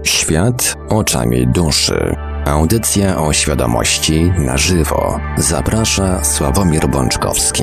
Świat oczami duszy. Audycja o świadomości na żywo. Zaprasza Sławomir Bączkowski.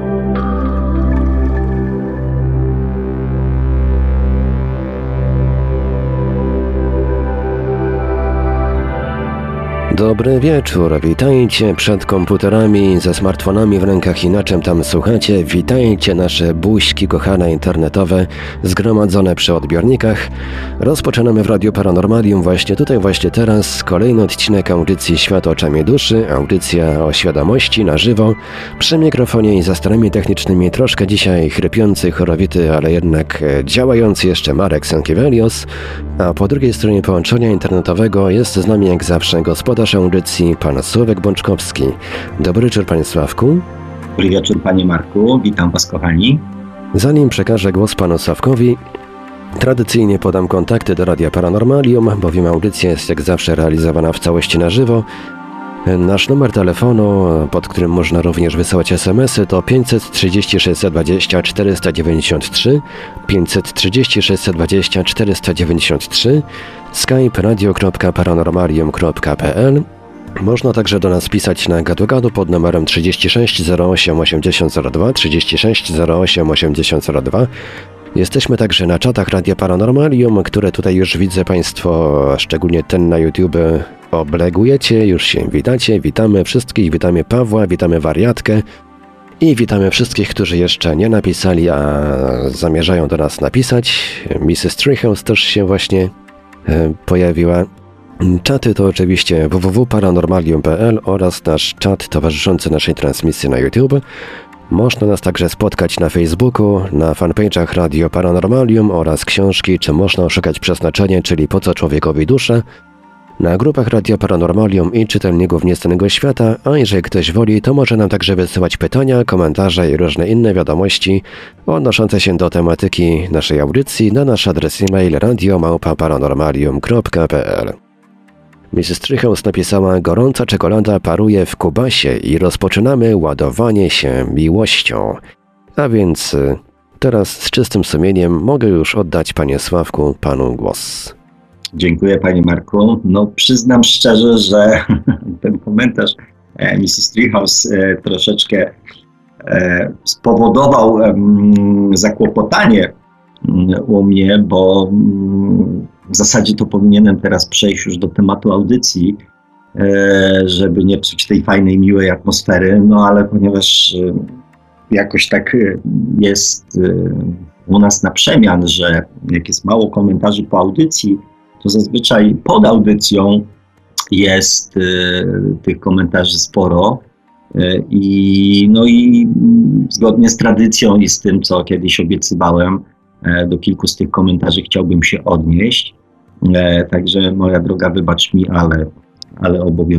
Dobry wieczór, witajcie przed komputerami, ze smartfonami w rękach i na czym tam słuchacie. Witajcie nasze buźki kochane internetowe zgromadzone przy odbiornikach. Rozpoczynamy w Radiu Paranormalium właśnie tutaj, właśnie teraz kolejny odcinek audycji Świat oczami duszy, audycja o świadomości na żywo. Przy mikrofonie i za starami technicznymi troszkę dzisiaj chrypiący, chorowity, ale jednak działający jeszcze Marek Sankiewelios, a po drugiej stronie połączenia internetowego jest z nami jak zawsze gospodarz audycji, pan Sławek Bączkowski. Dobry wieczór, panie Sławku. Dobry wieczór, panie Marku. Witam was, kochani. Zanim przekażę głos panu Sławkowi, tradycyjnie podam kontakty do Radia Paranormalium, bowiem audycja jest jak zawsze realizowana w całości na żywo. Nasz numer telefonu, pod którym można również wysyłać SMS-y, to 530 620 493, 530 620 493, skype radio.paranormalium.pl. Można także do nas pisać na gadu-gadu pod numerem 36 08 8002, 36 08 8002. Jesteśmy także na czatach Radia Paranormalium, które tutaj już widzę państwo, szczególnie ten na YouTube, oblegujecie, już się witacie. Witamy wszystkich, witamy Pawła, witamy Wariatkę i witamy wszystkich, którzy jeszcze nie napisali, a zamierzają do nas napisać. Mrs. Treehouse też się właśnie pojawiła. Czaty to oczywiście www.paranormalium.pl oraz nasz czat towarzyszący naszej transmisji na YouTube. Można nas także spotkać na Facebooku, na fanpage'ach Radio Paranormalium oraz książki Czy można oszukać przeznaczenie, czyli Po co człowiekowi dusza, na grupach Radio Paranormalium i czytelników Nieznanego Świata, a jeżeli ktoś woli, to może nam także wysyłać pytania, komentarze i różne inne wiadomości odnoszące się do tematyki naszej audycji na nasz adres e-mail radio@paranormalium.pl. Mrs. Treehouse napisała: gorąca czekolada paruje w kubasie i rozpoczynamy ładowanie się miłością. A więc teraz z czystym sumieniem mogę już oddać, panie Sławku, panu głos. Dziękuję, panie Marku. No, przyznam szczerze, że ten komentarz Mrs. Treehouse troszeczkę spowodował zakłopotanie u mnie, bo w zasadzie to powinienem teraz przejść już do tematu audycji, żeby nie psuć tej fajnej, miłej atmosfery, no ale ponieważ jakoś tak jest u nas na przemian, że jak jest mało komentarzy po audycji, to zazwyczaj pod audycją jest tych komentarzy sporo i zgodnie z tradycją i z tym, co kiedyś obiecywałem, do kilku z tych komentarzy chciałbym się odnieść. Także moja droga, wybacz mi, ale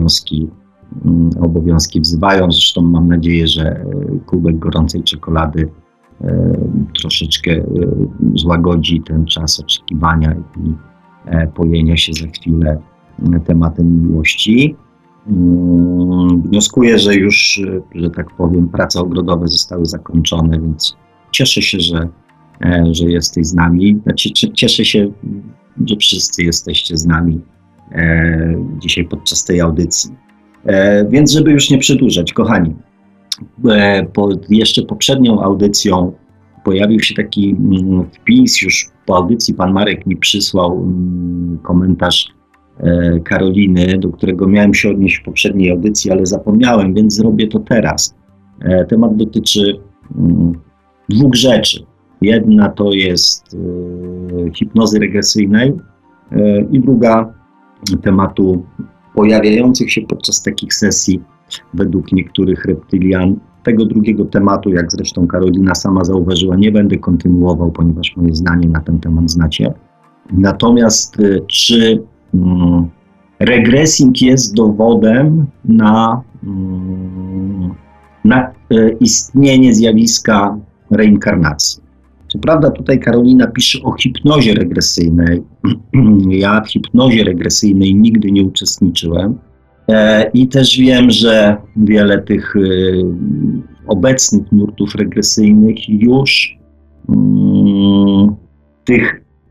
obowiązki wzywają. Zresztą mam nadzieję, że kubek gorącej czekolady troszeczkę złagodzi ten czas oczekiwania i pojenia się za chwilę tematem miłości. Wnioskuję, że już, że tak powiem, prace ogrodowe zostały zakończone, więc cieszę się, że jesteś z nami. Znaczy, cieszę się, że wszyscy jesteście z nami dzisiaj podczas tej audycji. Więc żeby już nie przedłużać, kochani, jeszcze poprzednią audycją pojawił się taki wpis, już po audycji pan Marek mi przysłał komentarz Karoliny, do którego miałem się odnieść w poprzedniej audycji, ale zapomniałem, więc zrobię to teraz. Temat dotyczy dwóch rzeczy. Jedna to jest hipnozy regresyjnej i druga tematu pojawiających się podczas takich sesji według niektórych reptylian. Tego drugiego tematu, jak zresztą Karolina sama zauważyła, nie będę kontynuował, ponieważ moje zdanie na ten temat znacie. Natomiast czy regresing jest dowodem na istnienie zjawiska reinkarnacji? Co prawda tutaj Karolina pisze o hipnozie regresyjnej. Ja w hipnozie regresyjnej nigdy nie uczestniczyłem i też wiem, że wiele tych obecnych nurtów regresyjnych już tych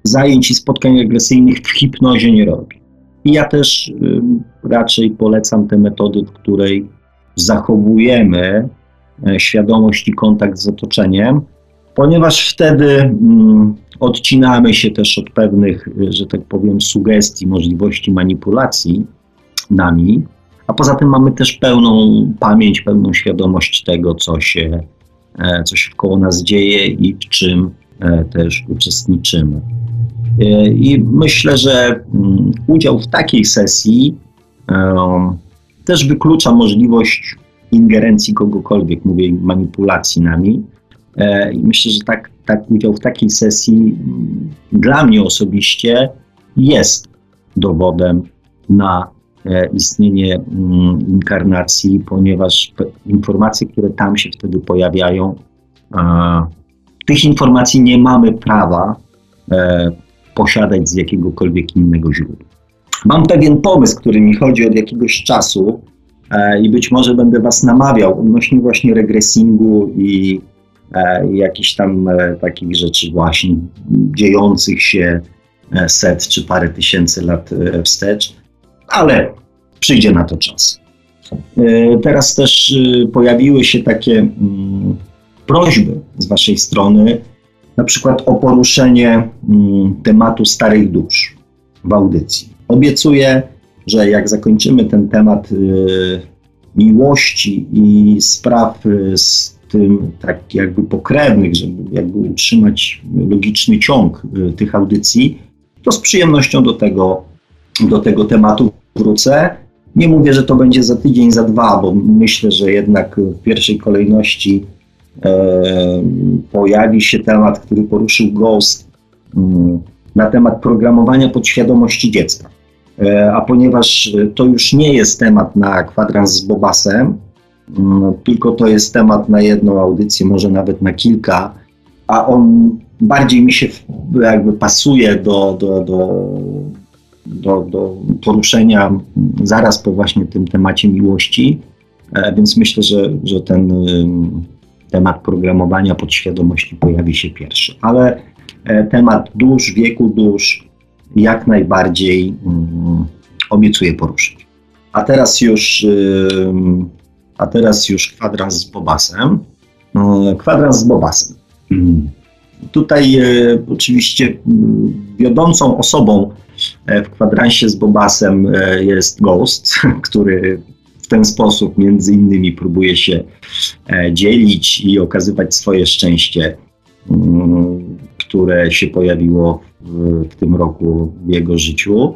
zajęć i spotkań regresyjnych w hipnozie nie robi. I ja też raczej polecam tę metody, w której zachowujemy świadomość i kontakt z otoczeniem, ponieważ wtedy odcinamy się też od pewnych, że tak powiem, sugestii, możliwości manipulacji nami, a poza tym mamy też pełną pamięć, pełną świadomość tego, co się wkoło nas dzieje i w czym też uczestniczymy. I myślę, że udział w takiej sesji też wyklucza możliwość ingerencji kogokolwiek, mówię, manipulacji nami. I myślę, że tak udział w takiej sesji dla mnie osobiście jest dowodem na istnienie inkarnacji, ponieważ informacje, które tam się wtedy pojawiają, tych informacji nie mamy prawa posiadać z jakiegokolwiek innego źródła. Mam pewien pomysł, który mi chodzi od jakiegoś czasu i być może będę Was namawiał odnośnie właśnie regresingu i jakichś tam takich rzeczy właśnie dziejących się set czy parę tysięcy lat wstecz, ale przyjdzie na to czas. Teraz też pojawiły się takie prośby z Waszej strony, na przykład o poruszenie tematu starych dusz w audycji. Obiecuję, że jak zakończymy ten temat miłości i spraw z tym tak jakby pokrewnych, żeby jakby utrzymać logiczny ciąg tych audycji, to z przyjemnością do tego tematu wrócę. Nie mówię, że to będzie za tydzień, za dwa, bo myślę, że jednak w pierwszej kolejności pojawi się temat, który poruszył Ghost na temat programowania podświadomości dziecka. A ponieważ to już nie jest temat na kwadrans z Bobasem, tylko to jest temat na jedną audycję, może nawet na kilka, a on bardziej mi się jakby pasuje do poruszenia zaraz po właśnie tym temacie miłości, więc myślę, że ten temat programowania podświadomości pojawi się pierwszy. Ale temat dusz, wieku dusz jak najbardziej obiecuję poruszyć. A teraz już kwadrans z Bobasem. Kwadrans z Bobasem. Tutaj oczywiście wiodącą osobą w kwadransie z Bobasem jest Ghost, który w ten sposób między innymi próbuje się dzielić i okazywać swoje szczęście, które się pojawiło w tym roku w jego życiu.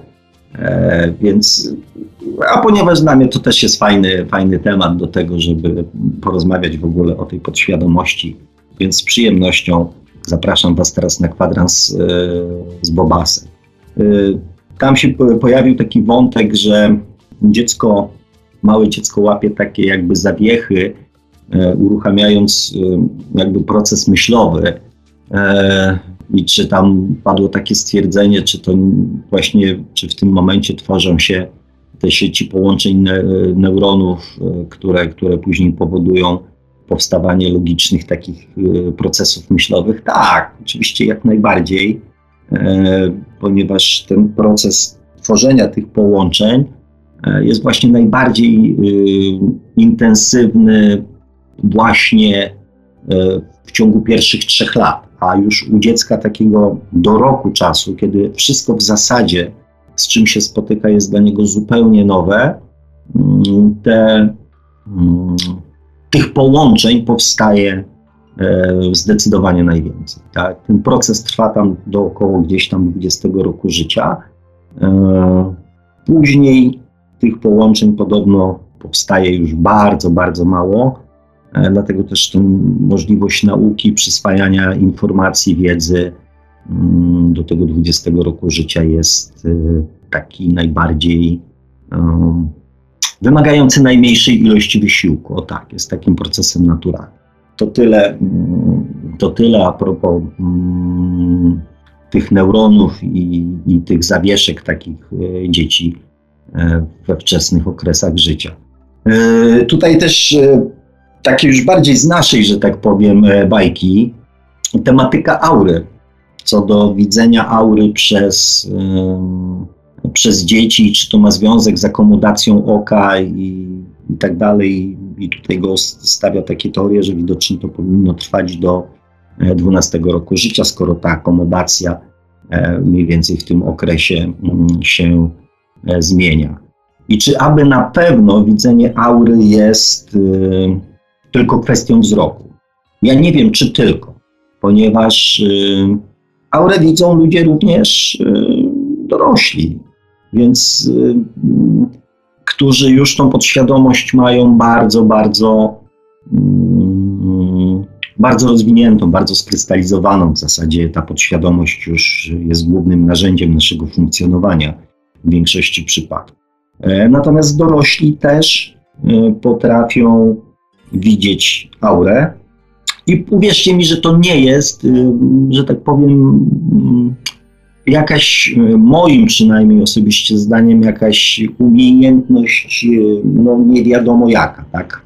A ponieważ dla mnie to też jest fajny temat do tego, żeby porozmawiać w ogóle o tej podświadomości, więc z przyjemnością zapraszam Was teraz na kwadrans z Bobasem. Tam się pojawił taki wątek, że małe dziecko łapie takie jakby zawiechy, uruchamiając jakby proces myślowy. I czy tam padło takie stwierdzenie, czy w tym momencie tworzą się te sieci połączeń neuronów, które później powodują powstawanie logicznych takich procesów myślowych. Tak, oczywiście jak najbardziej, ponieważ ten proces tworzenia tych połączeń jest właśnie najbardziej intensywny właśnie w ciągu pierwszych 3 lat, a już u dziecka takiego do roku czasu, kiedy wszystko w zasadzie, z czym się spotyka, jest dla niego zupełnie nowe, tych połączeń powstaje zdecydowanie najwięcej. Tak? Ten proces trwa tam do około gdzieś tam 20 roku życia. Później tych połączeń podobno powstaje już bardzo, bardzo mało. Dlatego też możliwość nauki, przyswajania informacji, wiedzy do tego 20 roku życia jest taki najbardziej wymagający najmniejszej ilości wysiłku. O tak, jest takim procesem naturalnym. To tyle a propos tych neuronów i tych zawieszek takich dzieci we wczesnych okresach życia. Tutaj też takie już bardziej z naszej, że tak powiem, bajki, tematyka aury. co do widzenia aury przez dzieci, czy to ma związek z akomodacją oka i tak dalej. I tutaj Ghost stawia takie teorie, że widocznie to powinno trwać do 12 roku życia, skoro ta akomodacja mniej więcej w tym okresie się zmienia. I czy aby na pewno widzenie aury jest tylko kwestią wzroku? Ja nie wiem, czy tylko, ponieważ aurę widzą ludzie również dorośli, więc którzy już tą podświadomość mają bardzo rozwiniętą, bardzo skrystalizowaną. W zasadzie ta podświadomość już jest głównym narzędziem naszego funkcjonowania w większości przypadków. Natomiast dorośli też potrafią widzieć aurę i uwierzcie mi, że to nie jest, że tak powiem, jakaś, moim przynajmniej osobiście zdaniem, jakaś umiejętność, no nie wiadomo jaka, tak?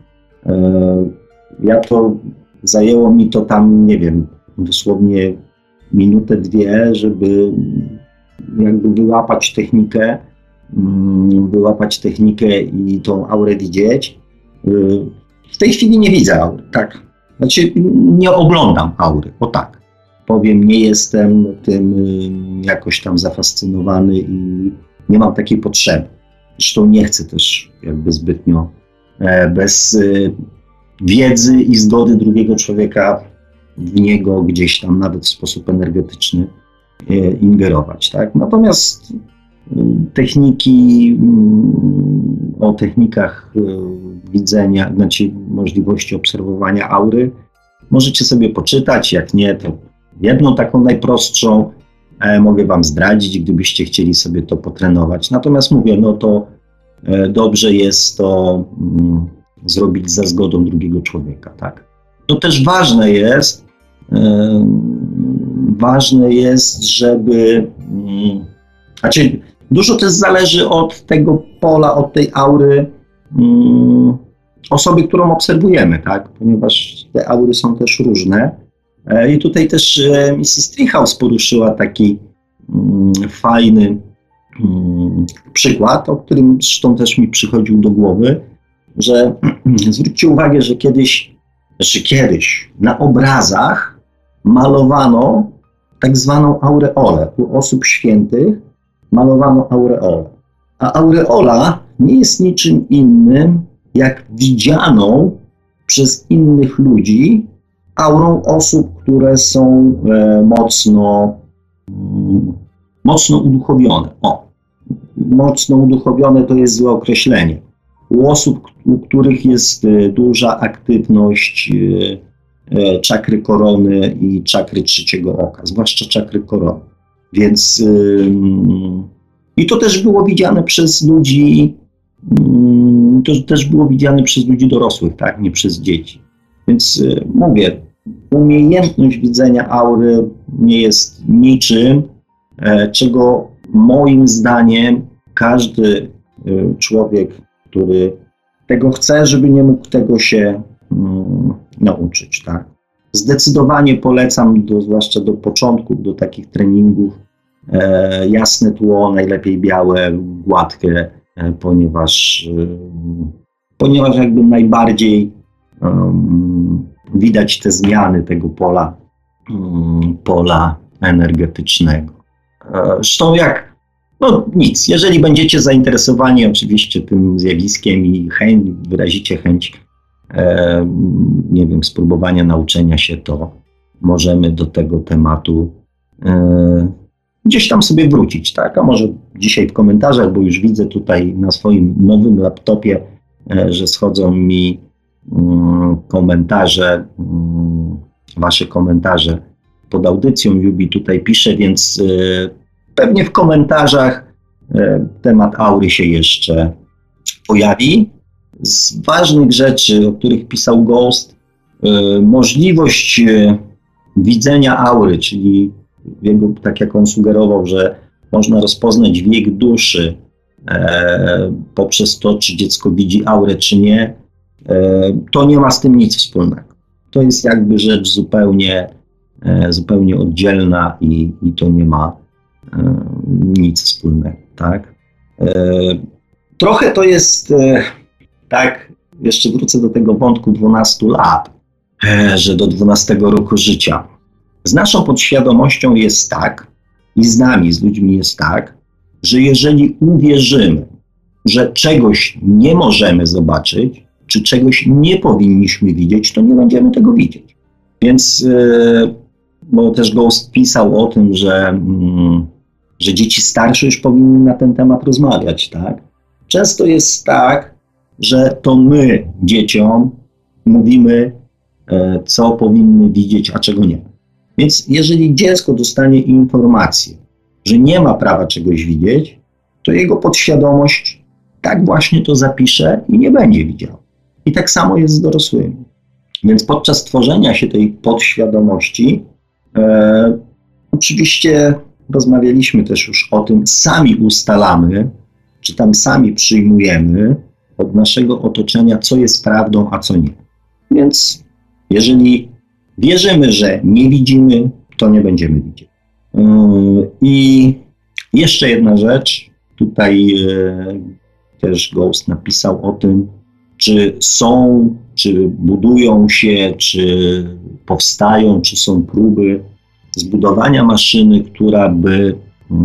Zajęło mi to tam, nie wiem, dosłownie minutę, dwie, żeby jakby wyłapać technikę i tą aurę widzieć. W tej chwili nie widzę aury, tak? Znaczy nie oglądam aury, o tak. Powiem, nie jestem tym jakoś tam zafascynowany i nie mam takiej potrzeby. Zresztą nie chcę też jakby zbytnio bez wiedzy i zgody drugiego człowieka w niego gdzieś tam nawet w sposób energetyczny ingerować, tak? Natomiast o technikach widzenia, znaczy możliwości obserwowania aury możecie sobie poczytać, jak nie, to jedną taką najprostszą mogę wam zdradzić, gdybyście chcieli sobie to potrenować. Natomiast mówię, no to dobrze jest to zrobić za zgodą drugiego człowieka, tak? To też ważne jest, żeby, znaczy dużo też zależy od tego pola, od tej aury osoby, którą obserwujemy, tak? Ponieważ te aury są też różne. I tutaj też Mrs. Treehouse poruszyła taki fajny przykład, o którym zresztą też mi przychodził do głowy, że zwróćcie uwagę, że kiedyś na obrazach malowano tak zwaną aureolę. U osób świętych malowano aureolę. A aureola nie jest niczym innym jak widzianą przez innych ludzi aurą osób, które są mocno uduchowione. Mocno uduchowione to jest złe określenie. U osób, u których jest duża aktywność czakry korony i czakry trzeciego oka, zwłaszcza czakry korony. Więc i to też było widziane przez ludzi, dorosłych, tak, nie przez dzieci. Więc mówię, umiejętność widzenia aury nie jest niczym, czego moim zdaniem każdy człowiek, który tego chce, żeby nie mógł tego się nauczyć, tak. Zdecydowanie polecam, zwłaszcza do początków, do takich treningów, jasne tło, najlepiej białe, gładkie, ponieważ jakby najbardziej widać te zmiany tego pola energetycznego. Zresztą jeżeli będziecie zainteresowani oczywiście tym zjawiskiem i wyrazicie chęć, nie wiem, spróbowania nauczenia się, to możemy do tego tematu gdzieś tam sobie wrócić, tak? A może dzisiaj w komentarzach, bo już widzę tutaj na swoim nowym laptopie, że schodzą mi komentarze, wasze komentarze pod audycją. Jubi tutaj pisze, więc pewnie w komentarzach temat aury się jeszcze pojawi. Z ważnych rzeczy, o których pisał Ghost, możliwość widzenia aury, czyli tak jak on sugerował, że można rozpoznać wiek duszy poprzez to, czy dziecko widzi aurę, czy nie, to nie ma z tym nic wspólnego. To jest jakby rzecz zupełnie zupełnie oddzielna i to nie ma nic wspólnego, tak? Trochę to jest tak, jeszcze wrócę do tego wątku 12 lat, że do 12 roku życia. Z naszą podświadomością jest tak, i z nami, z ludźmi jest tak, że jeżeli uwierzymy, że czegoś nie możemy zobaczyć, czy czegoś nie powinniśmy widzieć, to nie będziemy tego widzieć. Więc, bo też Ghost pisał o tym, że dzieci starsze już powinny na ten temat rozmawiać, tak? Często jest tak, że to my dzieciom mówimy, co powinny widzieć, a czego nie. Więc jeżeli dziecko dostanie informację, że nie ma prawa czegoś widzieć, to jego podświadomość tak właśnie to zapisze i nie będzie widział. I tak samo jest z dorosłymi. Więc podczas tworzenia się tej podświadomości oczywiście rozmawialiśmy też już o tym, sami ustalamy, czy tam sami przyjmujemy od naszego otoczenia, co jest prawdą, a co nie. Więc jeżeli wierzymy, że nie widzimy, to nie będziemy widzieć. I jeszcze jedna rzecz, tutaj też Ghost napisał o tym, czy są, czy budują się, czy powstają, czy są próby zbudowania maszyny, która by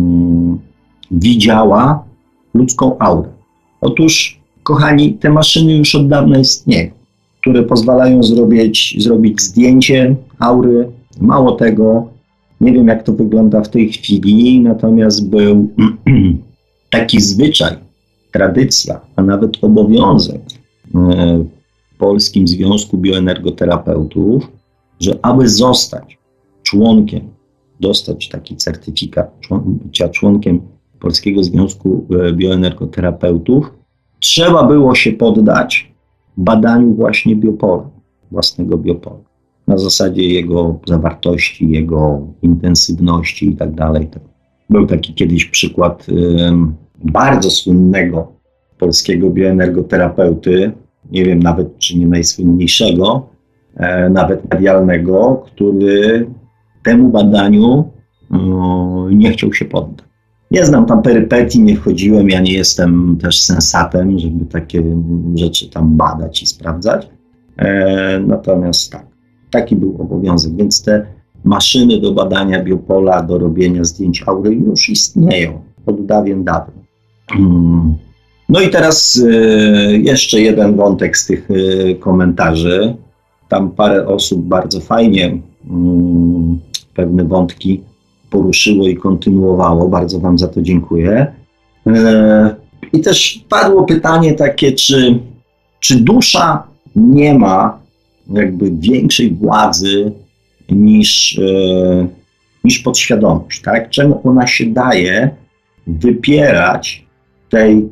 widziała ludzką aurę. Otóż, kochani, te maszyny już od dawna istnieją, które pozwalają zrobić zdjęcie aury. Mało tego, nie wiem jak to wygląda w tej chwili, natomiast był taki zwyczaj, tradycja, a nawet obowiązek w Polskim Związku Bioenergoterapeutów, że aby zostać członkiem, dostać taki certyfikat bycia członkiem Polskiego Związku Bioenergoterapeutów, trzeba było się poddać badaniu właśnie biopola, własnego biopola, na zasadzie jego zawartości, jego intensywności i tak dalej. Był taki kiedyś przykład bardzo słynnego polskiego bioenergoterapeuty, nie wiem nawet czy nie najsłynniejszego, nawet medialnego, który temu badaniu nie chciał się poddać. Nie znam tam perypetii, nie wchodziłem, ja nie jestem też sensatem, żeby takie rzeczy tam badać i sprawdzać. Natomiast tak, taki był obowiązek, więc te maszyny do badania biopola, do robienia zdjęć aury już istnieją od dawien dawna. No i teraz jeszcze jeden wątek z tych komentarzy. Tam parę osób bardzo fajnie pewne wątki poruszyło i kontynuowało. Bardzo Wam za to dziękuję. I też padło pytanie takie, czy dusza nie ma jakby większej władzy niż podświadomość, tak? Czemu ona się daje wypierać tej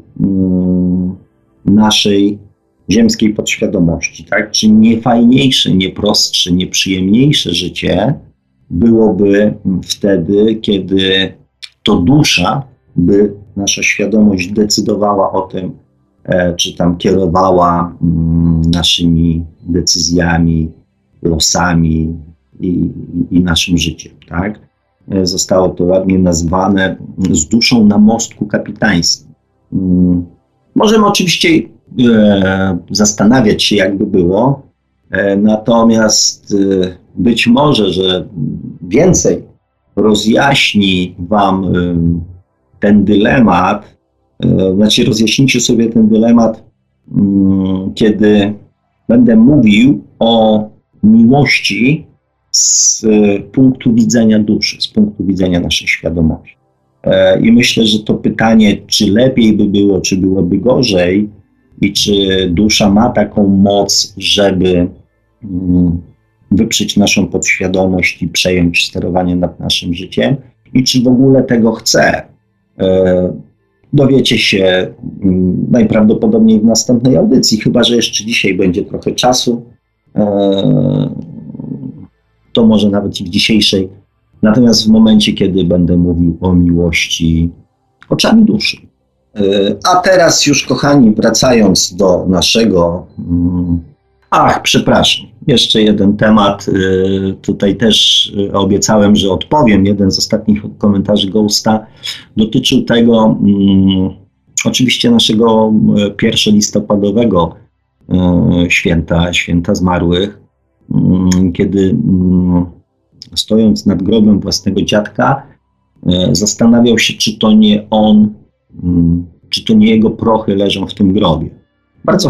naszej ziemskiej podświadomości, tak? Czy nie fajniejsze, nie prostsze, nie przyjemniejsze życie byłoby wtedy, kiedy to dusza by nasza świadomość decydowała o tym, czy tam kierowała naszymi decyzjami, losami i naszym życiem, tak? Zostało to ładnie nazwane z duszą na mostku kapitańskim. Możemy oczywiście zastanawiać się, jakby było, natomiast być może, że więcej rozjaśni Wam ten dylemat, rozjaśnicie sobie ten dylemat, kiedy będę mówił o miłości z punktu widzenia duszy, z punktu widzenia naszej świadomości. I myślę, że to pytanie, czy lepiej by było, czy byłoby gorzej i czy dusza ma taką moc, żeby wyprzeć naszą podświadomość i przejąć sterowanie nad naszym życiem i czy w ogóle tego chce, dowiecie się najprawdopodobniej w następnej audycji, chyba że jeszcze dzisiaj będzie trochę czasu, to może nawet i w dzisiejszej. Natomiast w momencie, kiedy będę mówił o miłości oczami duszy. A teraz już, kochani, wracając do naszego Ach, przepraszam. Jeszcze jeden temat. Tutaj też obiecałem, że odpowiem. Jeden z ostatnich komentarzy Ghosta dotyczył tego, oczywiście naszego 1 listopadowego święta zmarłych, kiedy stojąc nad grobem własnego dziadka, zastanawiał się, czy to nie on, czy to nie jego prochy leżą w tym grobie. Bardzo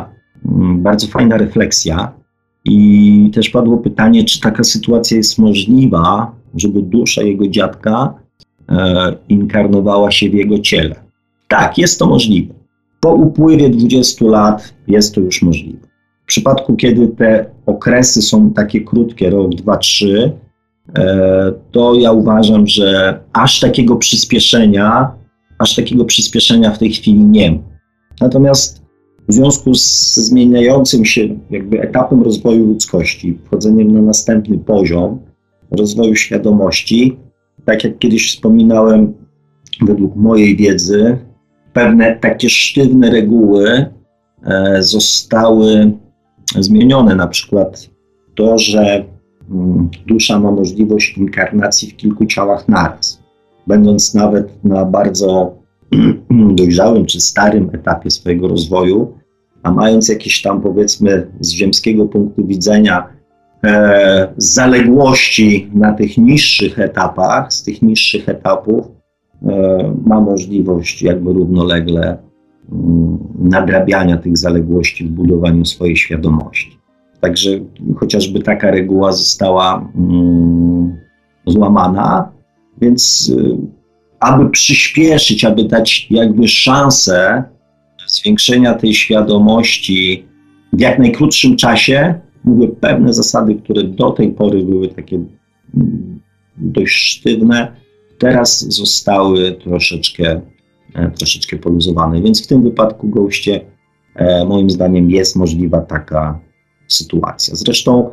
fajna refleksja i też padło pytanie, czy taka sytuacja jest możliwa, żeby dusza jego dziadka inkarnowała się w jego ciele. Tak, jest to możliwe. Po upływie 20 lat jest to już możliwe. W przypadku, kiedy te okresy są takie krótkie, rok, 2, 3, to ja uważam, że aż takiego przyspieszenia w tej chwili nie ma. Natomiast w związku z zmieniającym się jakby etapem rozwoju ludzkości, wchodzeniem na następny poziom rozwoju świadomości, tak jak kiedyś wspominałem, według mojej wiedzy, pewne takie sztywne reguły zostały zmienione. Na przykład to, że dusza ma możliwość inkarnacji w kilku ciałach naraz. Będąc nawet na bardzo dojrzałym czy starym etapie swojego rozwoju, a mając jakieś tam, powiedzmy, z ziemskiego punktu widzenia zaległości na tych niższych etapach, z tych niższych etapów ma możliwość jakby równolegle nadrabiania tych zaległości w budowaniu swojej świadomości. Także chociażby taka reguła została złamana, więc aby przyspieszyć, aby dać jakby szansę zwiększenia tej świadomości w jak najkrótszym czasie, mówię, pewne zasady, które do tej pory były takie dość sztywne, teraz zostały troszeczkę poluzowane. Więc w tym wypadku, Goście, moim zdaniem jest możliwa taka sytuacja. Zresztą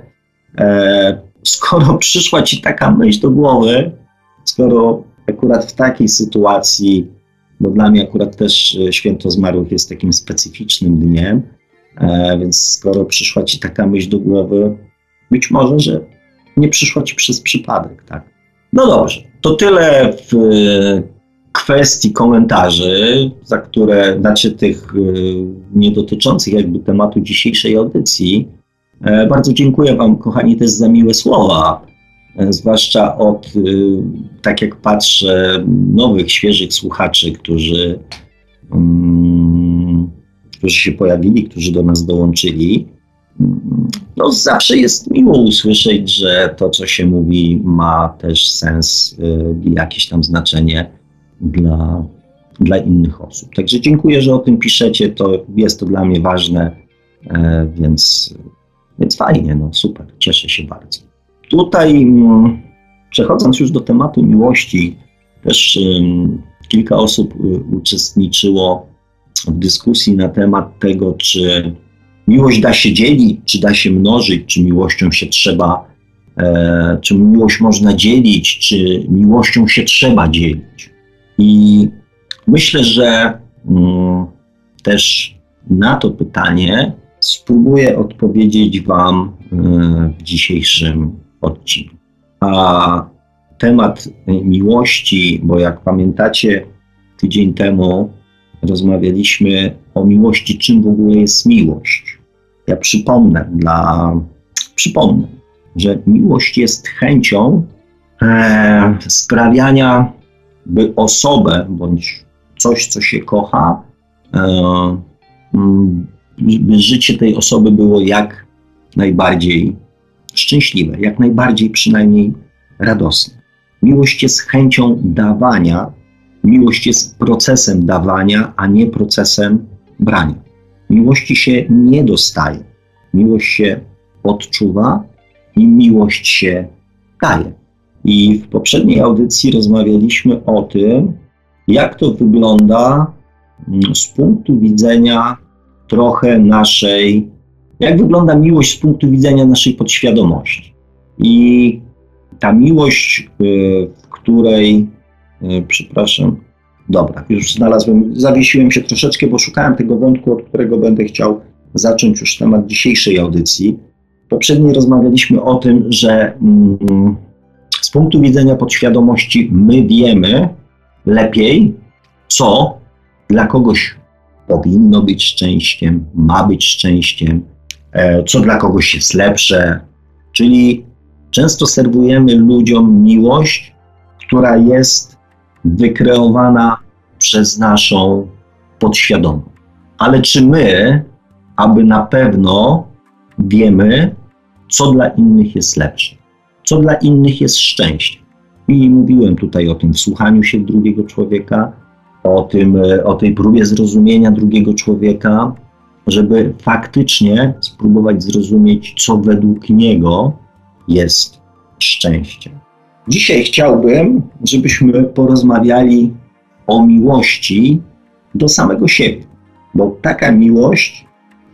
skoro przyszła ci taka myśl do głowy, skoro akurat w takiej sytuacji, bo dla mnie akurat też Święto Zmarłych jest takim specyficznym dniem, więc skoro przyszła ci taka myśl do głowy, być może, że nie przyszła ci przez przypadek, tak? No dobrze, to tyle w kwestii komentarzy, za które, znaczy tych nie dotyczących jakby tematu dzisiejszej audycji. Bardzo dziękuję wam, kochani, też za miłe słowa, zwłaszcza od, tak jak patrzę, nowych, świeżych słuchaczy, którzy się pojawili, którzy do nas dołączyli. No zawsze jest miło usłyszeć, że to, co się mówi, ma też sens i jakieś tam znaczenie dla innych osób. Także dziękuję, że o tym piszecie, jest to dla mnie ważne, więc fajnie, no super, cieszę się bardzo. Tutaj przechodząc już do tematu miłości, też kilka osób uczestniczyło w dyskusji na temat tego, czy miłość da się dzielić, czy da się mnożyć, czy miłością się czy miłość można dzielić, czy miłością się trzeba dzielić. I myślę, że też na to pytanie spróbuję odpowiedzieć wam w dzisiejszym odcinku. A temat miłości, bo jak pamiętacie, tydzień temu rozmawialiśmy o miłości, czym w ogóle jest miłość. Ja przypomnę, że miłość jest chęcią sprawiania, by osobę bądź coś, co się kocha, by życie tej osoby było jak najbardziej szczęśliwe, jak najbardziej przynajmniej radosne. Miłość jest chęcią dawania, miłość jest procesem dawania, a nie procesem brania. Miłości się nie dostaje, miłość się odczuwa i miłość się daje. I w poprzedniej audycji rozmawialiśmy o tym, jak to wygląda z punktu widzenia trochę jak wygląda miłość z punktu widzenia naszej podświadomości. I ta miłość, w której, już zawiesiłem się troszeczkę, bo szukałem tego wątku, od którego będę chciał zacząć już temat dzisiejszej audycji. Poprzednio rozmawialiśmy o tym, że z punktu widzenia podświadomości my wiemy lepiej, co dla kogoś powinno być szczęściem, ma być szczęściem, co dla kogoś jest lepsze. Czyli często serwujemy ludziom miłość, która jest wykreowana przez naszą podświadomość. Ale czy my, aby na pewno wiemy, co dla innych jest lepsze, co dla innych jest szczęście? I mówiłem tutaj o tym wsłuchaniu się w drugiego człowieka, o tej próbie zrozumienia drugiego człowieka, żeby faktycznie spróbować zrozumieć, co według niego jest szczęściem. Dzisiaj chciałbym, żebyśmy porozmawiali o miłości do samego siebie, bo taka miłość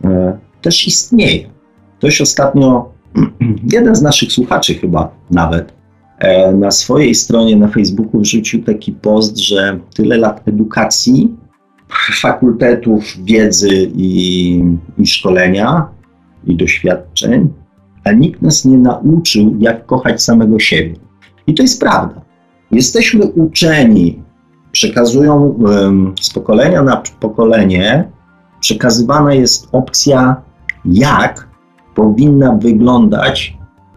też istnieje. Ktoś ostatnio, jeden z naszych słuchaczy chyba nawet, na swojej stronie na Facebooku wrzucił taki post, że tyle lat edukacji, fakultetów, wiedzy i szkolenia i doświadczeń, a nikt nas nie nauczył, jak kochać samego siebie. I to jest prawda. Jesteśmy uczeni, przekazują z pokolenia na pokolenie, przekazywana jest opcja, jak powinna wyglądać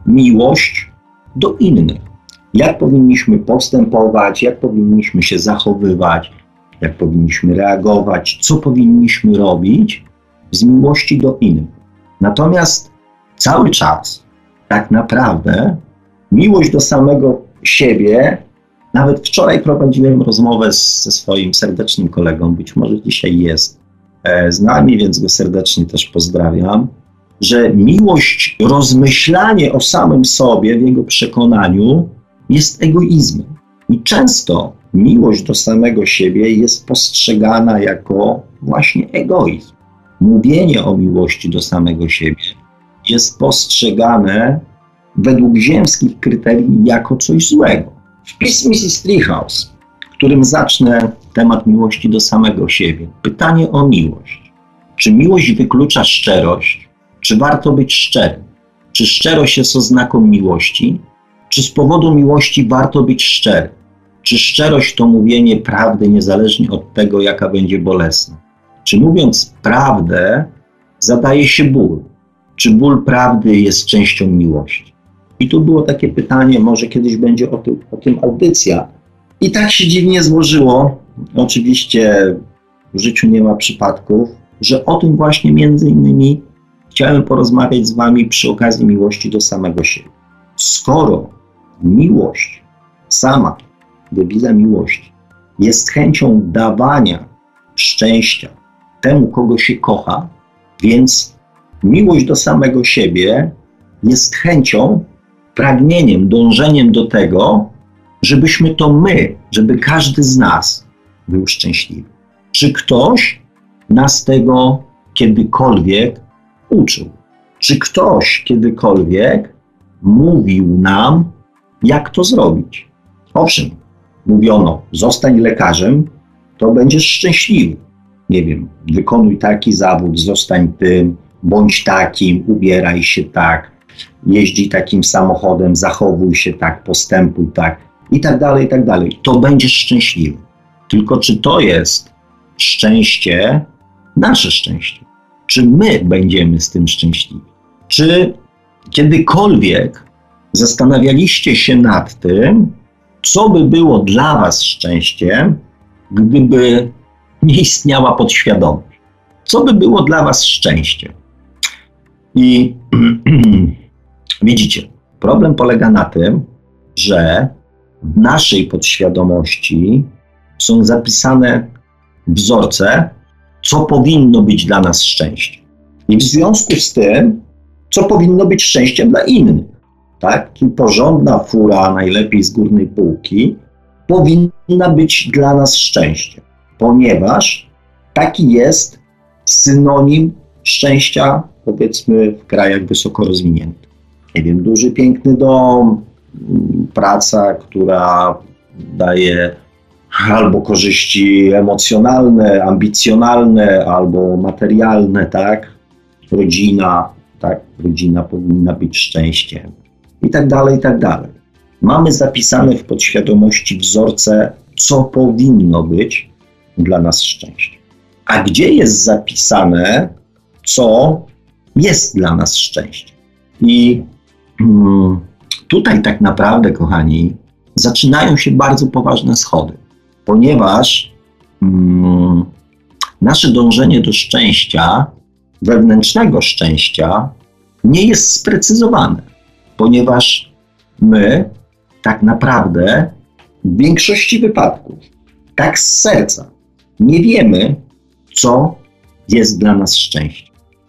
miłość do innych. Jak powinniśmy postępować, jak powinniśmy się zachowywać, jak powinniśmy reagować, co powinniśmy robić z miłości do innych. Natomiast cały czas tak naprawdę miłość do samego siebie, nawet wczoraj prowadziłem rozmowę ze swoim serdecznym kolegą, być może dzisiaj jest z nami, więc go serdecznie też pozdrawiam, że miłość, rozmyślanie o samym sobie w jego przekonaniu jest egoizmem. I często miłość do samego siebie jest postrzegana jako właśnie egoizm. Mówienie o miłości do samego siebie jest postrzegane według ziemskich kryteriów jako coś złego. Wpis Mrs. Treehouse, którym zacznę temat miłości do samego siebie. Pytanie o miłość. Czy miłość wyklucza szczerość? Czy warto być szczerym? Czy szczerość jest oznaką miłości? Czy z powodu miłości warto być szczerym? Czy szczerość to mówienie prawdy niezależnie od tego, jaka będzie bolesna? Czy mówiąc prawdę, zadaje się ból? Czy ból prawdy jest częścią miłości? I tu było takie pytanie, może kiedyś będzie o tym audycja. I tak się dziwnie złożyło, oczywiście w życiu nie ma przypadków, że o tym właśnie między innymi chciałem porozmawiać z wami przy okazji miłości do samego siebie. Skoro miłość sama, dewiza miłości, jest chęcią dawania szczęścia temu, kogo się kocha, więc miłość do samego siebie jest chęcią, pragnieniem, dążeniem do tego, żebyśmy to my, żeby każdy z nas był szczęśliwy. Czy ktoś nas tego kiedykolwiek uczył? Czy ktoś kiedykolwiek mówił nam, jak to zrobić? Owszem, mówiono, zostań lekarzem, to będziesz szczęśliwy. Nie wiem, wykonuj taki zawód, zostań tym, bądź takim, ubieraj się tak, jeździ takim samochodem, zachowuj się tak, postępuj tak i tak dalej, i tak dalej. To będziesz szczęśliwy. Tylko czy to jest szczęście, nasze szczęście? Czy my będziemy z tym szczęśliwi? Czy kiedykolwiek zastanawialiście się nad tym, co by było dla was szczęściem, gdyby nie istniała podświadomość? Co by było dla was szczęściem? I widzicie, problem polega na tym, że w naszej podświadomości są zapisane wzorce, co powinno być dla nas szczęściem. I w związku z tym, co powinno być szczęściem dla innych. Tak? I porządna fura, najlepiej z górnej półki, powinna być dla nas szczęściem, ponieważ taki jest synonim szczęścia, powiedzmy, w krajach wysoko rozwiniętych. Nie wiem, duży, piękny dom, praca, która daje albo korzyści emocjonalne, ambicjonalne, albo materialne, tak? rodzina, tak, rodzina powinna być szczęściem i tak dalej, i tak dalej. Mamy zapisane w podświadomości wzorce, co powinno być dla nas szczęście. A gdzie jest zapisane, co jest dla nas szczęście? I tutaj tak naprawdę, kochani, zaczynają się bardzo poważne schody, ponieważ nasze dążenie do szczęścia, wewnętrznego szczęścia, nie jest sprecyzowane, ponieważ my tak naprawdę w większości wypadków, tak z serca, nie wiemy, co jest dla nas szczęście.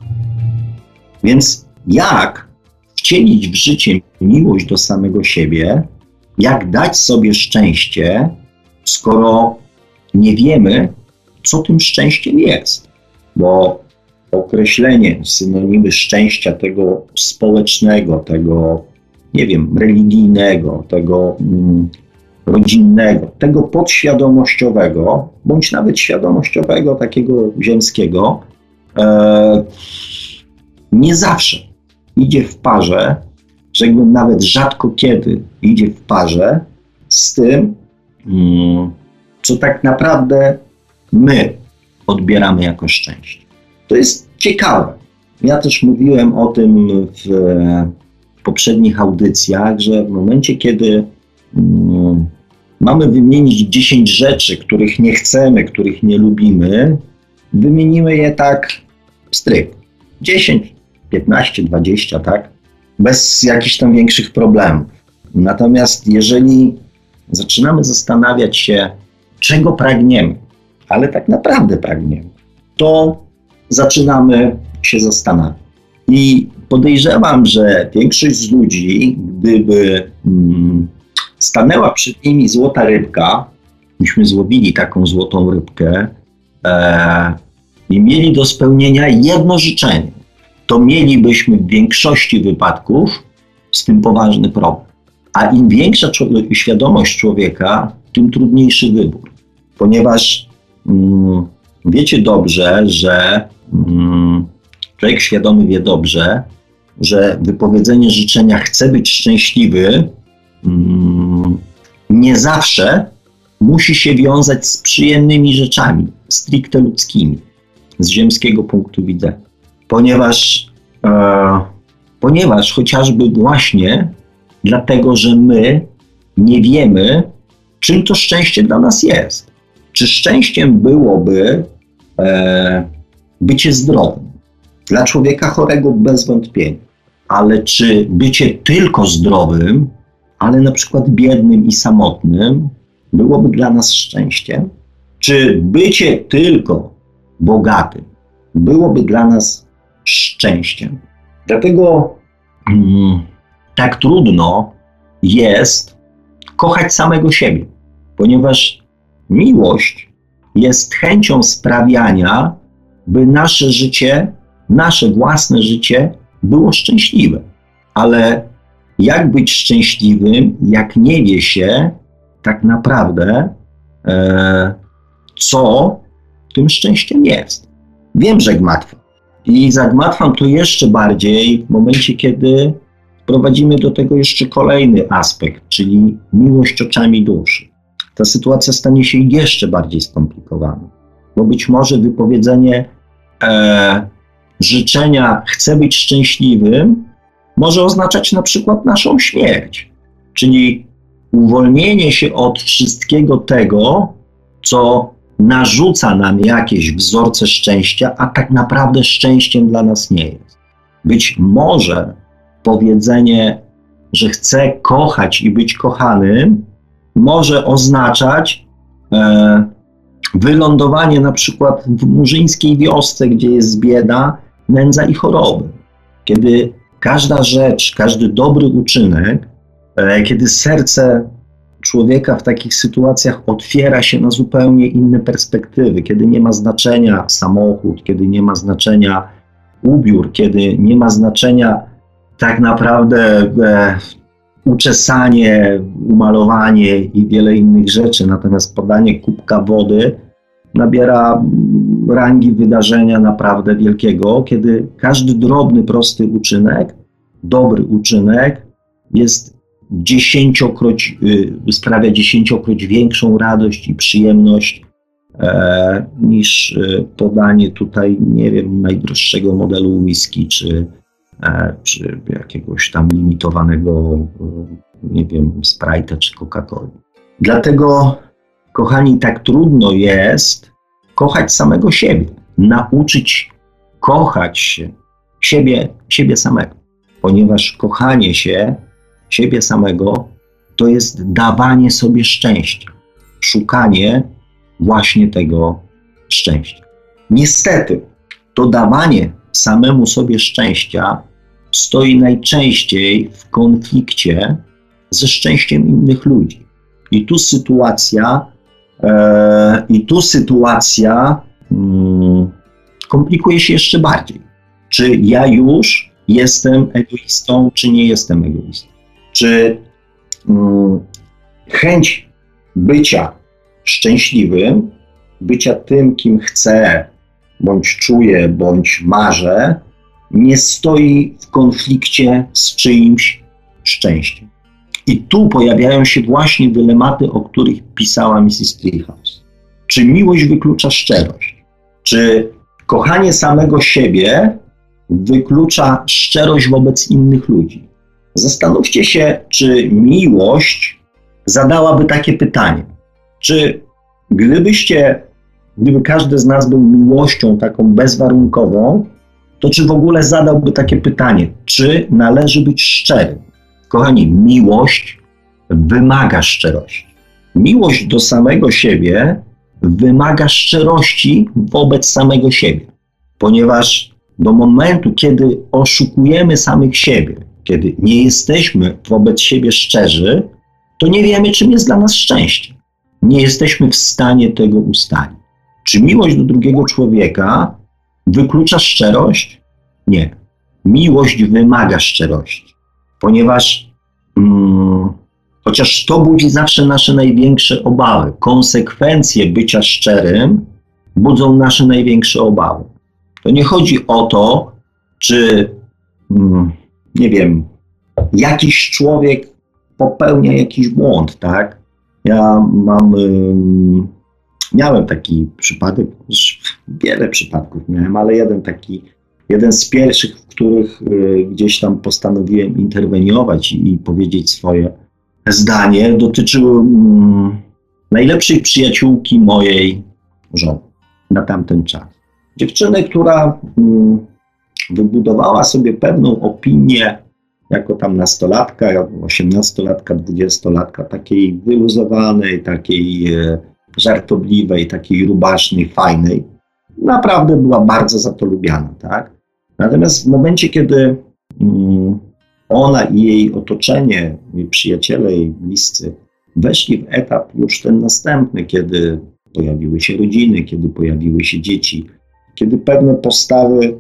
Więc jak wcielić w życie miłość do samego siebie, jak dać sobie szczęście, skoro nie wiemy, co tym szczęściem jest? Bo określenie, synonimy szczęścia tego społecznego, tego, nie wiem, religijnego, tego rodzinnego, tego podświadomościowego, bądź nawet świadomościowego, takiego ziemskiego, nie zawsze idzie w parze, rzekłbym nawet rzadko kiedy idzie w parze z tym, co tak naprawdę my odbieramy jako szczęście. To jest ciekawe. Ja też mówiłem o tym w poprzednich audycjach, że w momencie, kiedy mamy wymienić 10 rzeczy, których nie chcemy, których nie lubimy, wymienimy je tak stryk. 10, 15, 20, tak? Bez jakichś tam większych problemów. Natomiast jeżeli zaczynamy zastanawiać się, czego pragniemy, ale tak naprawdę pragniemy, to zaczynamy się zastanawiać. I podejrzewam, że większość z ludzi, gdyby stanęła przed nimi złota rybka, myśmy złowili taką złotą rybkę i mieli do spełnienia jedno życzenie, to mielibyśmy w większości wypadków z tym poważny problem. A im większa świadomość człowieka, tym trudniejszy wybór. Ponieważ wiecie dobrze, że człowiek świadomy wie dobrze, że wypowiedzenie życzenia "chcę być szczęśliwy" nie zawsze musi się wiązać z przyjemnymi rzeczami, stricte ludzkimi, z ziemskiego punktu widzenia. Ponieważ chociażby właśnie dlatego, że my nie wiemy, czym to szczęście dla nas jest. Czy szczęściem byłoby bycie zdrowym? Dla człowieka chorego bez wątpienia. Ale czy bycie tylko zdrowym, ale na przykład biednym i samotnym, byłoby dla nas szczęściem? Czy bycie tylko bogatym byłoby dla nas szczęściem? Dlatego tak trudno jest kochać samego siebie, ponieważ miłość jest chęcią sprawiania, by nasze życie, nasze własne życie było szczęśliwe. Ale jak być szczęśliwym, jak nie wie się tak naprawdę, co tym szczęściem jest? Wiem, że gmatwam. I zagmatwam to jeszcze bardziej w momencie, kiedy wprowadzimy do tego jeszcze kolejny aspekt, czyli miłość oczami duszy. Ta sytuacja stanie się jeszcze bardziej skomplikowana, bo być może wypowiedzenie życzenia "chcę być szczęśliwym" może oznaczać na przykład naszą śmierć, czyli uwolnienie się od wszystkiego tego, co narzuca nam jakieś wzorce szczęścia, a tak naprawdę szczęściem dla nas nie jest. Być może powiedzenie, że chcę kochać i być kochanym, może oznaczać wylądowanie na przykład w murzyńskiej wiosce, gdzie jest bieda, nędza i choroby. Kiedy każda rzecz, każdy dobry uczynek, kiedy serce człowieka w takich sytuacjach otwiera się na zupełnie inne perspektywy, kiedy nie ma znaczenia samochód, kiedy nie ma znaczenia ubiór, kiedy nie ma znaczenia tak naprawdę uczesanie, umalowanie i wiele innych rzeczy, natomiast podanie kubka wody nabiera rangi wydarzenia naprawdę wielkiego, kiedy każdy drobny, prosty uczynek, dobry uczynek sprawia 10-kroć większą radość i przyjemność niż podanie tutaj, nie wiem, najdroższego modelu whisky, czy jakiegoś tam limitowanego, nie wiem, Sprite'a czy Coca-Coli. Dlatego, kochani, tak trudno jest kochać samego siebie, nauczyć kochać siebie samego, ponieważ kochanie siebie samego to jest dawanie sobie szczęścia, szukanie właśnie tego szczęścia. Niestety, to dawanie samemu sobie szczęścia stoi najczęściej w konflikcie ze szczęściem innych ludzi. I tu sytuacja komplikuje się jeszcze bardziej. Czy ja już jestem egoistą, czy nie jestem egoistą? Czy chęć bycia szczęśliwym, bycia tym, kim chcę, bądź czuję, bądź marzę, nie stoi w konflikcie z czyimś szczęściem. I tu pojawiają się właśnie dylematy, o których pisała Mrs. Treehouse. Czy miłość wyklucza szczerość? Czy kochanie samego siebie wyklucza szczerość wobec innych ludzi? Zastanówcie się, czy miłość zadałaby takie pytanie. Gdyby każdy z nas był miłością taką bezwarunkową, to czy w ogóle zadałby takie pytanie, czy należy być szczerym? Kochani, miłość wymaga szczerości. Miłość do samego siebie wymaga szczerości wobec samego siebie, ponieważ do momentu, kiedy oszukujemy samych siebie, kiedy nie jesteśmy wobec siebie szczerzy, to nie wiemy, czym jest dla nas szczęście. Nie jesteśmy w stanie tego ustalić. Czy miłość do drugiego człowieka wyklucza szczerość? Nie. Miłość wymaga szczerości, ponieważ chociaż to budzi zawsze nasze największe obawy. Konsekwencje bycia szczerym budzą nasze największe obawy. To nie chodzi o to, czy nie wiem, jakiś człowiek popełnia jakiś błąd, tak? Ja miałem taki przypadek, wiele przypadków miałem, ale jeden z pierwszych, w których gdzieś tam postanowiłem interweniować i powiedzieć swoje zdanie, dotyczył najlepszej przyjaciółki mojej żony na tamten czas. Dziewczyny, która wybudowała sobie pewną opinię jako tam nastolatka, 18-latka, 20-latka, takiej wyluzowanej, takiej żartobliwej, takiej rubasznej, fajnej. Naprawdę była bardzo za to lubiana, tak? Natomiast w momencie, kiedy ona i jej otoczenie, jej przyjaciele, jej bliscy weszli w etap już ten następny, kiedy pojawiły się rodziny, kiedy pojawiły się dzieci, kiedy pewne postawy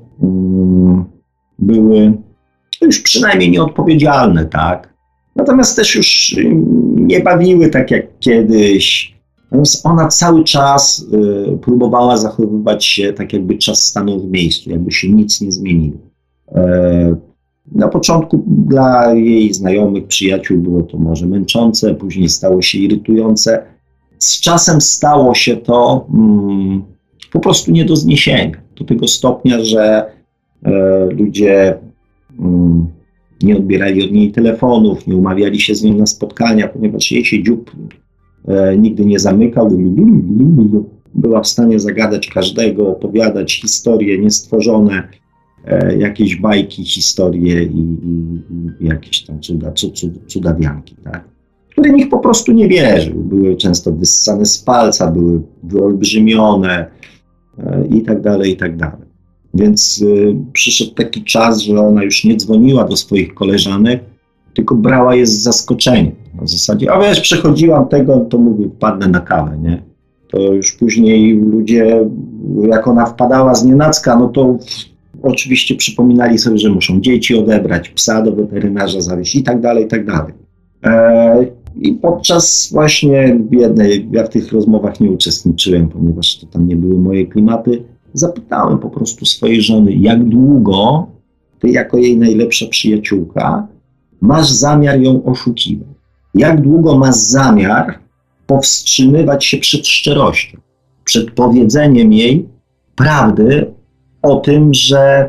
były już przynajmniej nieodpowiedzialne, tak? Natomiast też już nie bawiły tak jak kiedyś. Natomiast ona cały czas próbowała zachowywać się tak, jakby czas stanął w miejscu, jakby się nic nie zmieniło. Na początku dla jej znajomych, przyjaciół było to może męczące, później stało się irytujące. Z czasem stało się to po prostu nie do zniesienia. Do tego stopnia, że ludzie nie odbierali od niej telefonów, nie umawiali się z nią na spotkania, ponieważ jej się dziób nigdy nie zamykał. Była w stanie zagadać każdego, opowiadać historie niestworzone, jakieś bajki, historie i jakieś tam cudawianki, tak? Które nikt po prostu nie wierzył. Były często wyssane z palca, były wyolbrzymione i tak dalej, i tak dalej. Więc przyszedł taki czas, że ona już nie dzwoniła do swoich koleżanek, tylko brała je z zaskoczenia. Na zasadzie, a wiesz, przechodziłam tego, to mówię, wpadnę na kawę, nie? To już później ludzie, jak ona wpadała z nienacka, no to oczywiście przypominali sobie, że muszą dzieci odebrać, psa do weterynarza zawieźć i tak dalej, i tak dalej. I podczas właśnie ja w tych rozmowach nie uczestniczyłem, ponieważ to tam nie były moje klimaty. zapytałem po prostu swojej żony, jak długo ty jako jej najlepsza przyjaciółka masz zamiar ją oszukiwać? Jak długo masz zamiar powstrzymywać się przed szczerością, przed powiedzeniem jej prawdy o tym, że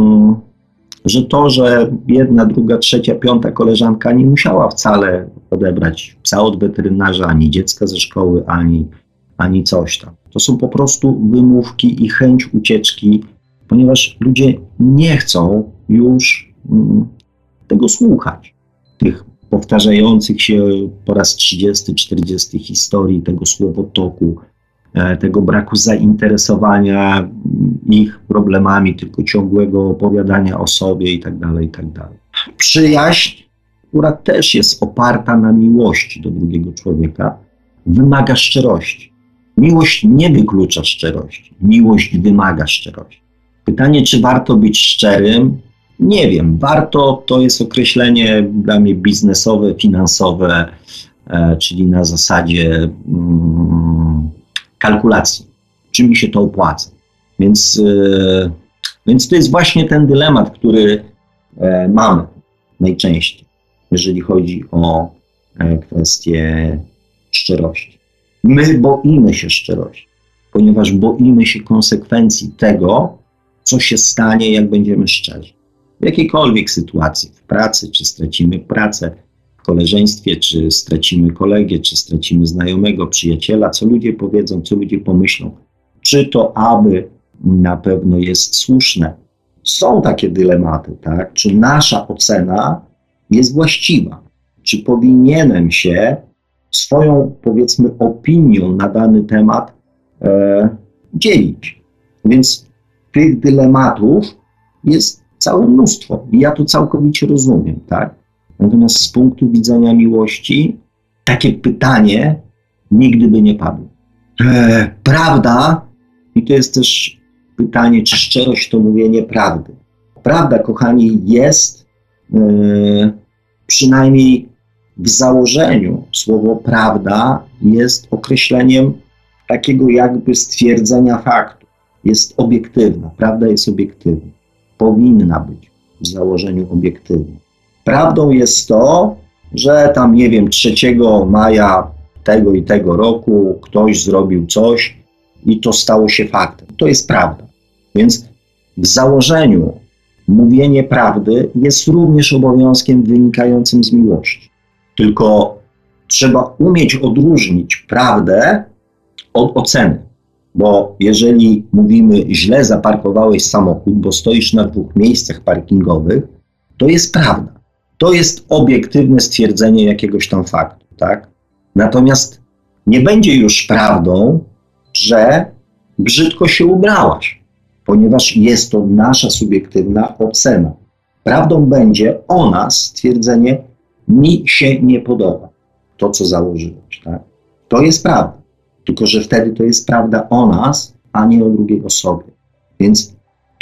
to, że jedna, druga, trzecia, piąta koleżanka nie musiała wcale odebrać psa od weterynarza, ani dziecka ze szkoły, ani coś tam. To są po prostu wymówki i chęć ucieczki, ponieważ ludzie nie chcą już tego słuchać. Tych powtarzających się po raz 30, 40 historii, tego słowotoku, tego braku zainteresowania ich problemami, tylko ciągłego opowiadania o sobie i tak dalej, i tak dalej. Przyjaźń, która też jest oparta na miłości do drugiego człowieka, wymaga szczerości. Miłość nie wyklucza szczerości. Miłość wymaga szczerości. Pytanie, czy warto być szczerym? Nie wiem. Warto to jest określenie dla mnie biznesowe, finansowe, czyli na zasadzie kalkulacji. Czy mi się to opłaca? Więc to jest właśnie ten dylemat, który mamy najczęściej, jeżeli chodzi o kwestię szczerości. My boimy się szczerości, ponieważ boimy się konsekwencji tego, co się stanie, jak będziemy szczerzy. W jakiejkolwiek sytuacji, w pracy, czy stracimy pracę, w koleżeństwie, czy stracimy kolegę, czy stracimy znajomego, przyjaciela, co ludzie powiedzą, co ludzie pomyślą, czy to aby na pewno jest słuszne. Są takie dylematy, tak? Czy nasza ocena jest właściwa? Czy powinienem się swoją, powiedzmy, opinią na dany temat dzielić? Więc tych dylematów jest całe mnóstwo i ja to całkowicie rozumiem, tak? Natomiast z punktu widzenia miłości takie pytanie nigdy by nie padło. Prawda, i to jest też pytanie, czy szczerość to mówienie prawdy. Prawda, kochani, jest przynajmniej w założeniu słowo prawda jest określeniem takiego jakby stwierdzenia faktu. Jest obiektywna, prawda jest obiektywna. Powinna być w założeniu obiektywna. Prawdą jest to, że tam, nie wiem, 3 maja tego i tego roku ktoś zrobił coś i to stało się faktem. To jest prawda. Więc w założeniu mówienie prawdy jest również obowiązkiem wynikającym z miłości. Tylko trzeba umieć odróżnić prawdę od oceny. Bo jeżeli mówimy, źle zaparkowałeś samochód, bo stoisz na 2 miejscach parkingowych, to jest prawda. To jest obiektywne stwierdzenie jakiegoś tam faktu, tak? Natomiast nie będzie już prawdą, że brzydko się ubrałaś, ponieważ jest to nasza subiektywna ocena. Prawdą będzie o nas stwierdzenie, mi się nie podoba to, co założyłeś, tak? To jest prawda. Tylko że wtedy to jest prawda o nas, a nie o drugiej osobie. Więc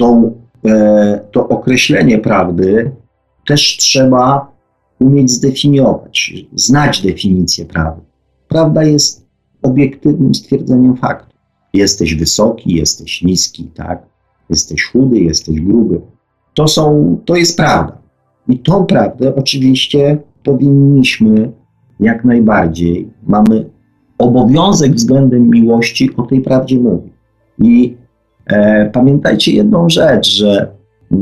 to określenie prawdy też trzeba umieć zdefiniować, znać definicję prawdy. Prawda jest obiektywnym stwierdzeniem faktu. Jesteś wysoki, jesteś niski, tak? Jesteś chudy, jesteś gruby. To jest prawda. I tą prawdę oczywiście powinniśmy jak najbardziej, mamy obowiązek względem miłości o tej prawdzie mówić. I pamiętajcie jedną rzecz, że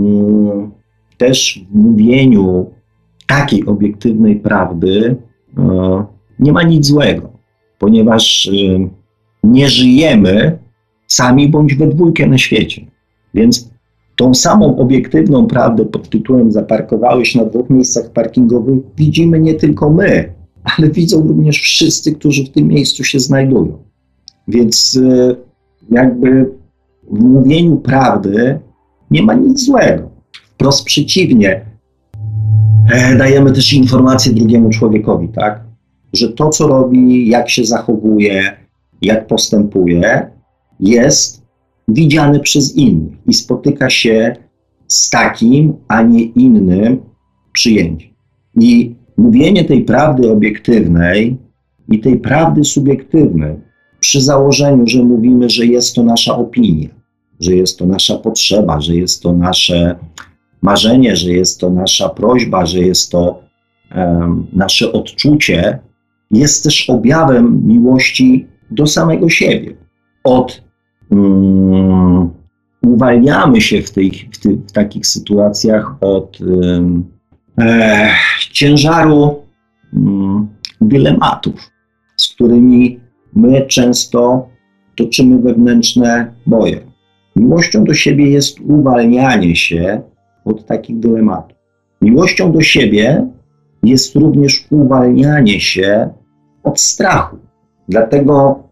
też w mówieniu takiej obiektywnej prawdy nie ma nic złego, ponieważ nie żyjemy sami bądź we dwójkę na świecie. Więc tą samą obiektywną prawdę pod tytułem zaparkowałeś na 2 miejscach parkingowych widzimy nie tylko my, ale widzą również wszyscy, którzy w tym miejscu się znajdują. Więc jakby w mówieniu prawdy nie ma nic złego. Wprost przeciwnie, dajemy też informację drugiemu człowiekowi, tak? Że to, co robi, jak się zachowuje, jak postępuje, jest widziane przez innych i spotyka się z takim, a nie innym przyjęciem. I mówienie tej prawdy obiektywnej i tej prawdy subiektywnej przy założeniu, że mówimy, że jest to nasza opinia, że jest to nasza potrzeba, że jest to nasze marzenie, że jest to nasza prośba, że jest to nasze odczucie, jest też objawem miłości do samego siebie. Uwalniamy się w takich sytuacjach od ciężaru dylematów, z którymi my często toczymy wewnętrzne boje. Miłością do siebie jest uwalnianie się od takich dylematów. Miłością do siebie jest również uwalnianie się od strachu. Dlatego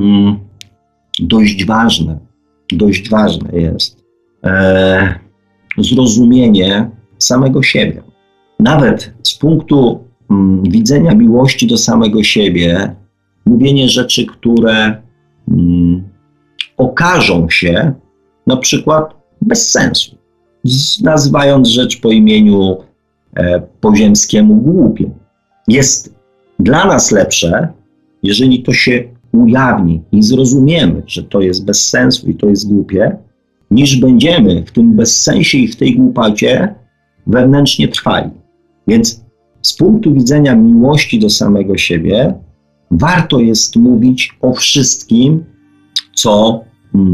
dość ważne jest zrozumienie samego siebie. Nawet z punktu widzenia miłości do samego siebie, mówienie rzeczy, które okażą się na przykład bez sensu, nazywając rzecz po imieniu po-ziemskiemu głupie. Jest dla nas lepsze, jeżeli to się ujawni i zrozumiemy, że to jest bez sensu i to jest głupie, niż będziemy w tym bezsensie i w tej głupocie wewnętrznie trwali. Więc z punktu widzenia miłości do samego siebie warto jest mówić o wszystkim, co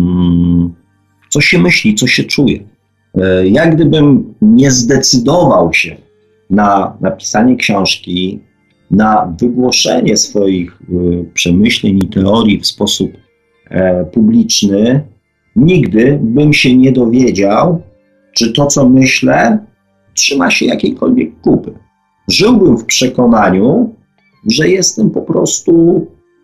się myśli, co się czuje. Jak gdybym nie zdecydował się na napisanie książki, na wygłoszenie swoich przemyśleń i teorii w sposób publiczny, nigdy bym się nie dowiedział, czy to, co myślę, trzyma się jakiejkolwiek kupy. Żyłbym w przekonaniu, że jestem po prostu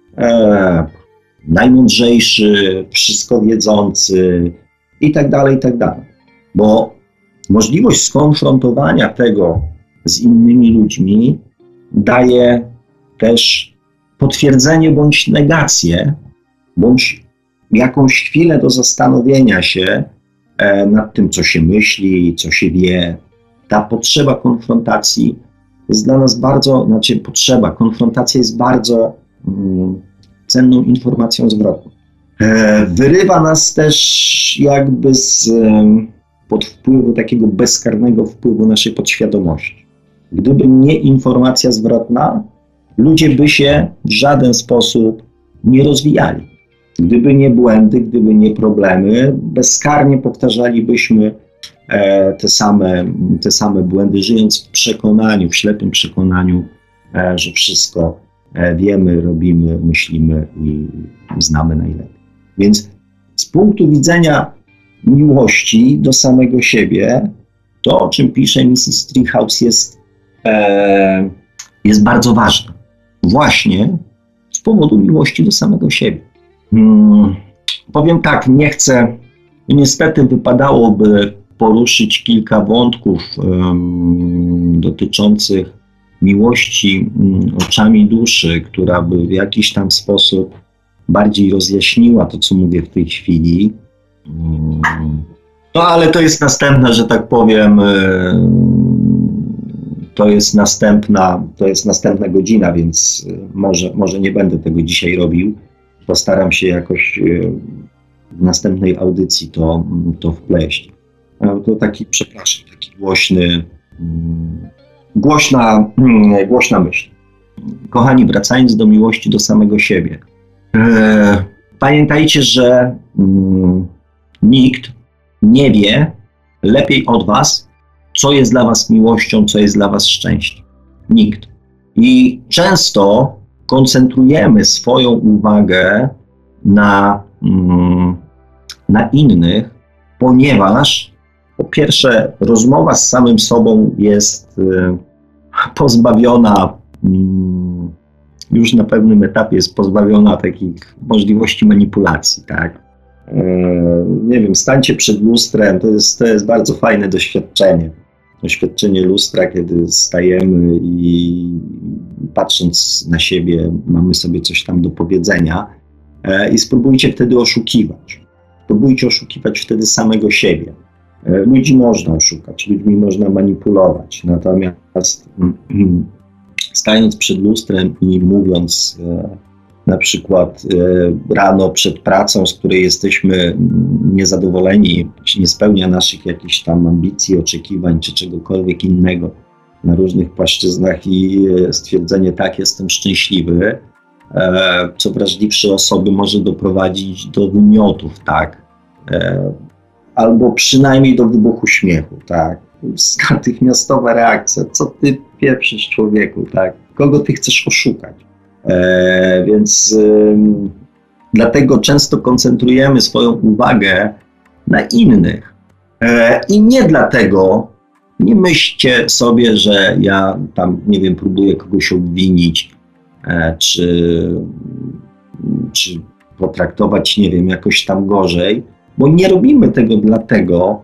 najmądrzejszy, wszystko wiedzący i tak dalej, Bo możliwość skonfrontowania tego z innymi ludźmi daje też potwierdzenie bądź negację, bądź jakąś chwilę do zastanowienia się nad tym, co się myśli, co się wie. Ta potrzeba konfrontacji jest dla nas konfrontacja jest bardzo cenną informacją zwrotną. Wyrywa nas też jakby pod wpływu takiego bezkarnego wpływu naszej podświadomości. Gdyby nie informacja zwrotna, ludzie by się w żaden sposób nie rozwijali. Gdyby nie błędy, gdyby nie problemy, bezkarnie powtarzalibyśmy te same błędy, żyjąc w przekonaniu, w ślepym przekonaniu, że wszystko wiemy, robimy, myślimy i znamy najlepiej. Więc z punktu widzenia miłości do samego siebie, to, o czym pisze Mrs. Treehouse, jest bardzo ważne. Właśnie z powodu miłości do samego siebie. Powiem tak, niestety wypadałoby poruszyć kilka wątków dotyczących miłości oczami duszy, która by w jakiś tam sposób bardziej rozjaśniła to, co mówię w tej chwili. No ale to jest następna, że tak powiem, to jest następna godzina, więc może nie będę tego dzisiaj robił. Postaram się jakoś w następnej audycji to wpleść. To taki głośna myśl. Kochani, wracając do miłości do samego siebie. Pamiętajcie, że nikt nie wie lepiej od was, co jest dla was miłością, co jest dla was szczęściem. Nikt. I często koncentrujemy swoją uwagę na innych, ponieważ po pierwsze rozmowa z samym sobą jest pozbawiona, już na pewnym etapie jest pozbawiona takich możliwości manipulacji, tak? Nie wiem, stańcie przed lustrem, to jest bardzo fajne doświadczenie. Doświadczenie lustra, kiedy stajemy i patrząc na siebie mamy sobie coś tam do powiedzenia i spróbujcie wtedy oszukiwać. Spróbujcie oszukiwać wtedy samego siebie. Ludzi można oszukać, ludźmi można manipulować, natomiast stając przed lustrem i mówiąc na przykład rano przed pracą, z której jesteśmy niezadowoleni, czy nie spełnia naszych jakichś tam ambicji, oczekiwań, czy czegokolwiek innego na różnych płaszczyznach i stwierdzenie, tak, jestem szczęśliwy, co wrażliwsze osoby może doprowadzić do wymiotów, tak, albo przynajmniej do wybuchu śmiechu, tak, natychmiastowa reakcja, co ty pieprzysz, człowieku, tak, kogo ty chcesz oszukać. Więc dlatego często koncentrujemy swoją uwagę na innych. I nie dlatego, nie myślcie sobie, że ja tam, nie wiem, próbuję kogoś obwinić, czy potraktować, nie wiem, jakoś tam gorzej, bo nie robimy tego dlatego,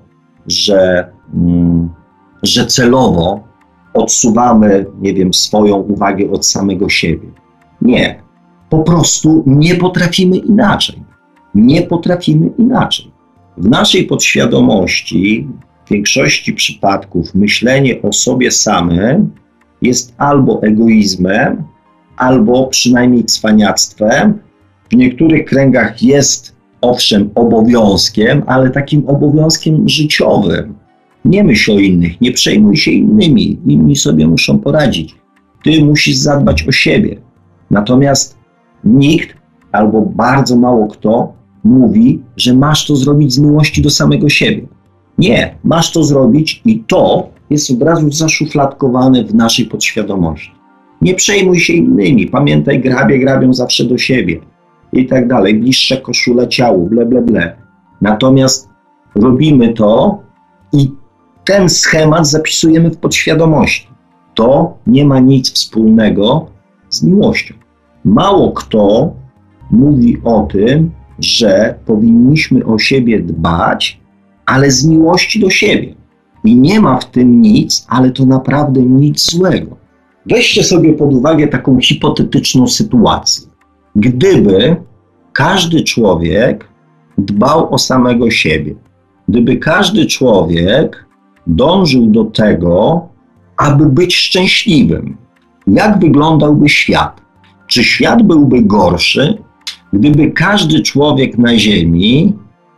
że celowo odsuwamy, nie wiem, swoją uwagę od samego siebie. Nie, po prostu nie potrafimy inaczej. Nie potrafimy inaczej. W naszej podświadomości w większości przypadków myślenie o sobie samym jest albo egoizmem, albo przynajmniej cwaniactwem. W niektórych kręgach jest owszem obowiązkiem, ale takim obowiązkiem życiowym. Nie myśl o innych, nie przejmuj się innymi, inni sobie muszą poradzić. Ty musisz zadbać o siebie. Natomiast nikt albo bardzo mało kto mówi, że masz to zrobić z miłości do samego siebie. Nie, masz to zrobić i to jest od razu zaszufladkowane w naszej podświadomości. Nie przejmuj się innymi, pamiętaj, grabią zawsze do siebie i tak dalej, bliższe koszule ciału, ble, ble, ble. Natomiast robimy to i ten schemat zapisujemy w podświadomości. To nie ma nic wspólnego z miłością. Mało kto mówi o tym, że powinniśmy o siebie dbać, ale z miłości do siebie. I nie ma w tym nic, ale to naprawdę nic złego. Weźcie sobie pod uwagę taką hipotetyczną sytuację. Gdyby każdy człowiek dbał o samego siebie, gdyby każdy człowiek dążył do tego, aby być szczęśliwym, jak wyglądałby świat? Czy świat byłby gorszy, gdyby każdy człowiek na Ziemi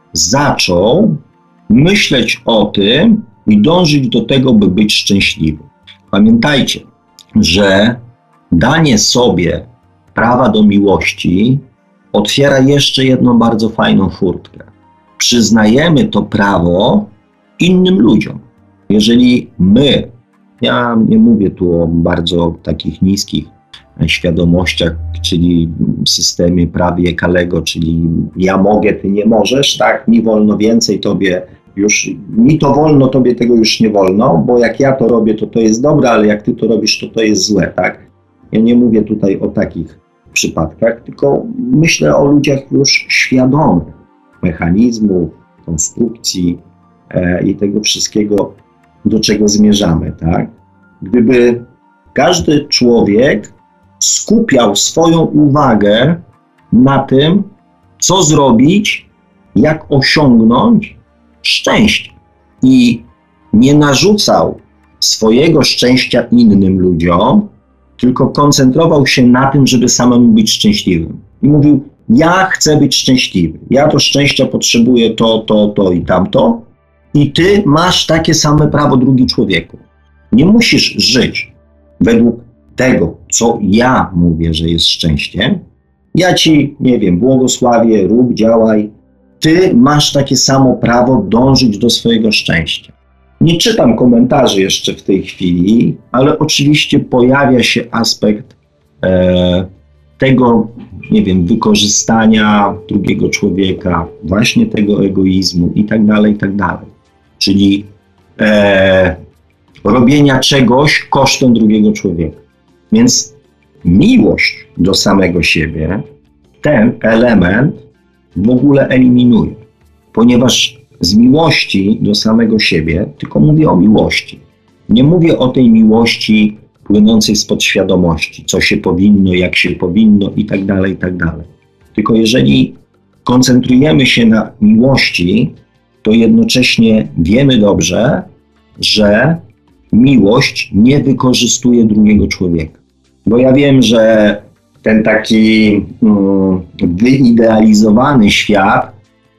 zaczął myśleć o tym i dążyć do tego, by być szczęśliwy? Pamiętajcie, że danie sobie prawa do miłości otwiera jeszcze jedną bardzo fajną furtkę. Przyznajemy to prawo innym ludziom. Jeżeli my, ja nie mówię tu o bardzo takich niskich świadomościach, czyli systemie prawie Kalego, czyli ja mogę, ty nie możesz, tak, mi wolno więcej, tobie już, mi to wolno, tobie tego już nie wolno, bo jak ja to robię, to jest dobre, ale jak ty to robisz, to jest złe, tak? Ja nie mówię tutaj o takich przypadkach, tylko myślę o ludziach już świadomych mechanizmów, konstrukcji i tego wszystkiego, do czego zmierzamy, tak? Gdyby każdy człowiek skupiał swoją uwagę na tym, co zrobić, jak osiągnąć szczęście i nie narzucał swojego szczęścia innym ludziom, tylko koncentrował się na tym, żeby samemu być szczęśliwym. I mówił, ja chcę być szczęśliwy, ja do szczęścia potrzebuję to i tamto i ty masz takie same prawo, drugi człowieku. Nie musisz żyć według tego, co ja mówię, że jest szczęściem. Ja ci, nie wiem, błogosławię, rób, działaj. Ty masz takie samo prawo dążyć do swojego szczęścia. Nie czytam komentarzy jeszcze w tej chwili, ale oczywiście pojawia się aspekt tego, nie wiem, wykorzystania drugiego człowieka, właśnie tego egoizmu i tak dalej, i tak dalej. Czyli robienia czegoś kosztem drugiego człowieka. Więc miłość do samego siebie ten element w ogóle eliminuje, ponieważ z miłości do samego siebie, tylko mówię o miłości. Nie mówię o tej miłości płynącej z podświadomości, co się powinno, jak się powinno i tak dalej, i tak dalej. Tylko jeżeli koncentrujemy się na miłości, to jednocześnie wiemy dobrze, że miłość nie wykorzystuje drugiego człowieka. Bo ja wiem, że ten taki wyidealizowany świat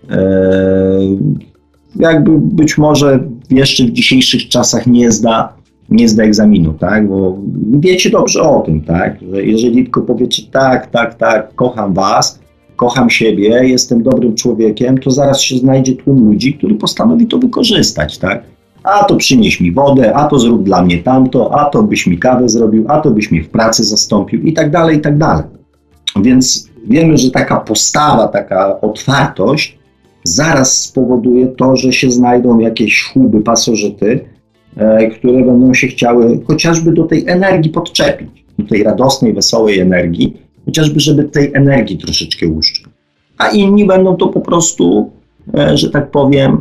jakby być może jeszcze w dzisiejszych czasach nie zda egzaminu, tak? Bo wiecie dobrze o tym, tak? Że jeżeli tylko powiecie tak, kocham was, kocham siebie, jestem dobrym człowiekiem, to zaraz się znajdzie tłum ludzi, który postanowi to wykorzystać, tak? A to przynieś mi wodę, a to zrób dla mnie tamto, a to byś mi kawę zrobił, a to byś mnie w pracy zastąpił i tak dalej, i tak dalej. Więc wiemy, że taka postawa, taka otwartość zaraz spowoduje to, że się znajdą jakieś chłuby, pasożyty, które będą się chciały chociażby do tej energii podczepić, do tej radosnej, wesołej energii, chociażby żeby tej energii troszeczkę uszczkać. A inni będą to po prostu, że tak powiem,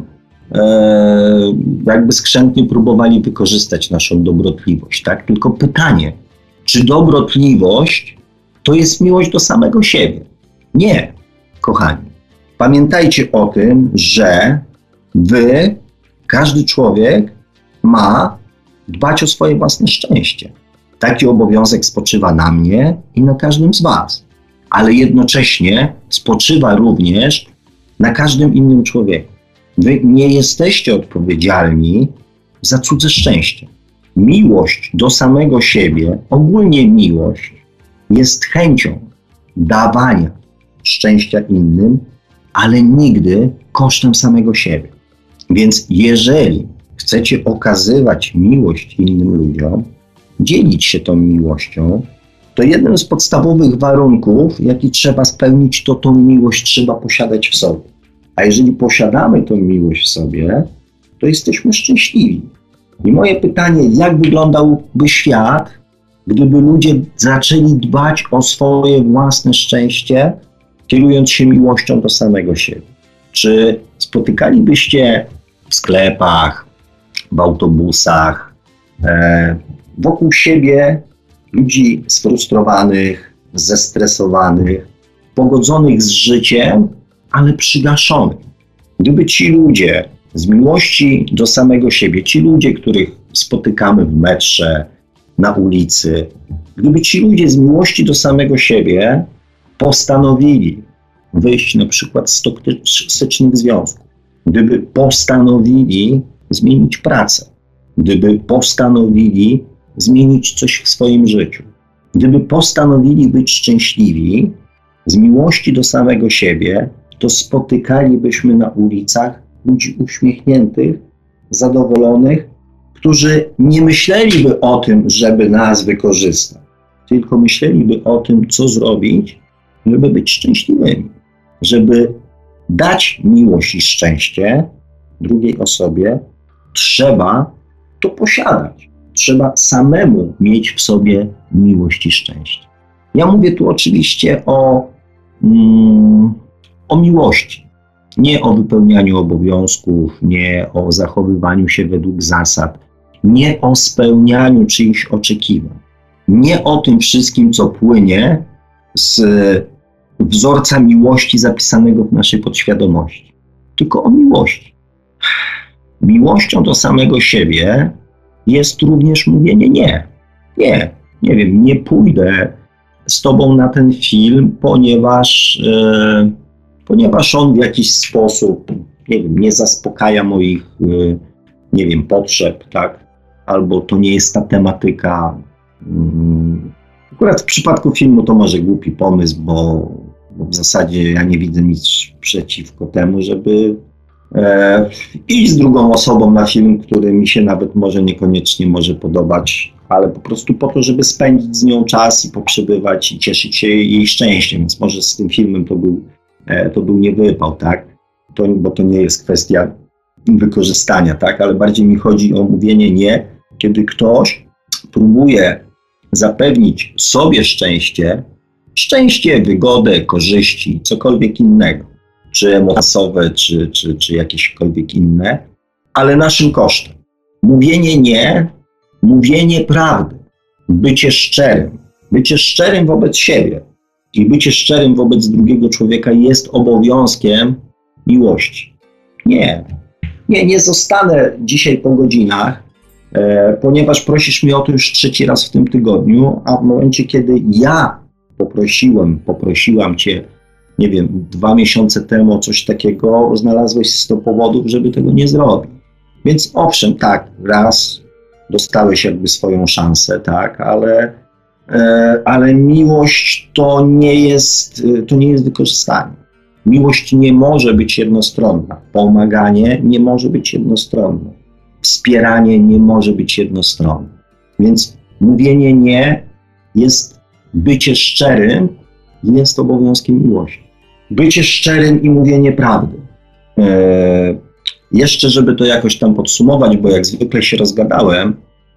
jakby skrzętnie próbowali wykorzystać naszą dobrotliwość, tak? Tylko pytanie, czy dobrotliwość to jest miłość do samego siebie? Nie, kochani. Pamiętajcie o tym, że wy, każdy człowiek ma dbać o swoje własne szczęście. Taki obowiązek spoczywa na mnie i na każdym z was. Ale jednocześnie spoczywa również na każdym innym człowieku. Wy nie jesteście odpowiedzialni za cudze szczęście. Miłość do samego siebie, ogólnie miłość, jest chęcią dawania szczęścia innym, ale nigdy kosztem samego siebie. Więc jeżeli chcecie okazywać miłość innym ludziom, dzielić się tą miłością, to jednym z podstawowych warunków, jaki trzeba spełnić, to tą miłość trzeba posiadać w sobie. A jeżeli posiadamy tą miłość w sobie, to jesteśmy szczęśliwi. I moje pytanie, jak wyglądałby świat, gdyby ludzie zaczęli dbać o swoje własne szczęście, kierując się miłością do samego siebie? Czy spotykalibyście w sklepach, w autobusach, wokół siebie ludzi sfrustrowanych, zestresowanych, pogodzonych z życiem, ale przygaszonych? Gdyby ci ludzie z miłości do samego siebie, ci ludzie, których spotykamy w metrze, na ulicy, gdyby ci ludzie z miłości do samego siebie postanowili wyjść na przykład z toksycznych związków, gdyby postanowili zmienić pracę, gdyby postanowili zmienić coś w swoim życiu, gdyby postanowili być szczęśliwi z miłości do samego siebie, to spotykalibyśmy na ulicach ludzi uśmiechniętych, zadowolonych, którzy nie myśleliby o tym, żeby nas wykorzystać, tylko myśleliby o tym, co zrobić, żeby być szczęśliwymi, żeby dać miłość i szczęście drugiej osobie, trzeba to posiadać. Trzeba samemu mieć w sobie miłość i szczęście. Ja mówię tu oczywiście o miłości, nie o wypełnianiu obowiązków, nie o zachowywaniu się według zasad, nie o spełnianiu czyichś oczekiwań, nie o tym wszystkim, co płynie z wzorca miłości zapisanego w naszej podświadomości, tylko o miłości. Miłością do samego siebie jest również mówienie nie. Nie wiem, nie pójdę z tobą na ten film, ponieważ on w jakiś sposób, nie wiem, nie zaspokaja moich, potrzeb, tak? Albo to nie jest ta tematyka. Akurat w przypadku filmu to może głupi pomysł, bo w zasadzie ja nie widzę nic przeciwko temu, żeby iść z drugą osobą na film, który mi się nawet może niekoniecznie może podobać, ale po prostu po to, żeby spędzić z nią czas i poprzebywać i cieszyć się jej szczęściem. Więc może z tym filmem to był niewypał, tak? Bo to nie jest kwestia wykorzystania, tak? Ale bardziej mi chodzi o mówienie nie, kiedy ktoś próbuje zapewnić sobie szczęście, wygodę, korzyści, cokolwiek innego, czy emocjowe, czy jakiekolwiek inne, ale naszym kosztem. Mówienie nie, mówienie prawdy, bycie szczerym wobec siebie i bycie szczerym wobec drugiego człowieka jest obowiązkiem miłości. Nie zostanę dzisiaj po godzinach, ponieważ prosisz mnie o to już 3. raz w tym tygodniu, a w momencie, kiedy ja poprosiłam cię, nie wiem, 2 miesiące temu o coś takiego, znalazłeś 100 powodów, żeby tego nie zrobić. Więc owszem, tak, raz dostałeś jakby swoją szansę, tak, ale miłość to nie jest wykorzystanie. Miłość nie może być jednostronna. Pomaganie nie może być jednostronne. Wspieranie nie może być jednostronne. Więc mówienie nie jest bycie szczerym, jest obowiązkiem miłości. Bycie szczerym i mówienie prawdy. Jeszcze, żeby to jakoś tam podsumować, bo jak zwykle się rozgadałem,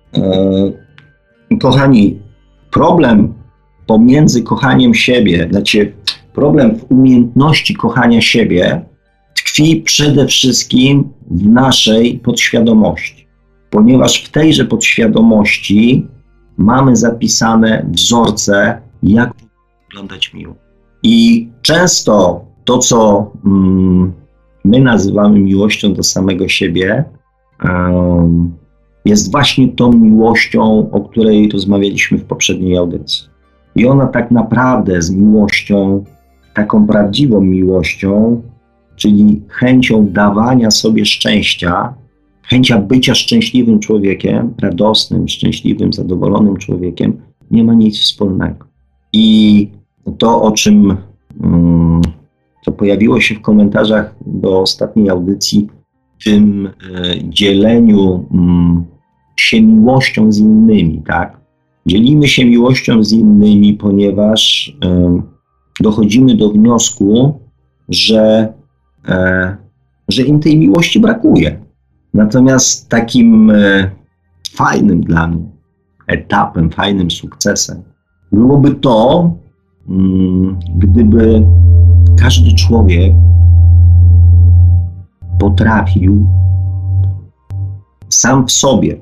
kochani, problem pomiędzy kochaniem siebie, problem w umiejętności kochania siebie tkwi przede wszystkim w naszej podświadomości, ponieważ w tejże podświadomości mamy zapisane wzorce, jak wyglądać miłość. I często to, co my nazywamy miłością do samego siebie, jest właśnie tą miłością, o której rozmawialiśmy w poprzedniej audycji. I ona tak naprawdę z miłością, taką prawdziwą miłością, czyli chęcią dawania sobie szczęścia, chęcia bycia szczęśliwym człowiekiem, radosnym, szczęśliwym, zadowolonym człowiekiem, nie ma nic wspólnego. I to, o czym co pojawiło się w komentarzach do ostatniej audycji, w tym dzieleniu się miłością z innymi, tak? Dzielimy się miłością z innymi, ponieważ dochodzimy do wniosku, że im tej miłości brakuje. Natomiast takim fajnym dla mnie etapem, fajnym sukcesem byłoby to, gdyby każdy człowiek potrafił sam w sobie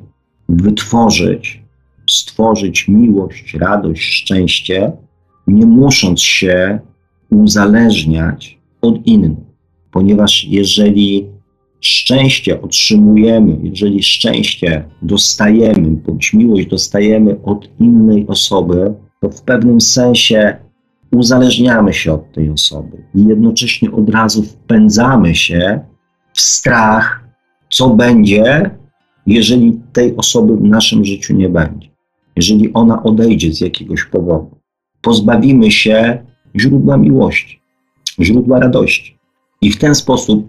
stworzyć miłość, radość, szczęście, nie musząc się uzależniać od innych. Ponieważ jeżeli szczęście otrzymujemy, jeżeli szczęście dostajemy, bądź miłość dostajemy od innej osoby, to w pewnym sensie uzależniamy się od tej osoby i jednocześnie od razu wpędzamy się w strach, co będzie, jeżeli tej osoby w naszym życiu nie będzie. Jeżeli ona odejdzie z jakiegoś powodu. Pozbawimy się źródła miłości, źródła radości. I w ten sposób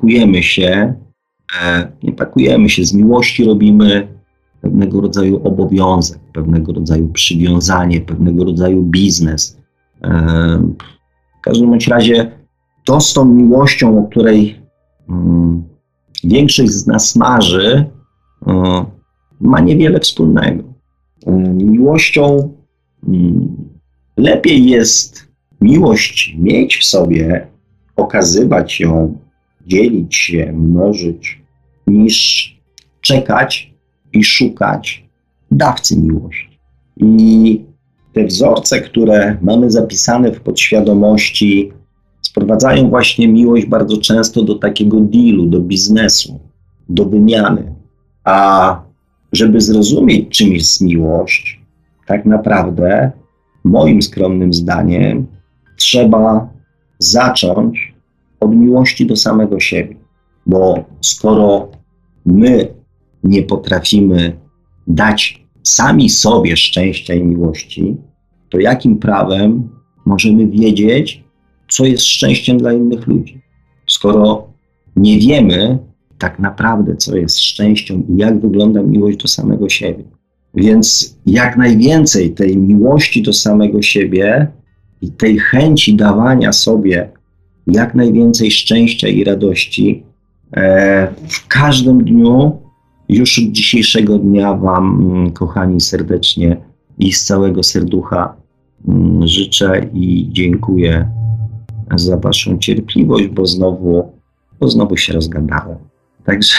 nie pakujemy się z miłości, robimy pewnego rodzaju obowiązek, pewnego rodzaju przywiązanie, pewnego rodzaju biznes. W każdym bądź razie to z tą miłością, o której większość z nas marzy, ma niewiele wspólnego. Miłością lepiej jest miłość mieć w sobie, okazywać ją, dzielić się, mnożyć, niż czekać i szukać dawcy miłości. I te wzorce, które mamy zapisane w podświadomości, sprowadzają właśnie miłość bardzo często do takiego dealu, do biznesu, do wymiany. A żeby zrozumieć, czym jest miłość, tak naprawdę, moim skromnym zdaniem, trzeba zacząć od miłości do samego siebie. Bo skoro my nie potrafimy dać sami sobie szczęścia i miłości, to jakim prawem możemy wiedzieć, co jest szczęściem dla innych ludzi? Skoro nie wiemy tak naprawdę, co jest szczęściem i jak wygląda miłość do samego siebie. Więc jak najwięcej tej miłości do samego siebie i tej chęci dawania sobie jak najwięcej szczęścia i radości w każdym dniu, już od dzisiejszego dnia Wam, kochani, serdecznie i z całego serducha życzę i dziękuję za Waszą cierpliwość, bo znowu się rozgadałem. Także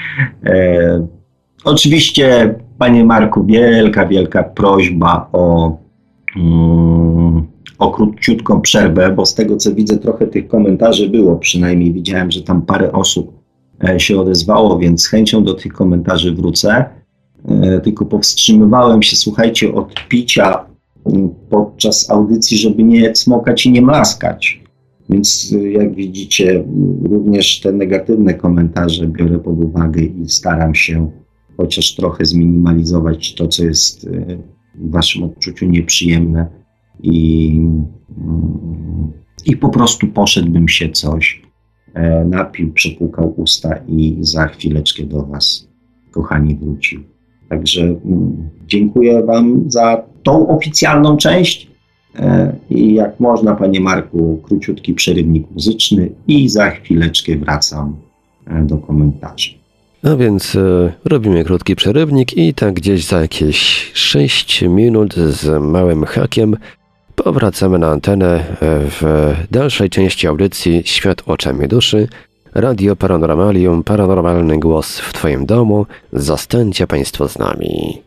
oczywiście, Panie Marku, wielka prośba o króciutką przerwę, bo z tego, co widzę, trochę tych komentarzy było, przynajmniej widziałem, że tam parę osób się odezwało, więc z chęcią do tych komentarzy wrócę. Tylko powstrzymywałem się, słuchajcie, od picia podczas audycji, żeby nie cmokać i nie mlaskać. Więc jak widzicie, również te negatywne komentarze biorę pod uwagę i staram się chociaż trochę zminimalizować to, co jest w waszym odczuciu nieprzyjemne i po prostu poszedłbym się coś, napił, przepłukał usta i za chwileczkę do was, kochani, wrócił. Także dziękuję wam za tą oficjalną część i jak można, panie Marku, króciutki przerywnik muzyczny i za chwileczkę wracam do komentarzy. A więc robimy krótki przerywnik i tak gdzieś za jakieś 6 minut z małym hakiem powracamy na antenę w dalszej części audycji Świat oczami duszy. Radio Paranormalium, paranormalny głos w twoim domu. Zostańcie państwo z nami.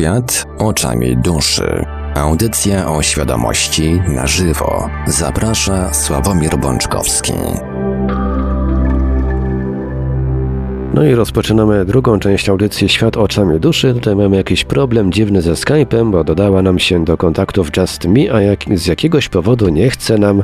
Świat oczami duszy. Audycja o świadomości na żywo. Zaprasza Sławomir Bączkowski. No i rozpoczynamy drugą część audycji Świat oczami duszy. Tutaj mamy jakiś problem dziwny ze Skype'em, bo dodała nam się do kontaktów Just Me, a z jakiegoś powodu nie chce nam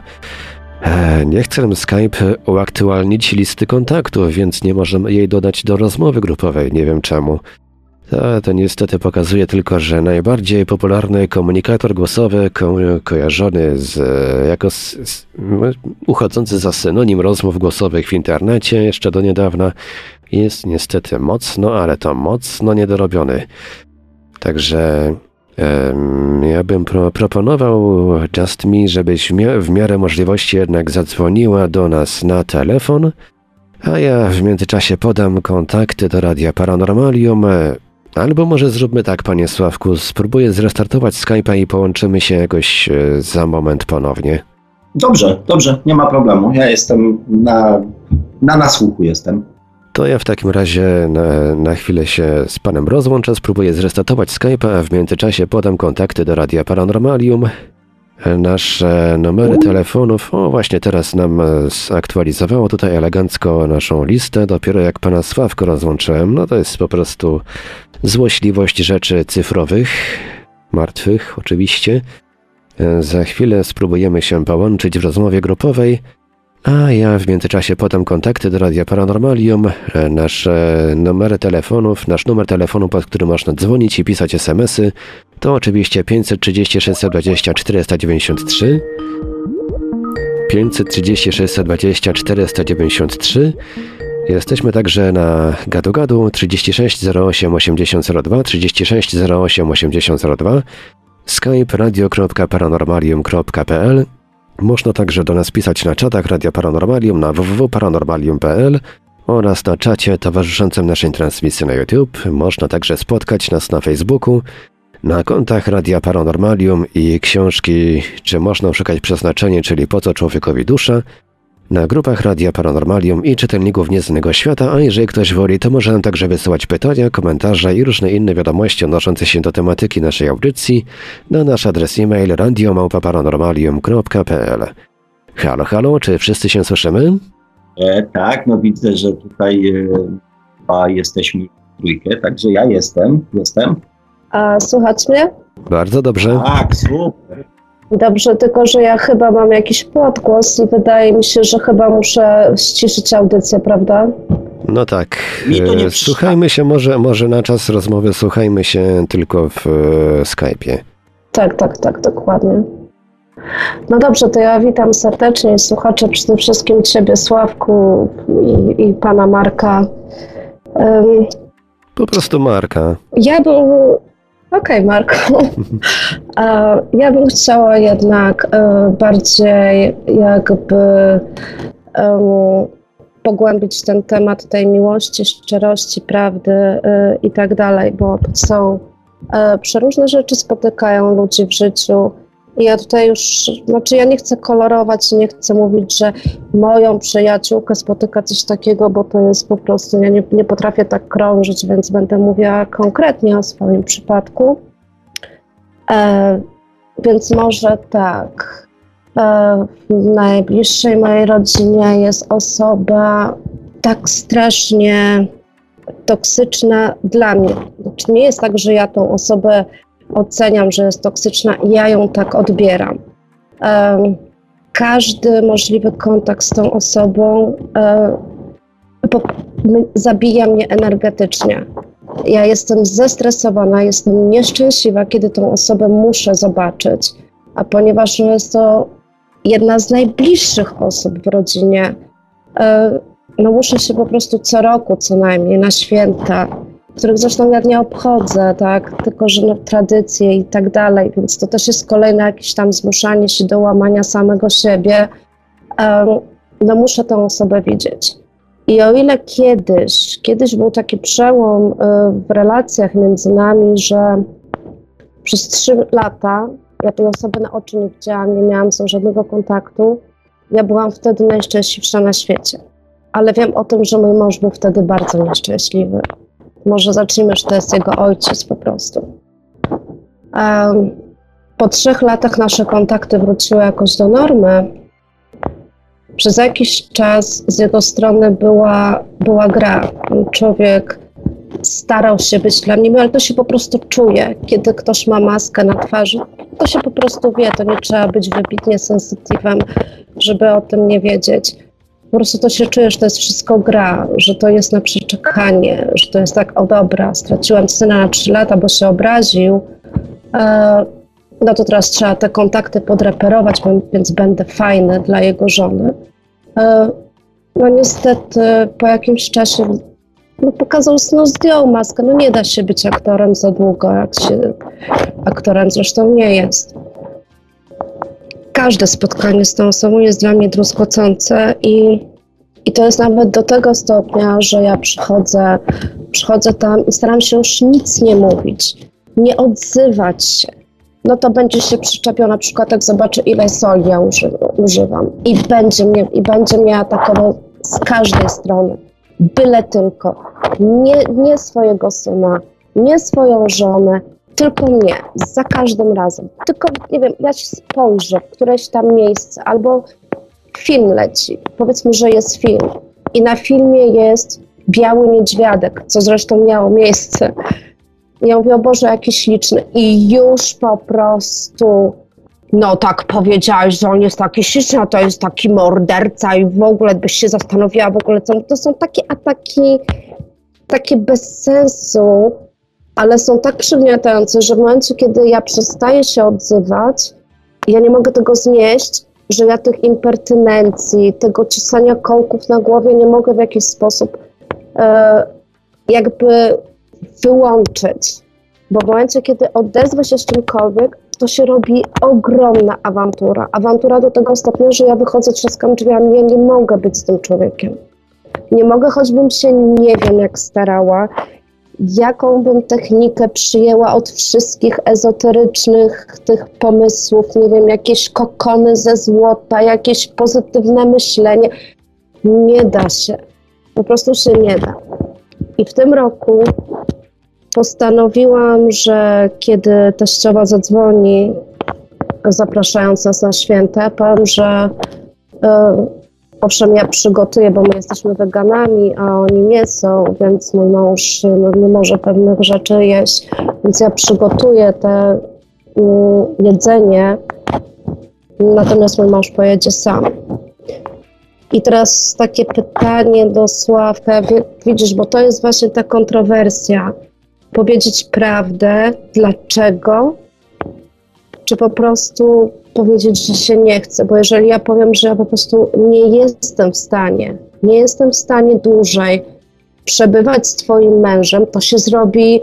Skype uaktualnić listy kontaktów, więc nie możemy jej dodać do rozmowy grupowej. Nie wiem czemu. To niestety pokazuje tylko, że najbardziej popularny komunikator głosowy kojarzony uchodzący za synonim rozmów głosowych w internecie jeszcze do niedawna jest niestety mocno, ale to mocno niedorobiony. Także ja bym proponował Just Me, żebyś w miarę możliwości jednak zadzwoniła do nas na telefon, a ja w międzyczasie podam kontakty do Radia Paranormalium. Albo może zróbmy tak, panie Sławku, spróbuję zrestartować Skype'a i połączymy się jakoś za moment ponownie. Dobrze, nie ma problemu. Ja jestem na nasłuchu jestem. To ja w takim razie na chwilę się z panem rozłączę, spróbuję zrestartować Skype'a, a w międzyczasie podam kontakty do Radia Paranormalium. Nasze numery telefonów, właśnie teraz nam zaktualizowało tutaj elegancko naszą listę, dopiero jak pana Sławka rozłączyłem, no to jest po prostu złośliwość rzeczy cyfrowych, martwych oczywiście. Za chwilę spróbujemy się połączyć w rozmowie grupowej, a ja w międzyczasie podam kontakty do Radia Paranormalium, nasze numery telefonów, nasz numer telefonu, pod którym można dzwonić i pisać SMS-y, to oczywiście 530 620 493, 530 620 493. Jesteśmy także na gadu 36 08 8002, 36 08 8002, skype radio.paranormalium.pl. Można także do nas pisać na czatach Radia Paranormalium na www.paranormalium.pl oraz na czacie towarzyszącym naszej transmisji na YouTube. Można także spotkać nas na Facebooku, na kontach Radia Paranormalium i książki Czy można szukać przeznaczenia, czyli Po co człowiekowi dusza, na grupach Radia Paranormalium i czytelników Nieznanego Świata, a jeżeli ktoś woli, to może nam także wysyłać pytania, komentarze i różne inne wiadomości odnoszące się do tematyki naszej audycji na nasz adres e-mail radio@paranormalium.pl. Halo, czy wszyscy się słyszymy? Tak, no widzę, że tutaj jesteśmy w trójkę, także ja jestem. A słychać mnie? Bardzo dobrze. Tak, super. Dobrze, tylko że ja chyba mam jakiś podgłos i wydaje mi się, że chyba muszę ściszyć audycję, prawda? No tak. Mi to nie słuchajmy się może na czas rozmowy, słuchajmy się tylko w Skype'ie. Tak, dokładnie. No dobrze, to ja witam serdecznie słuchacze, przede wszystkim Ciebie, Sławku, i pana Marka. Po prostu Marka. Okej, Marko. Ja bym chciała jednak bardziej jakby pogłębić ten temat tej miłości, szczerości, prawdy i tak dalej, bo to są przeróżne rzeczy spotykają ludzi w życiu. I ja tutaj ja nie chcę kolorować, nie chcę mówić, że moją przyjaciółkę spotyka coś takiego, bo to jest po prostu, ja nie potrafię tak krążyć, więc będę mówiła konkretnie o swoim przypadku. Więc może tak, w najbliższej mojej rodzinie jest osoba tak strasznie toksyczna dla mnie. Znaczy nie jest tak, że ja tą osobę oceniam, że jest toksyczna i ja ją tak odbieram. Każdy możliwy kontakt z tą osobą zabija mnie energetycznie. Ja jestem zestresowana, jestem nieszczęśliwa, kiedy tą osobę muszę zobaczyć, a ponieważ jest to jedna z najbliższych osób w rodzinie, muszę się po prostu co roku co najmniej na święta, których zresztą ja nie obchodzę, tak, tylko że tradycje i tak dalej, więc to też jest kolejne jakieś tam zmuszanie się do łamania samego siebie. Muszę tę osobę widzieć. I o ile kiedyś był taki przełom w relacjach między nami, że przez 3 lata ja tej osoby na oczy nie widziałam, nie miałam z nią żadnego kontaktu, ja byłam wtedy najszczęśliwsza na świecie. Ale wiem o tym, że mój mąż był wtedy bardzo nieszczęśliwy. Może zacznijmy, że to jest jego ojciec po prostu. Po 3 latach nasze kontakty wróciły jakoś do normy. Przez jakiś czas z jego strony była gra. Człowiek starał się być dla mnie, ale to się po prostu czuje, kiedy ktoś ma maskę na twarzy. To się po prostu wie, to nie trzeba być wybitnie sensytywem, żeby o tym nie wiedzieć. Po prostu to się czuje, że to jest wszystko gra, że to jest na przeczekanie, że to jest tak, o dobra, straciłem syna na 3 lata, bo się obraził, no to teraz trzeba te kontakty podreperować, więc będę fajny dla jego żony. No niestety po jakimś czasie pokazał, zdjął maskę, nie da się być aktorem za długo, jak się aktorem zresztą nie jest. Każde spotkanie z tą osobą jest dla mnie druzgocące i to jest nawet do tego stopnia, że ja przychodzę tam i staram się już nic nie mówić, nie odzywać się. No to będzie się przyczepiał, na przykład jak zobaczy, ile soli ja używam i będzie mnie atakował z każdej strony, byle tylko. Nie swojego syna, nie swoją żonę, tylko mnie, za każdym razem. Tylko, nie wiem, ja się spojrzę w któreś tam miejsce, albo film leci, powiedzmy, że jest film i na filmie jest biały niedźwiadek, co zresztą miało miejsce. I ja mówię, o Boże, jaki śliczny. I już po prostu, no tak powiedziałeś, że on jest taki śliczny, a to jest taki morderca i w ogóle byś się zastanowiła, w ogóle co. To są takie ataki, takie bez sensu, ale są tak przygniatające, że w momencie, kiedy ja przestaję się odzywać, ja nie mogę tego znieść, że ja tych impertynencji, tego cisania kołków na głowie nie mogę w jakiś sposób jakby wyłączyć. Bo w momencie, kiedy odezwę się z czymkolwiek, to się robi ogromna awantura. Awantura do tego stopnia, że ja wychodzę, trzaskam drzwiami, ja nie mogę być z tym człowiekiem. Nie mogę, choćbym się nie wiem jak starała, jaką bym technikę przyjęła od wszystkich ezoterycznych tych pomysłów, nie wiem, jakieś kokony ze złota, jakieś pozytywne myślenie. Nie da się. Po prostu się nie da. I w tym roku postanowiłam, że kiedy teściowa zadzwoni, zapraszając nas na święta, powiem, że owszem, ja przygotuję, bo my jesteśmy weganami, a oni nie są, więc mój mąż nie może pewnych rzeczy jeść, więc ja przygotuję te jedzenie, natomiast mój mąż pojedzie sam. I teraz takie pytanie do Sławka, widzisz, bo to jest właśnie ta kontrowersja. Powiedzieć prawdę, dlaczego, czy po prostu powiedzieć, że się nie chce, bo jeżeli ja powiem, że ja po prostu nie jestem w stanie dłużej przebywać z twoim mężem, to się zrobi,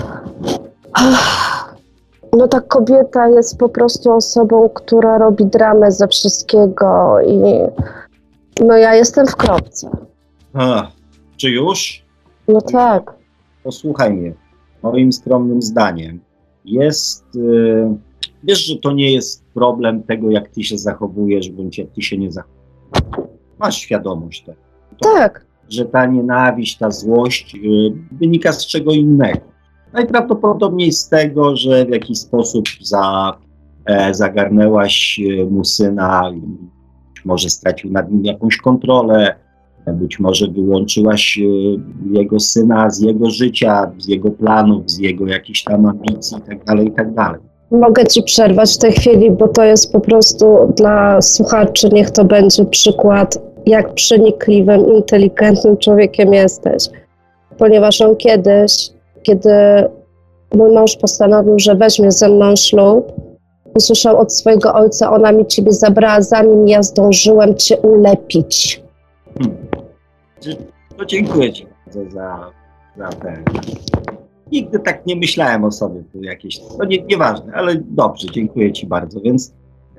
no ta kobieta jest po prostu osobą, która robi dramę ze wszystkiego i no ja jestem w kropce. Czy już? No tak. Posłuchaj mnie. Moim skromnym zdaniem jest, wiesz, że to nie jest problem tego, jak ty się zachowujesz, bądź jak ty się nie zachowujesz. Masz świadomość tego. Tak. Że ta nienawiść, ta złość wynika z czego innego. Najprawdopodobniej z tego, że w jakiś sposób zagarnęłaś mu syna, być może stracił nad nim jakąś kontrolę, być może wyłączyłaś jego syna z jego życia, z jego planów, z jego jakichś tam ambicji itd., itd. Mogę ci przerwać w tej chwili, bo to jest po prostu dla słuchaczy, niech to będzie przykład, jak przenikliwym, inteligentnym człowiekiem jesteś. Ponieważ on kiedyś, kiedy mój mąż postanowił, że weźmie ze mną ślub, usłyszał od swojego ojca, ona mi ciebie zabrała, zanim ja zdążyłem cię ulepić. No dziękuję ci za ten. Nigdy tak nie myślałem o sobie, to jakieś, no nieważne, ale dobrze, dziękuję ci bardzo, więc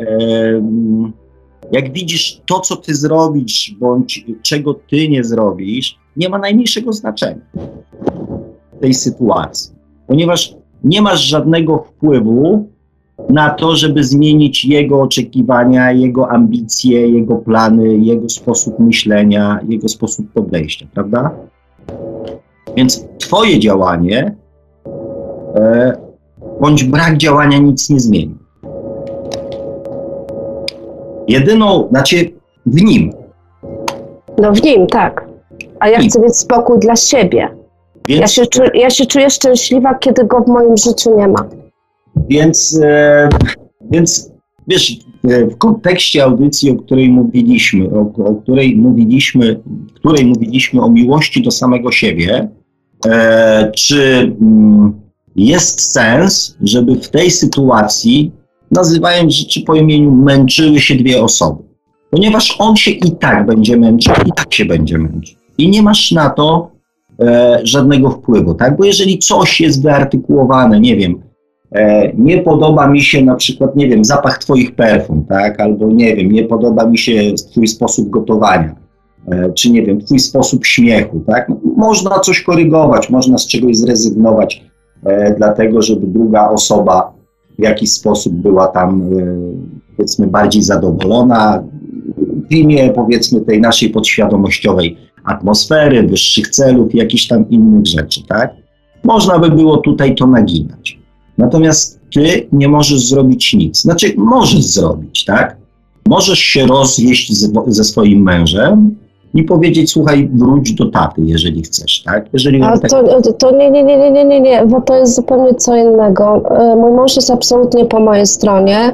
jak widzisz, to co ty zrobisz, bądź czego ty nie zrobisz, nie ma najmniejszego znaczenia w tej sytuacji, ponieważ nie masz żadnego wpływu na to, żeby zmienić jego oczekiwania, jego ambicje, jego plany, jego sposób myślenia, jego sposób podejścia, prawda? Więc twoje działanie bądź brak działania nic nie zmieni. W nim. No w nim, tak. A ja chcę mieć spokój dla siebie. Więc, ja się czuję szczęśliwa, kiedy go w moim życiu nie ma. Więc wiesz, w kontekście audycji, o której mówiliśmy o miłości do samego siebie, czy jest sens, żeby w tej sytuacji, nazywając rzeczy po imieniu, męczyły się dwie osoby? Ponieważ on się i tak będzie męczył, i tak się będzie męczył. I nie masz na to żadnego wpływu, tak? Bo jeżeli coś jest wyartykułowane, nie wiem, nie podoba mi się na przykład, nie wiem, zapach twoich perfum, tak? Albo nie wiem, nie podoba mi się twój sposób gotowania, czy nie wiem, twój sposób śmiechu, tak? No, można coś korygować, można z czegoś zrezygnować, dlatego żeby druga osoba w jakiś sposób była tam, powiedzmy, bardziej zadowolona w imię, powiedzmy, tej naszej podświadomościowej atmosfery, wyższych celów, jakichś tam innych rzeczy, tak? Można by było tutaj to naginać. Natomiast ty nie możesz zrobić nic. Znaczy, możesz zrobić, tak? Możesz się rozwieść ze swoim mężem i powiedzieć, słuchaj, wróć do taty, jeżeli chcesz, tak? Jeżeli to nie, bo to jest zupełnie co innego. Mój mąż jest absolutnie po mojej stronie,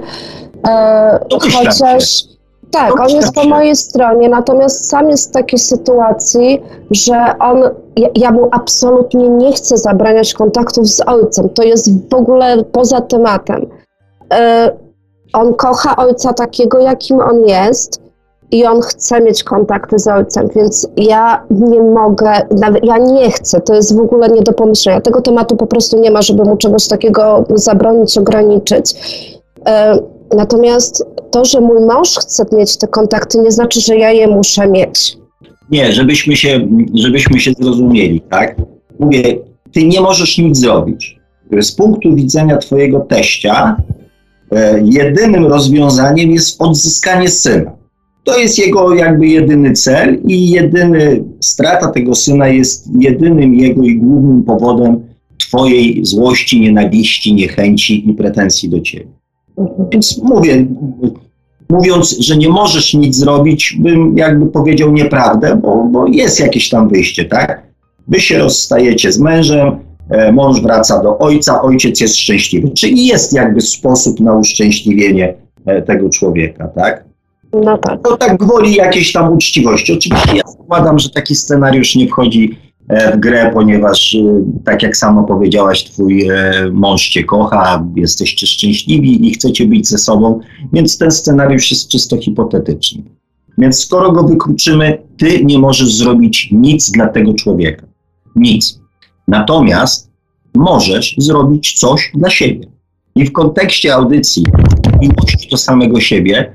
chociaż... Tak, on jest po mojej stronie, natomiast sam jest w takiej sytuacji, że ja mu absolutnie nie chcę zabraniać kontaktów z ojcem. To jest w ogóle poza tematem. On kocha ojca takiego, jakim on jest i on chce mieć kontakty z ojcem, więc ja nie mogę, ja nie chcę, to jest w ogóle nie do pomyślenia. Tego tematu po prostu nie ma, żeby mu czegoś takiego zabronić, ograniczyć. Natomiast to, że mój mąż chce mieć te kontakty, nie znaczy, że ja je muszę mieć. Nie, żebyśmy się zrozumieli, tak? Mówię, ty nie możesz nic zrobić. Z punktu widzenia twojego teścia jedynym rozwiązaniem jest odzyskanie syna. To jest jego jakby jedyny cel i strata tego syna jest jedynym jego i głównym powodem twojej złości, nienawiści, niechęci i pretensji do ciebie. Więc mówiąc, że nie możesz nic zrobić, bym jakby powiedział nieprawdę, bo jest jakieś tam wyjście, tak? Wy się rozstajecie z mężem, mąż wraca do ojca, ojciec jest szczęśliwy. Czyli jest jakby sposób na uszczęśliwienie tego człowieka, tak? No tak. To tak gwoli jakiejś tam uczciwości. Oczywiście ja zakładam, że taki scenariusz nie wchodzi w grę, ponieważ tak jak sama powiedziałaś, twój mąż cię kocha, jesteście szczęśliwi i chcecie być ze sobą, więc ten scenariusz jest czysto hipotetyczny. Więc skoro go wykluczymy, ty nie możesz zrobić nic dla tego człowieka. Nic. Natomiast możesz zrobić coś dla siebie. I w kontekście audycji miłości do samego siebie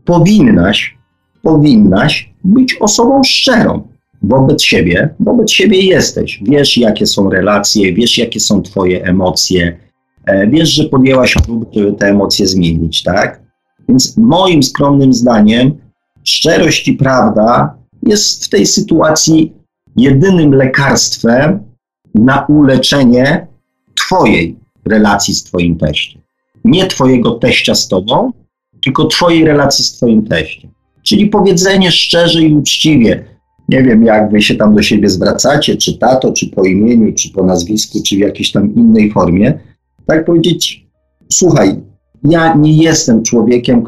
powinnaś być osobą szczerą. Wobec siebie jesteś. Wiesz, jakie są relacje, wiesz, jakie są twoje emocje, wiesz, że podjęłaś próbę, żeby te emocje zmienić, tak? Więc moim skromnym zdaniem szczerość i prawda jest w tej sytuacji jedynym lekarstwem na uleczenie twojej relacji z twoim teściem. Nie twojego teścia z tobą, tylko twojej relacji z twoim teściem. Czyli powiedzenie szczerze i uczciwie, nie wiem, jak wy się tam do siebie zwracacie, czy tato, czy po imieniu, czy po nazwisku, czy w jakiejś tam innej formie, tak powiedzieć, słuchaj, ja nie jestem człowiekiem,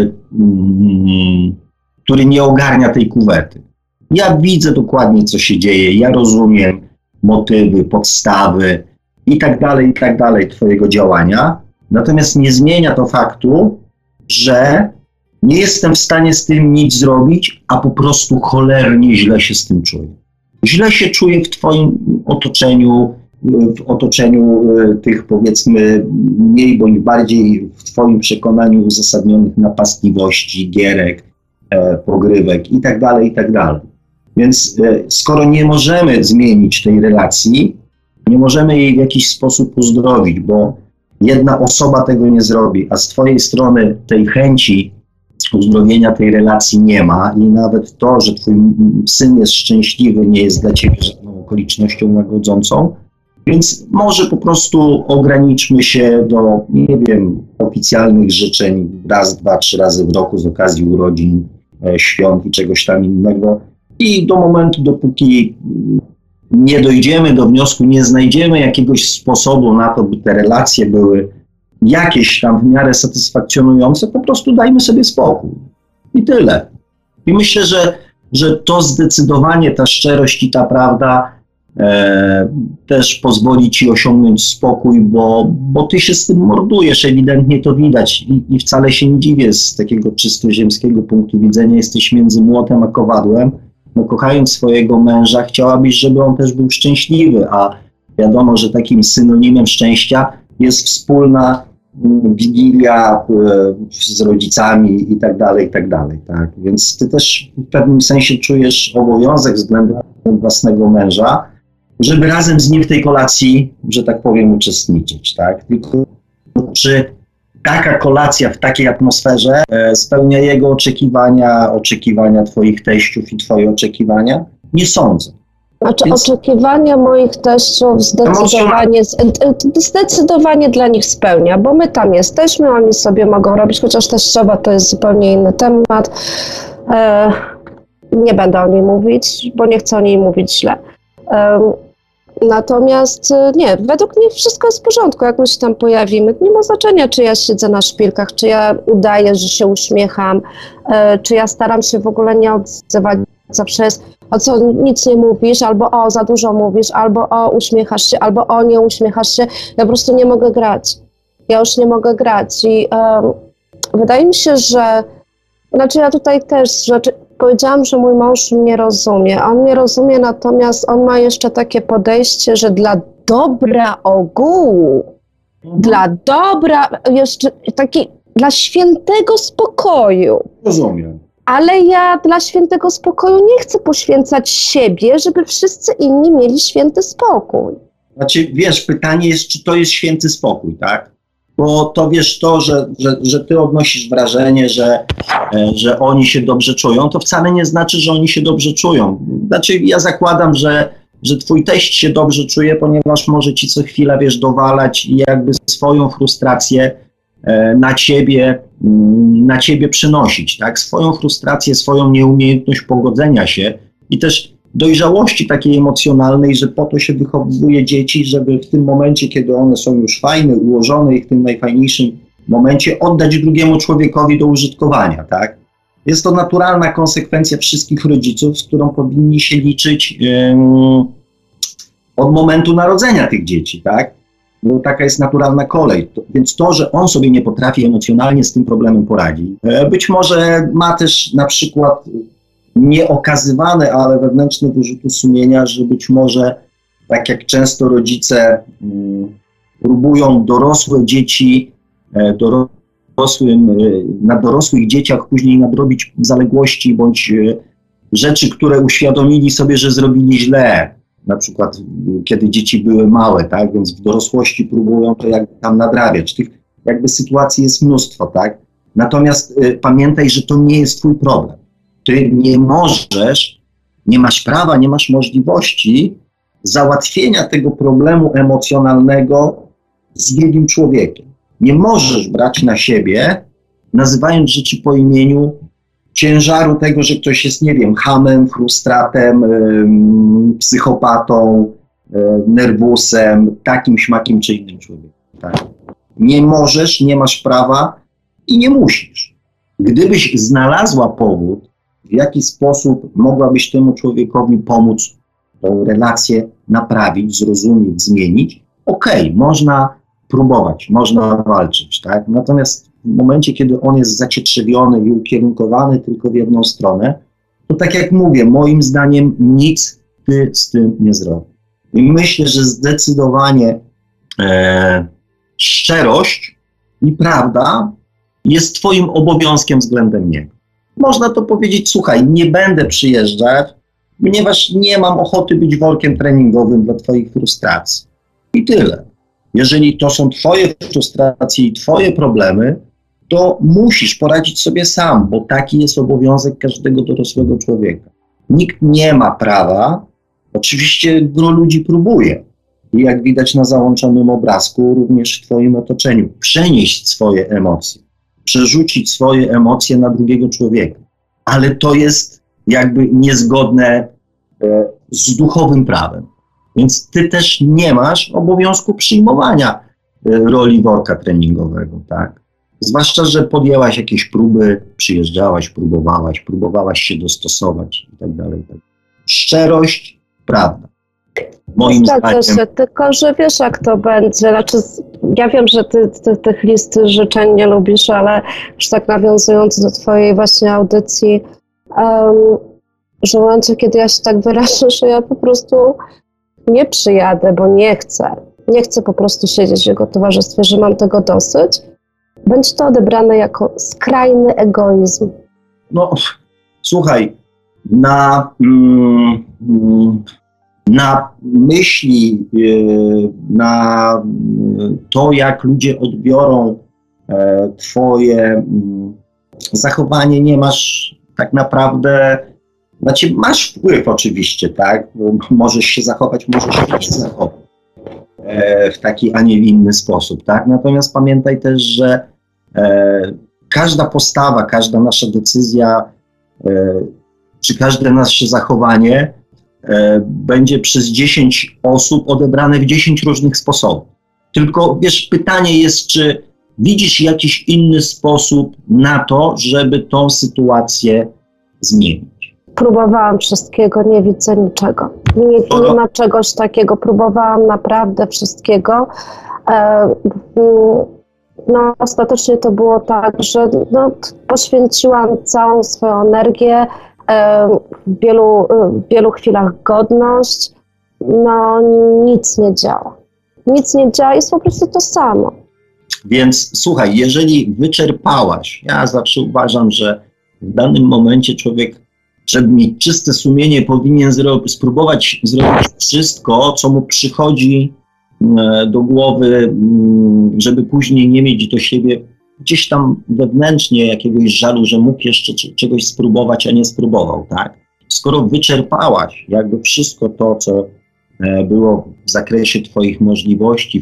który nie ogarnia tej kuwety. Ja widzę dokładnie, co się dzieje, ja rozumiem motywy, podstawy i tak dalej twojego działania, natomiast nie zmienia to faktu, że nie jestem w stanie z tym nic zrobić, a po prostu cholernie źle się z tym czuję. Źle się czuję w twoim otoczeniu, w otoczeniu tych, powiedzmy, mniej bądź bardziej w twoim przekonaniu uzasadnionych napastliwości, gierek, pogrywek i tak dalej. Więc skoro nie możemy zmienić tej relacji, nie możemy jej w jakiś sposób uzdrowić, bo jedna osoba tego nie zrobi, a z twojej strony tej chęci uzdrowienia tej relacji nie ma i nawet to, że twój syn jest szczęśliwy, nie jest dla ciebie żadną okolicznością łagodzącą, Więc może po prostu ograniczmy się do, nie wiem, oficjalnych życzeń raz, 2, 3 razy w roku z okazji urodzin, świąt i czegoś tam innego. I do momentu, dopóki nie dojdziemy do wniosku, nie znajdziemy jakiegoś sposobu na to, by te relacje były jakieś tam w miarę satysfakcjonujące, po prostu dajmy sobie spokój. I tyle. I myślę, że to zdecydowanie, ta szczerość i ta prawda też pozwoli ci osiągnąć spokój, bo ty się z tym mordujesz, ewidentnie to widać i wcale się nie dziwię z takiego czysto ziemskiego punktu widzenia, jesteś między młotem a kowadłem, no kochając swojego męża chciałabyś, żeby on też był szczęśliwy, a wiadomo, że takim synonimem szczęścia jest wspólna wigilia z rodzicami i tak dalej, tak? Więc ty też w pewnym sensie czujesz obowiązek względem własnego męża, żeby razem z nim w tej kolacji, że tak powiem, uczestniczyć, tak? Tylko czy taka kolacja w takiej atmosferze spełnia jego oczekiwania twoich teściów i twoje oczekiwania? Nie sądzę. Znaczy Więc oczekiwania moich teściów zdecydowanie dla nich spełnia, bo my tam jesteśmy, oni sobie mogą robić, chociaż teściowa to jest zupełnie inny temat. Nie będę o niej mówić, bo nie chcę o niej mówić źle. Natomiast nie, według mnie wszystko jest w porządku, jak my się tam pojawimy. Nie ma znaczenia, czy ja siedzę na szpilkach, czy ja udaję, że się uśmiecham, czy ja staram się w ogóle nie odzywać. Zawsze jest, o co nic nie mówisz, albo o, za dużo mówisz, albo o, uśmiechasz się, albo o, nie uśmiechasz się. Ja po prostu nie mogę grać. Ja już nie mogę grać i wydaje mi się, że, znaczy ja tutaj też, powiedziałam, że mój mąż mnie rozumie. On mnie rozumie, natomiast on ma jeszcze takie podejście, że dla dobra ogółu, dla dobra, jeszcze dla świętego spokoju. rozumiem. Ale ja dla świętego spokoju nie chcę poświęcać siebie, żeby wszyscy inni mieli święty spokój. Znaczy, wiesz, pytanie jest, czy to jest święty spokój, tak? Bo to wiesz to, że ty odnosisz wrażenie, że oni się dobrze czują, to wcale nie znaczy, że oni się dobrze czują. Znaczy, ja zakładam, że twój teść się dobrze czuje, ponieważ może ci co chwila, wiesz, dowalać i jakby swoją frustrację na ciebie przynosić, tak? Swoją frustrację, swoją nieumiejętność pogodzenia się i też dojrzałości takiej emocjonalnej, że po to się wychowuje dzieci, żeby w tym momencie, kiedy one są już fajne, ułożone i w tym najfajniejszym momencie oddać drugiemu człowiekowi do użytkowania, tak? Jest to naturalna konsekwencja wszystkich rodziców, z którą powinni się liczyć od momentu narodzenia tych dzieci, tak? Bo taka jest naturalna kolej. Więc to, że on sobie nie potrafi emocjonalnie z tym problemem poradzić, być może ma też na przykład nieokazywane, ale wewnętrzne wyrzuty sumienia, że być może, tak jak często rodzice próbują dorosłe dzieci, na dorosłych dzieciach później nadrobić zaległości bądź rzeczy, które uświadomili sobie, że zrobili źle. Na przykład kiedy dzieci były małe, tak, więc w dorosłości próbują to jakby tam nadrabiać. Tych jakby sytuacji jest mnóstwo, tak. Natomiast pamiętaj, że to nie jest twój problem. Ty nie możesz, nie masz prawa, nie masz możliwości załatwienia tego problemu emocjonalnego z drugim człowiekiem. Nie możesz brać na siebie, nazywając rzeczy po imieniu, ciężaru tego, że ktoś jest, nie wiem, chamem, frustratem, psychopatą, nerwusem, takim, śmakim czy innym człowiekiem. Tak? Nie możesz, nie masz prawa i nie musisz. Gdybyś znalazła powód, w jaki sposób mogłabyś temu człowiekowi pomóc tę relację naprawić, zrozumieć, zmienić, okej, można próbować, można walczyć, tak? Natomiast w momencie, kiedy on jest zacietrzewiony i ukierunkowany tylko w jedną stronę, to tak jak mówię, moim zdaniem nic ty z tym nie zrobisz. I myślę, że zdecydowanie szczerość i prawda jest twoim obowiązkiem względem niego. Można to powiedzieć, słuchaj, nie będę przyjeżdżać, ponieważ nie mam ochoty być workiem treningowym dla twoich frustracji. I tyle. Jeżeli to są twoje frustracje i twoje problemy, to musisz poradzić sobie sam, bo taki jest obowiązek każdego dorosłego człowieka. Nikt nie ma prawa, oczywiście gro ludzi próbuje, i jak widać na załączonym obrazku, również w twoim otoczeniu. Przenieść swoje emocje, przerzucić swoje emocje na drugiego człowieka. Ale to jest jakby niezgodne z duchowym prawem. Więc ty też nie masz obowiązku przyjmowania roli worka treningowego, tak? Zwłaszcza, że podjęłaś jakieś próby, przyjeżdżałaś, próbowałaś się dostosować i tak dalej. Szczerość, prawda. Moim Zgadza zdaniem. się, tylko że wiesz jak to będzie. Znaczy, ja wiem, że ty tych list życzeń nie lubisz, ale już tak nawiązując do twojej właśnie audycji, że w momencie, kiedy ja się tak wyrażę, że ja po prostu nie przyjadę, bo nie chcę. Nie chcę po prostu siedzieć w jego towarzystwie, że mam tego dosyć. Będzie to odebrane jako skrajny egoizm. No, słuchaj, na myśli, na to, jak ludzie odbiorą twoje zachowanie, nie masz tak naprawdę, znaczy masz wpływ oczywiście, tak? Możesz się zachować, możesz się nie zachować w taki, a nie w inny sposób, tak? Natomiast pamiętaj też, że każda postawa, każda nasza decyzja, czy każde nasze zachowanie będzie przez 10 osób odebrane w 10 różnych sposobów. Tylko wiesz, pytanie jest, czy widzisz jakiś inny sposób na to, żeby tą sytuację zmienić? Próbowałam wszystkiego, nie widzę niczego. Nie ma czegoś takiego. Próbowałam naprawdę wszystkiego. No, ostatecznie to było tak, że poświęciłam całą swoją energię, w wielu chwilach godność. No, nic nie działa. Nic nie działa, jest po prostu to samo. Więc słuchaj, jeżeli wyczerpałaś, ja zawsze uważam, że w danym momencie człowiek, żeby mieć czyste sumienie, powinien spróbować zrobić wszystko, co mu przychodzi do głowy, żeby później nie mieć do siebie gdzieś tam wewnętrznie jakiegoś żalu, że mógł jeszcze czegoś spróbować, a nie spróbował, tak? Skoro wyczerpałaś jakby wszystko to, co było w zakresie twoich możliwości, w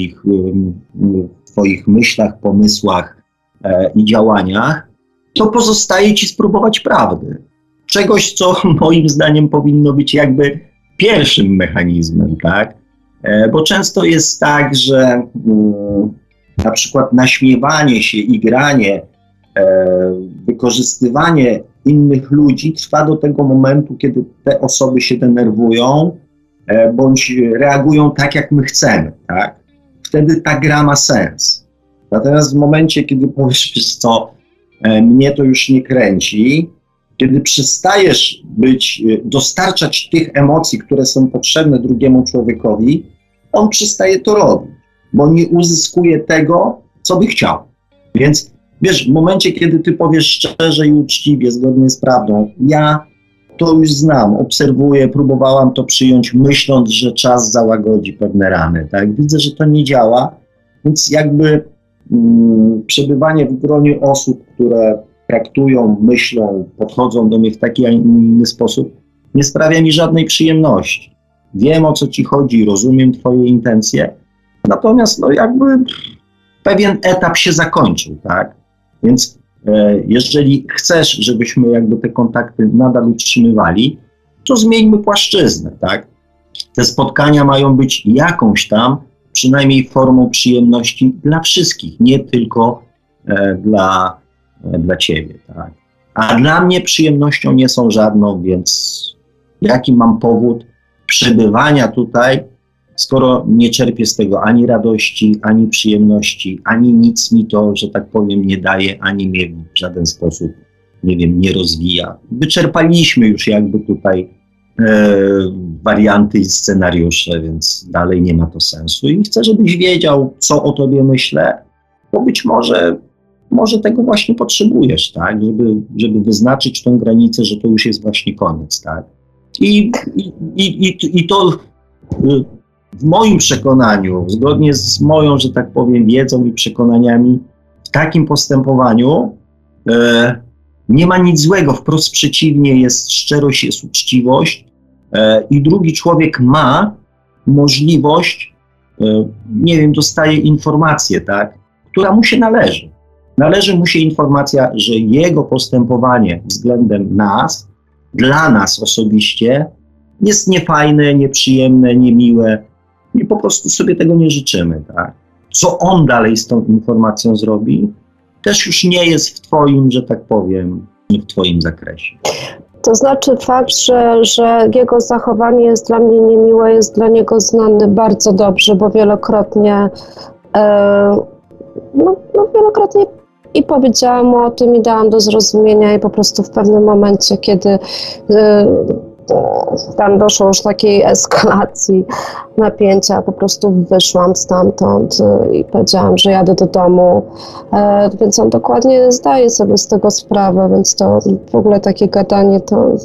twoich myślach, pomysłach i działaniach, to pozostaje ci spróbować prawdy. Czegoś, co moim zdaniem powinno być jakby pierwszym mechanizmem, tak? Bo często jest tak, że na przykład naśmiewanie się, igranie, wykorzystywanie innych ludzi trwa do tego momentu, kiedy te osoby się denerwują bądź reagują tak, jak my chcemy, tak? Wtedy ta gra ma sens. Natomiast w momencie, kiedy powiesz, wiesz co, mnie to już nie kręci, kiedy przestajesz dostarczać tych emocji, które są potrzebne drugiemu człowiekowi, on przestaje to robić, bo nie uzyskuje tego, co by chciał. Więc wiesz, w momencie, kiedy ty powiesz szczerze i uczciwie, zgodnie z prawdą, ja to już znam, obserwuję, próbowałam to przyjąć, myśląc, że czas załagodzi pewne rany, tak? Widzę, że to nie działa, więc jakby przebywanie w gronie osób, które traktują, myślą, podchodzą do mnie w taki, a inny sposób, nie sprawia mi żadnej przyjemności. Wiem, o co ci chodzi, rozumiem twoje intencje, natomiast no jakby pewien etap się zakończył, tak? Więc jeżeli chcesz, żebyśmy jakby te kontakty nadal utrzymywali, to zmieńmy płaszczyznę, tak? Te spotkania mają być jakąś tam, przynajmniej formą przyjemności dla wszystkich, nie tylko dla ciebie, tak? A dla mnie przyjemnością nie są żadną, więc jaki mam powód przebywania tutaj, skoro nie czerpię z tego ani radości, ani przyjemności, ani nic mi to, że tak powiem, nie daje, ani mnie w żaden sposób, nie wiem, nie rozwija. Wyczerpaliśmy już jakby tutaj warianty i scenariusze, więc dalej nie ma to sensu. I chcę, żebyś wiedział, co o tobie myślę, bo być może tego właśnie potrzebujesz, tak? Żeby wyznaczyć tą granicę, że to już jest właśnie koniec, tak? I to w moim przekonaniu, zgodnie z moją, że tak powiem, wiedzą i przekonaniami, w takim postępowaniu nie ma nic złego, wprost przeciwnie, jest szczerość, jest uczciwość i drugi człowiek ma możliwość, nie wiem, dostaje informację, tak, która mu się należy. Należy mu się informacja, że jego postępowanie względem nas, dla nas osobiście, jest niefajne, nieprzyjemne, niemiłe i po prostu sobie tego nie życzymy, tak. Co on dalej z tą informacją zrobi, też już nie jest w twoim, że tak powiem, nie w twoim zakresie. To znaczy fakt, że jego zachowanie jest dla mnie niemiłe, jest dla niego znany bardzo dobrze, bo wielokrotnie wielokrotnie i powiedziałam mu o tym i dałam do zrozumienia i po prostu w pewnym momencie, kiedy tam doszło już takiej eskalacji napięcia, po prostu wyszłam stamtąd i powiedziałam, że jadę do domu, więc on dokładnie zdaje sobie z tego sprawę, więc to w ogóle takie gadanie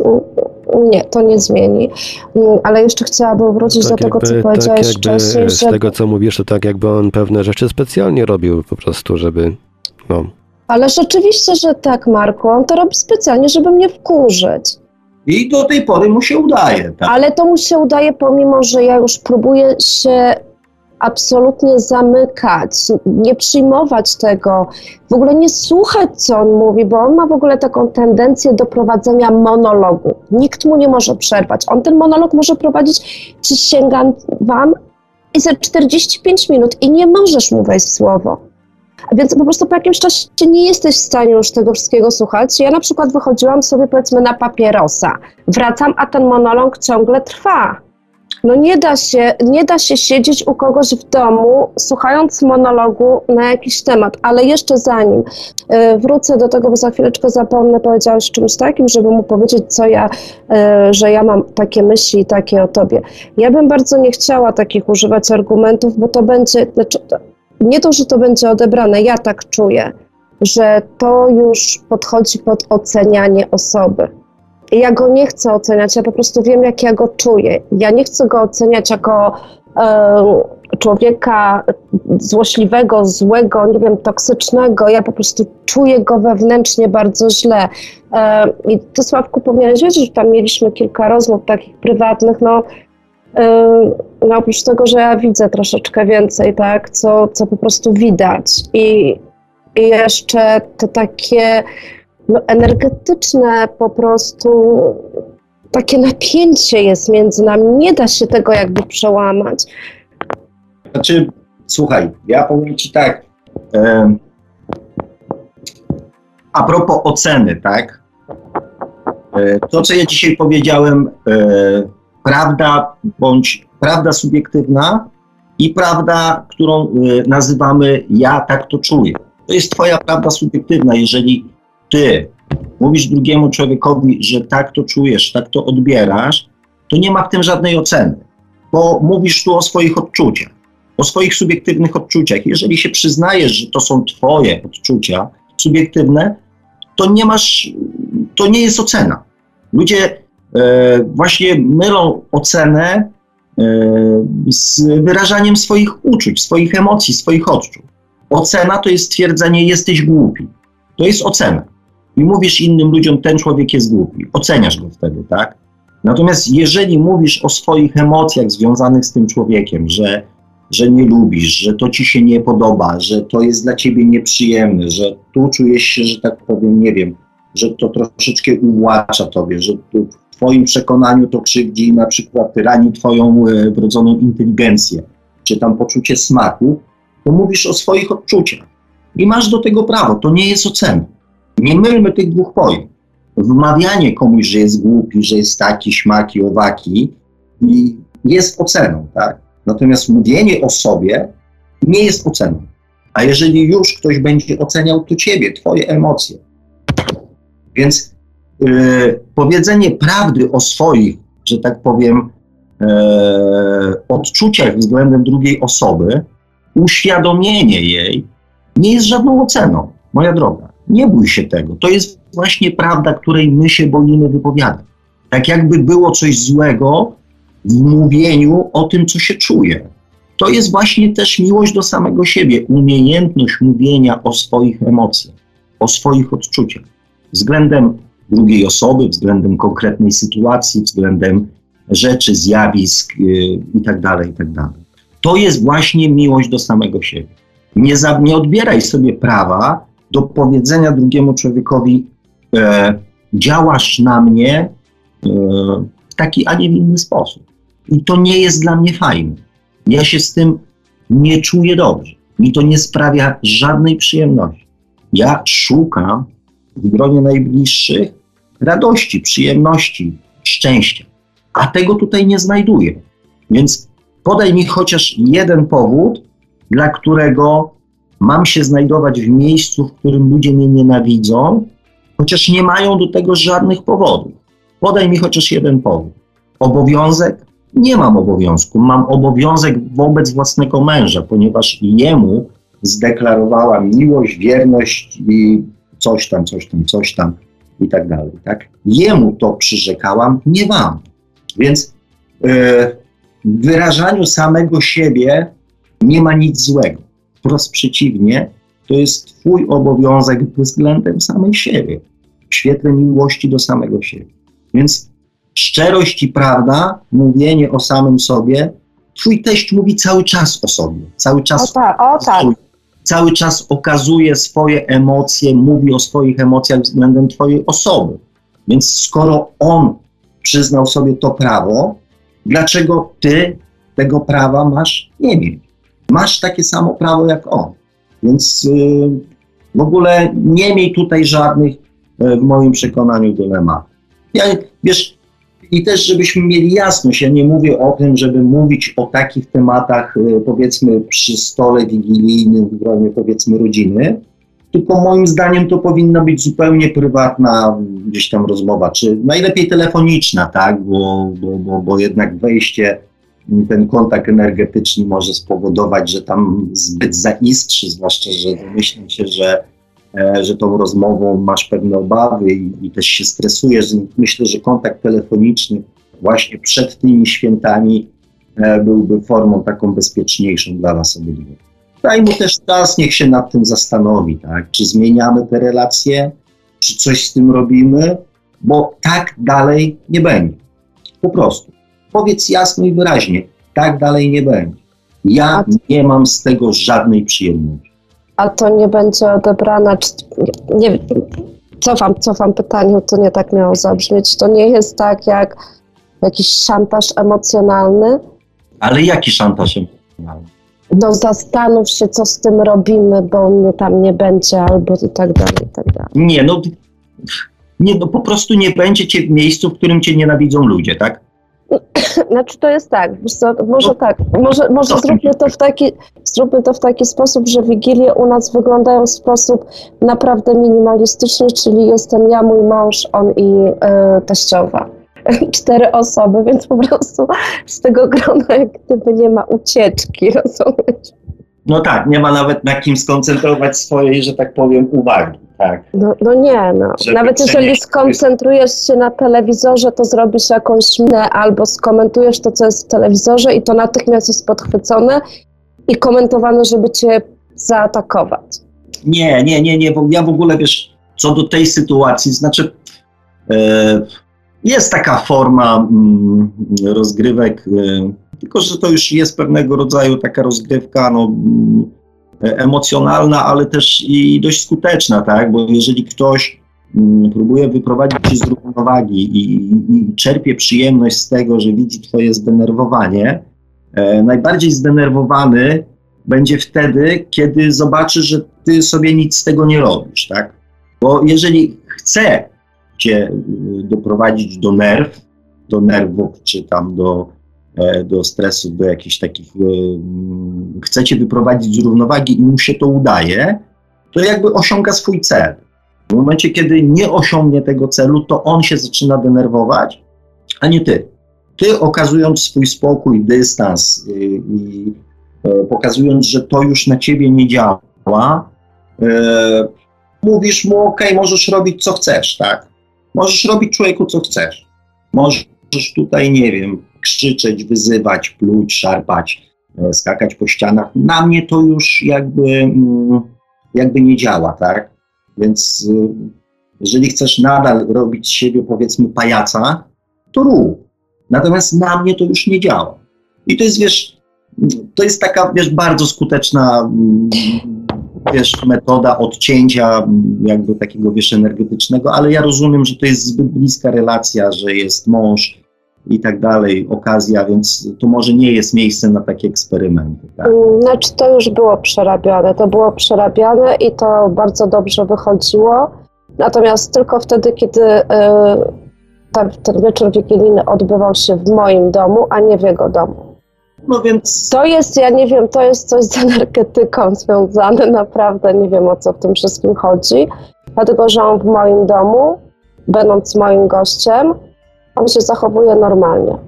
to nie zmieni. Ale jeszcze chciałabym wrócić do tego, co powiedziałeś wcześniej. Z tego, co mówisz, to tak jakby on pewne rzeczy specjalnie robił po prostu, żeby... No. Ale rzeczywiście, że tak, Marku, on to robi specjalnie, żeby mnie wkurzyć. I do tej pory mu się udaje. Tak? Ale to mu się udaje, pomimo że ja już próbuję się absolutnie zamykać, nie przyjmować tego, w ogóle nie słuchać, co on mówi, bo on ma w ogóle taką tendencję do prowadzenia monologu. Nikt mu nie może przerwać. On ten monolog może prowadzić, przysięgam wam, i za 45 minut i nie możesz mu wejść w słowo. Więc po prostu po jakimś czasie nie jesteś w stanie już tego wszystkiego słuchać. Ja na przykład wychodziłam sobie, powiedzmy, na papierosa. Wracam, a ten monolog ciągle trwa. No nie da się siedzieć u kogoś w domu, słuchając monologu na jakiś temat. Ale jeszcze zanim wrócę do tego, bo za chwileczkę zapomnę, powiedziałeś czymś takim, żeby mu powiedzieć, że ja mam takie myśli i takie o tobie. Ja bym bardzo nie chciała takich używać argumentów, bo to będzie... Nie to, że to będzie odebrane, ja tak czuję, że to już podchodzi pod ocenianie osoby. I ja go nie chcę oceniać, ja po prostu wiem, jak ja go czuję. Ja nie chcę go oceniać jako człowieka złośliwego, złego, nie wiem, toksycznego. Ja po prostu czuję go wewnętrznie bardzo źle. I ty, Sławku, powinieneś wiedzieć, że tam mieliśmy kilka rozmów takich prywatnych, no oprócz tego, że ja widzę troszeczkę więcej, tak, co po prostu widać i jeszcze to takie energetyczne po prostu takie napięcie jest między nami, nie da się tego jakby przełamać. Znaczy, słuchaj, ja powiem ci tak, a propos oceny, tak, to co ja dzisiaj powiedziałem, prawda bądź prawda subiektywna i prawda, którą nazywamy ja tak to czuję. To jest twoja prawda subiektywna. Jeżeli ty mówisz drugiemu człowiekowi, że tak to czujesz, tak to odbierasz, to nie ma w tym żadnej oceny, bo mówisz tu o swoich odczuciach, o swoich subiektywnych odczuciach. Jeżeli się przyznajesz, że to są twoje odczucia subiektywne, to nie jest ocena. Ludzie właśnie mylą ocenę z wyrażaniem swoich uczuć, swoich emocji, swoich odczuć. Ocena to jest stwierdzenie, jesteś głupi. To jest ocena. I mówisz innym ludziom, ten człowiek jest głupi. Oceniasz go wtedy, tak? Natomiast jeżeli mówisz o swoich emocjach związanych z tym człowiekiem, że nie lubisz, że to ci się nie podoba, że to jest dla ciebie nieprzyjemne, że tu czujesz się, że tak powiem, nie wiem, że to troszeczkę uwłacza tobie, że tu w twoim przekonaniu to krzywdzi, na przykład rani twoją wrodzoną inteligencję, czy tam poczucie smaku, to mówisz o swoich odczuciach. I masz do tego prawo, to nie jest ocena. Nie mylmy tych dwóch pojęć. Wmawianie komuś, że jest głupi, że jest taki, śmaki, owaki, i jest oceną, tak? Natomiast mówienie o sobie nie jest oceną. A jeżeli już ktoś będzie oceniał, to ciebie, twoje emocje. Więc powiedzenie prawdy o swoich, że tak powiem, odczuciach względem drugiej osoby, uświadomienie jej nie jest żadną oceną, moja droga. Nie bój się tego. To jest właśnie prawda, której my się boimy wypowiadać. Tak jakby było coś złego w mówieniu o tym, co się czuje. To jest właśnie też miłość do samego siebie, umiejętność mówienia o swoich emocjach, o swoich odczuciach względem drugiej osoby, względem konkretnej sytuacji, względem rzeczy, zjawisk i tak dalej, i tak dalej. To jest właśnie miłość do samego siebie. Nie odbieraj sobie prawa do powiedzenia drugiemu człowiekowi działasz na mnie w taki, a nie w inny sposób. I to nie jest dla mnie fajne. Ja się z tym nie czuję dobrze. Mi to nie sprawia żadnej przyjemności. Ja szukam w gronie najbliższych radości, przyjemności, szczęścia. A tego tutaj nie znajduję. Więc podaj mi chociaż jeden powód, dla którego mam się znajdować w miejscu, w którym ludzie mnie nienawidzą, chociaż nie mają do tego żadnych powodów. Podaj mi chociaż jeden powód. Obowiązek? Nie mam obowiązku. Mam obowiązek wobec własnego męża, ponieważ jemu zdeklarowałam miłość, wierność i coś tam i tak dalej. Tak? Jemu to przyrzekałam, nie wam. Więc w wyrażaniu samego siebie nie ma nic złego. Wprost przeciwnie, to jest twój obowiązek względem samej siebie. W świetle miłości do samego siebie. Więc szczerość i prawda, mówienie o samym sobie, twój teść mówi cały czas o sobie. Cały czas, cały czas okazuje swoje emocje, mówi o swoich emocjach względem twojej osoby. Więc skoro on przyznał sobie to prawo, dlaczego ty tego prawa masz nie mieć? Masz takie samo prawo jak on. Więc w ogóle nie miej tutaj żadnych, w moim przekonaniu, dylematów. Wiesz, i też żebyśmy mieli jasność, ja nie mówię o tym, żeby mówić o takich tematach, powiedzmy, przy stole wigilijnym, w gronie, powiedzmy, rodziny, tylko moim zdaniem to powinna być zupełnie prywatna gdzieś tam rozmowa, czy najlepiej telefoniczna, tak, bo jednak wejście, ten kontakt energetyczny może spowodować, że tam zbyt zaiskrzy, zwłaszcza, że domyślam się, że tą rozmową masz pewne obawy i też się stresujesz. Myślę, że kontakt telefoniczny właśnie przed tymi świętami byłby formą taką bezpieczniejszą dla nas obydwu. Daj mu też czas, niech się nad tym zastanowi, tak? Czy zmieniamy te relacje, czy coś z tym robimy, bo tak dalej nie będzie. Po prostu. Powiedz jasno i wyraźnie, tak dalej nie będzie. Ja nie mam z tego żadnej przyjemności. A to nie będzie odebrane, nie, cofam pytanie, to nie tak miało zabrzmieć. To nie jest tak jak jakiś szantaż emocjonalny? Ale jaki szantaż emocjonalny? No zastanów się, co z tym robimy, bo mnie tam nie będzie, albo i tak dalej, i tak dalej. Nie, po prostu nie będzie cię w miejscu, w którym cię nienawidzą ludzie, tak? Znaczy to jest tak, wiesz co, może zróbmy to w taki sposób, że Wigilie u nas wyglądają w sposób naprawdę minimalistyczny, czyli jestem ja, mój mąż, on i teściowa. 4 osoby, więc po prostu z tego grona jak gdyby nie ma ucieczki, rozumiesz? No tak, nie ma nawet na kim skoncentrować swojej, że tak powiem, uwagi, tak? No nie. Nawet jeżeli skoncentrujesz się na telewizorze, to zrobisz jakąś minę albo skomentujesz to, co jest w telewizorze i to natychmiast jest podchwycone i komentowane, żeby cię zaatakować. Nie, bo ja w ogóle, wiesz, co do tej sytuacji, znaczy jest taka forma rozgrywek, tylko że to już jest pewnego rodzaju taka rozgrywka emocjonalna, ale też i dość skuteczna, tak? Bo jeżeli ktoś próbuje wyprowadzić cię z równowagi i czerpie przyjemność z tego, że widzi twoje zdenerwowanie, najbardziej zdenerwowany będzie wtedy, kiedy zobaczy, że ty sobie nic z tego nie robisz, tak? Bo jeżeli chce cię doprowadzić do nerwów, czy tam do stresu, do jakichś takich, chce cię wyprowadzić z równowagi i mu się to udaje, to jakby osiąga swój cel. W momencie, kiedy nie osiągnie tego celu, to on się zaczyna denerwować, a nie ty. Ty, okazując swój spokój, dystans i pokazując, że to już na ciebie nie działa, mówisz mu, okej, możesz robić co chcesz, tak? Możesz robić, człowieku, co chcesz. Możesz tutaj, nie wiem, krzyczeć, wyzywać, pluć, szarpać, skakać po ścianach. Na mnie to już jakby nie działa, tak? Więc jeżeli chcesz nadal robić z siebie, powiedzmy, pajaca, to rób. Natomiast na mnie to już nie działa. I to jest, wiesz, to jest taka, wiesz, bardzo skuteczna, wiesz, metoda odcięcia jakby takiego, wiesz, energetycznego, ale ja rozumiem, że to jest zbyt bliska relacja, że jest mąż i tak dalej, okazja, więc to może nie jest miejsce na takie eksperymenty. Tak? Znaczy to już było przerabiane, i to bardzo dobrze wychodziło, natomiast tylko wtedy, kiedy ten wieczór wigilijny odbywał się w moim domu, a nie w jego domu. No więc... To jest, ja nie wiem, to jest coś z energetyką związane, naprawdę nie wiem, o co w tym wszystkim chodzi, dlatego, że on w moim domu, będąc moim gościem, on się zachowuje normalnie.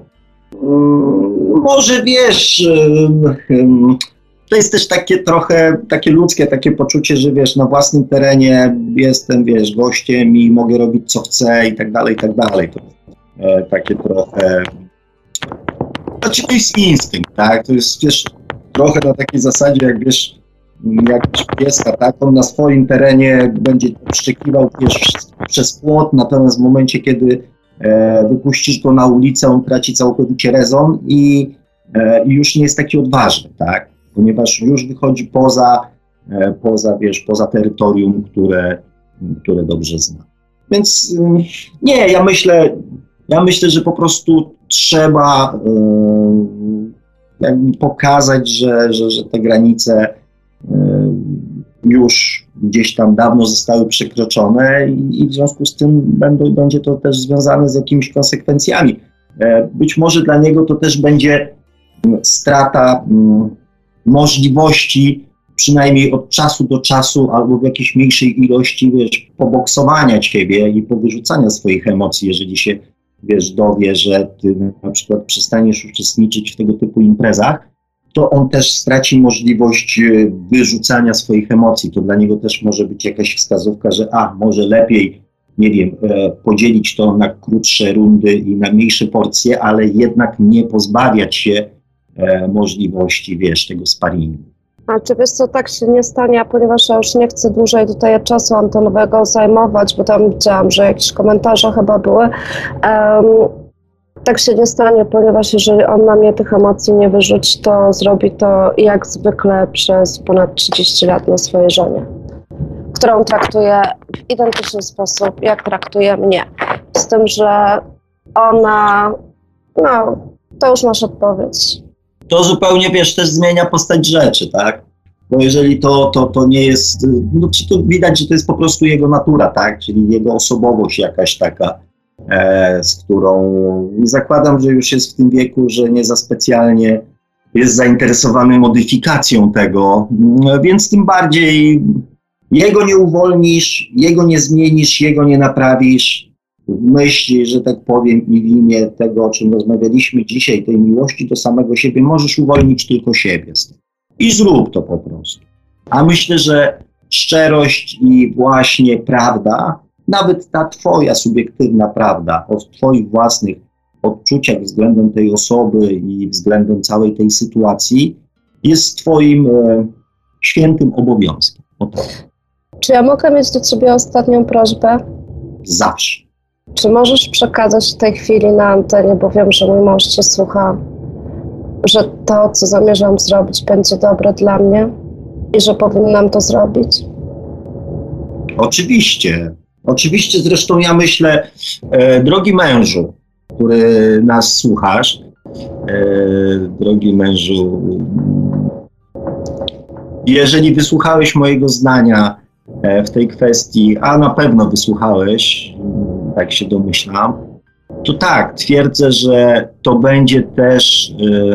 Może wiesz, to jest też takie trochę, takie ludzkie, takie poczucie, że wiesz, na własnym terenie jestem, wiesz, gościem i mogę robić co chcę i tak dalej, i tak dalej. To takie trochę, znaczy to jest instynkt, tak, to jest, wiesz, trochę na takiej zasadzie, jak wiesz, jak pieska, tak, on na swoim terenie będzie szczekiwał, wiesz, przez płot, natomiast w momencie, kiedy wypuścisz go na ulicę, on traci całkowicie rezon i już nie jest taki odważny, tak? Ponieważ już wychodzi poza terytorium, które dobrze zna. Więc nie, ja myślę, że po prostu trzeba jakby pokazać, że te granice już gdzieś tam dawno zostały przekroczone i w związku z tym będzie to też związane z jakimiś konsekwencjami. Być może dla niego to też będzie strata możliwości, przynajmniej od czasu do czasu albo w jakiejś mniejszej ilości, wiesz, poboksowania ciebie i powyrzucania swoich emocji, jeżeli się, wiesz, dowie, że ty na przykład przestaniesz uczestniczyć w tego typu imprezach, to on też straci możliwość wyrzucania swoich emocji. To dla niego też może być jakaś wskazówka, że może lepiej, nie wiem, podzielić to na krótsze rundy i na mniejsze porcje, ale jednak nie pozbawiać się możliwości, wiesz, tego sparingu. A czy wiesz co, tak się nie stanie, ponieważ ja już nie chcę dłużej tutaj czasu antenowego zajmować, bo tam widziałam, że jakieś komentarze chyba były. Tak się nie stanie, ponieważ jeżeli on na mnie tych emocji nie wyrzuci, to zrobi to jak zwykle przez ponad 30 lat na swojej żonie, którą traktuje w identyczny sposób, jak traktuje mnie. Z tym, że ona, to już masz odpowiedź. To zupełnie, wiesz, też zmienia postać rzeczy, tak? Bo jeżeli to nie jest, to widać, że to jest po prostu jego natura, tak? Czyli jego osobowość jakaś taka, z którą zakładam, że już jest w tym wieku, że nie za specjalnie jest zainteresowany modyfikacją tego, więc tym bardziej jego nie uwolnisz, jego nie zmienisz, jego nie naprawisz. W myśli, że tak powiem, i w imię tego, o czym rozmawialiśmy dzisiaj, tej miłości do samego siebie, możesz uwolnić tylko siebie. I zrób to po prostu. A myślę, że szczerość i właśnie prawda, nawet ta twoja subiektywna prawda o twoich własnych odczuciach względem tej osoby i względem całej tej sytuacji jest twoim świętym obowiązkiem. Czy ja mogę mieć do ciebie ostatnią prośbę? Zawsze. Czy możesz przekazać w tej chwili na antenie, bo wiem, że mój mąż cię słucha, że to, co zamierzam zrobić, będzie dobre dla mnie i że powinnam to zrobić? Oczywiście. Oczywiście, zresztą ja myślę, drogi mężu, który nas słuchasz, drogi mężu, jeżeli wysłuchałeś mojego zdania w tej kwestii, a na pewno wysłuchałeś, tak się domyślam, to tak, twierdzę, że to będzie też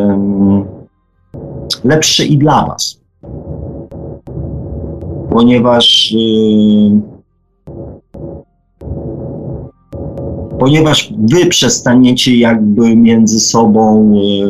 lepsze i dla was. Ponieważ wy przestaniecie jakby między sobą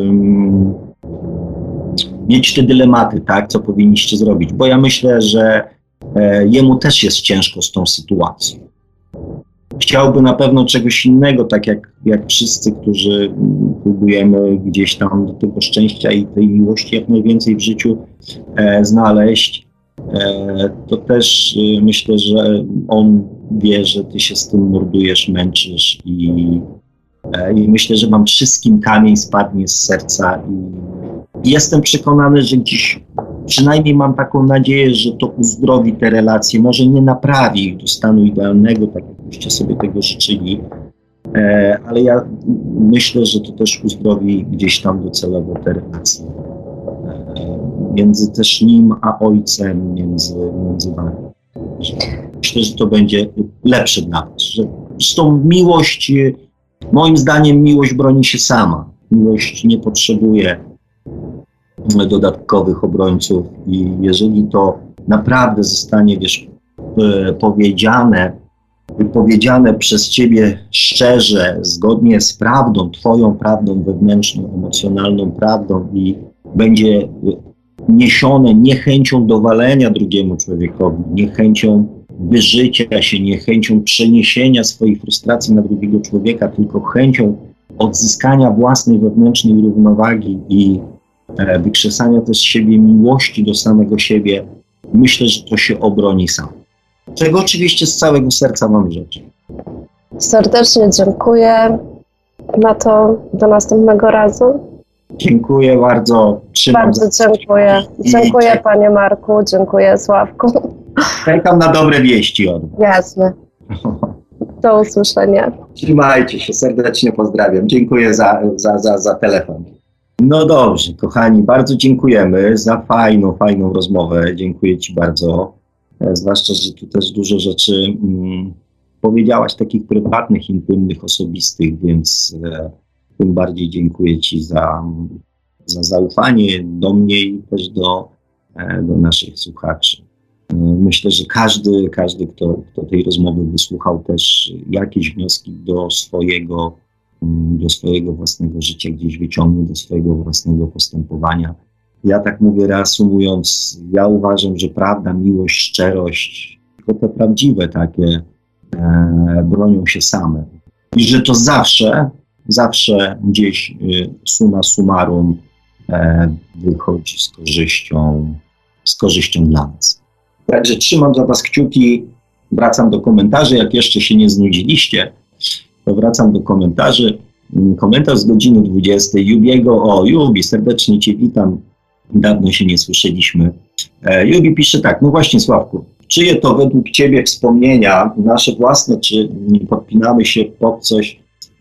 mieć te dylematy, tak, co powinniście zrobić, bo ja myślę, że jemu też jest ciężko z tą sytuacją. Chciałby na pewno czegoś innego, tak jak wszyscy, którzy próbujemy gdzieś tam do tego szczęścia i tej miłości jak najwięcej w życiu znaleźć. To też myślę, że on wie, że ty się z tym mordujesz, męczysz I myślę, że wam wszystkim kamień spadnie z serca i jestem przekonany, że gdzieś, przynajmniej mam taką nadzieję, że to uzdrowi te relacje, może nie naprawi ich do stanu idealnego, tak jakbyście sobie tego życzyli, ale ja myślę, że to też uzdrowi gdzieś tam docelowo te relacje między też nim a ojcem, między wami. Myślę, że to będzie lepsze dla was, że zresztą miłość, moim zdaniem miłość broni się sama. Miłość nie potrzebuje dodatkowych obrońców i jeżeli to naprawdę zostanie, wypowiedziane przez ciebie szczerze, zgodnie z prawdą, twoją prawdą wewnętrzną, emocjonalną prawdą i będzie niesione niechęcią dowalenia drugiemu człowiekowi, niechęcią wyżycia się, niechęcią przeniesienia swojej frustracji na drugiego człowieka, tylko chęcią odzyskania własnej wewnętrznej równowagi i wykrzesania też z siebie miłości do samego siebie, myślę, że to się obroni sam. Czego oczywiście z całego serca wam życzę. Serdecznie dziękuję. Na to do następnego razu. Dziękuję bardzo. Bardzo dziękuję. Dziękuję panie Marku, dziękuję Sławku. Czekam na dobre wieści od was. Jasne. Do usłyszenia. Trzymajcie się, serdecznie pozdrawiam. Dziękuję za telefon. No dobrze, kochani, bardzo dziękujemy za fajną rozmowę. Dziękuję ci bardzo. Zwłaszcza, że tu też dużo rzeczy powiedziałaś takich prywatnych, intymnych, osobistych, więc tym bardziej dziękuję ci za zaufanie do mnie i też do naszych słuchaczy. Myślę, że każdy, kto tej rozmowy wysłuchał, też jakieś wnioski do swojego własnego życia gdzieś wyciągnie, do swojego własnego postępowania. Ja tak mówię, reasumując, ja uważam, że prawda, miłość, szczerość, tylko te prawdziwe takie bronią się same. I że to zawsze gdzieś summa summarum wychodzi z korzyścią dla nas. Także trzymam za was kciuki, wracam do komentarzy, jak jeszcze się nie znudziliście, to wracam do komentarzy. Komentarz z godziny 20. Jubi, serdecznie cię witam, dawno się nie słyszeliśmy. Jubi pisze tak, no właśnie Sławku, czyje to według ciebie wspomnienia, nasze własne, czy podpinamy się pod coś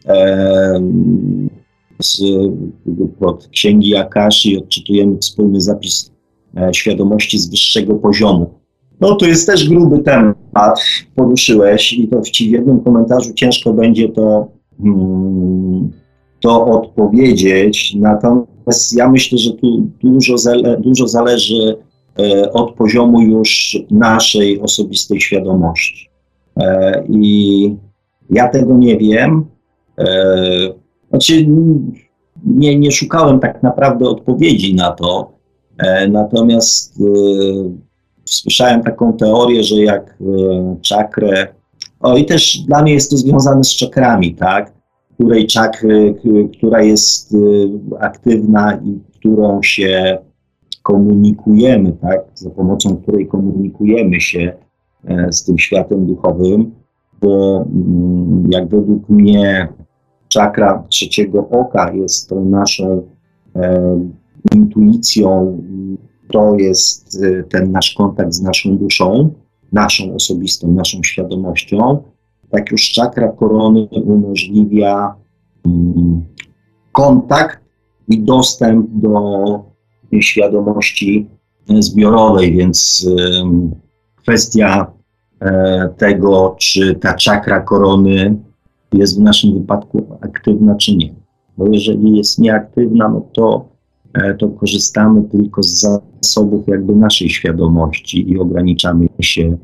pod księgi Akaszy i odczytujemy wspólny zapis świadomości z wyższego poziomu. No to jest też gruby temat, poruszyłeś i to w jednym komentarzu ciężko będzie to odpowiedzieć, natomiast ja myślę, że tu dużo zależy od poziomu już naszej osobistej świadomości. I ja tego nie wiem. Znaczy nie szukałem tak naprawdę odpowiedzi na to, natomiast słyszałem taką teorię, że jak czakrę, i też dla mnie jest to związane z czakrami, tak? Której czakry, która jest aktywna i którą się komunikujemy, tak? Za pomocą której komunikujemy się z tym światem duchowym, bo jak według mnie czakra trzeciego oka jest tą naszą intuicją, to jest ten nasz kontakt z naszą duszą, naszą osobistą, naszą świadomością. Tak już czakra korony umożliwia kontakt i dostęp do świadomości zbiorowej, więc kwestia tego, czy ta czakra korony jest w naszym wypadku aktywna, czy nie. Bo jeżeli jest nieaktywna, no to korzystamy tylko z zasobów jakby naszej świadomości i ograniczamy się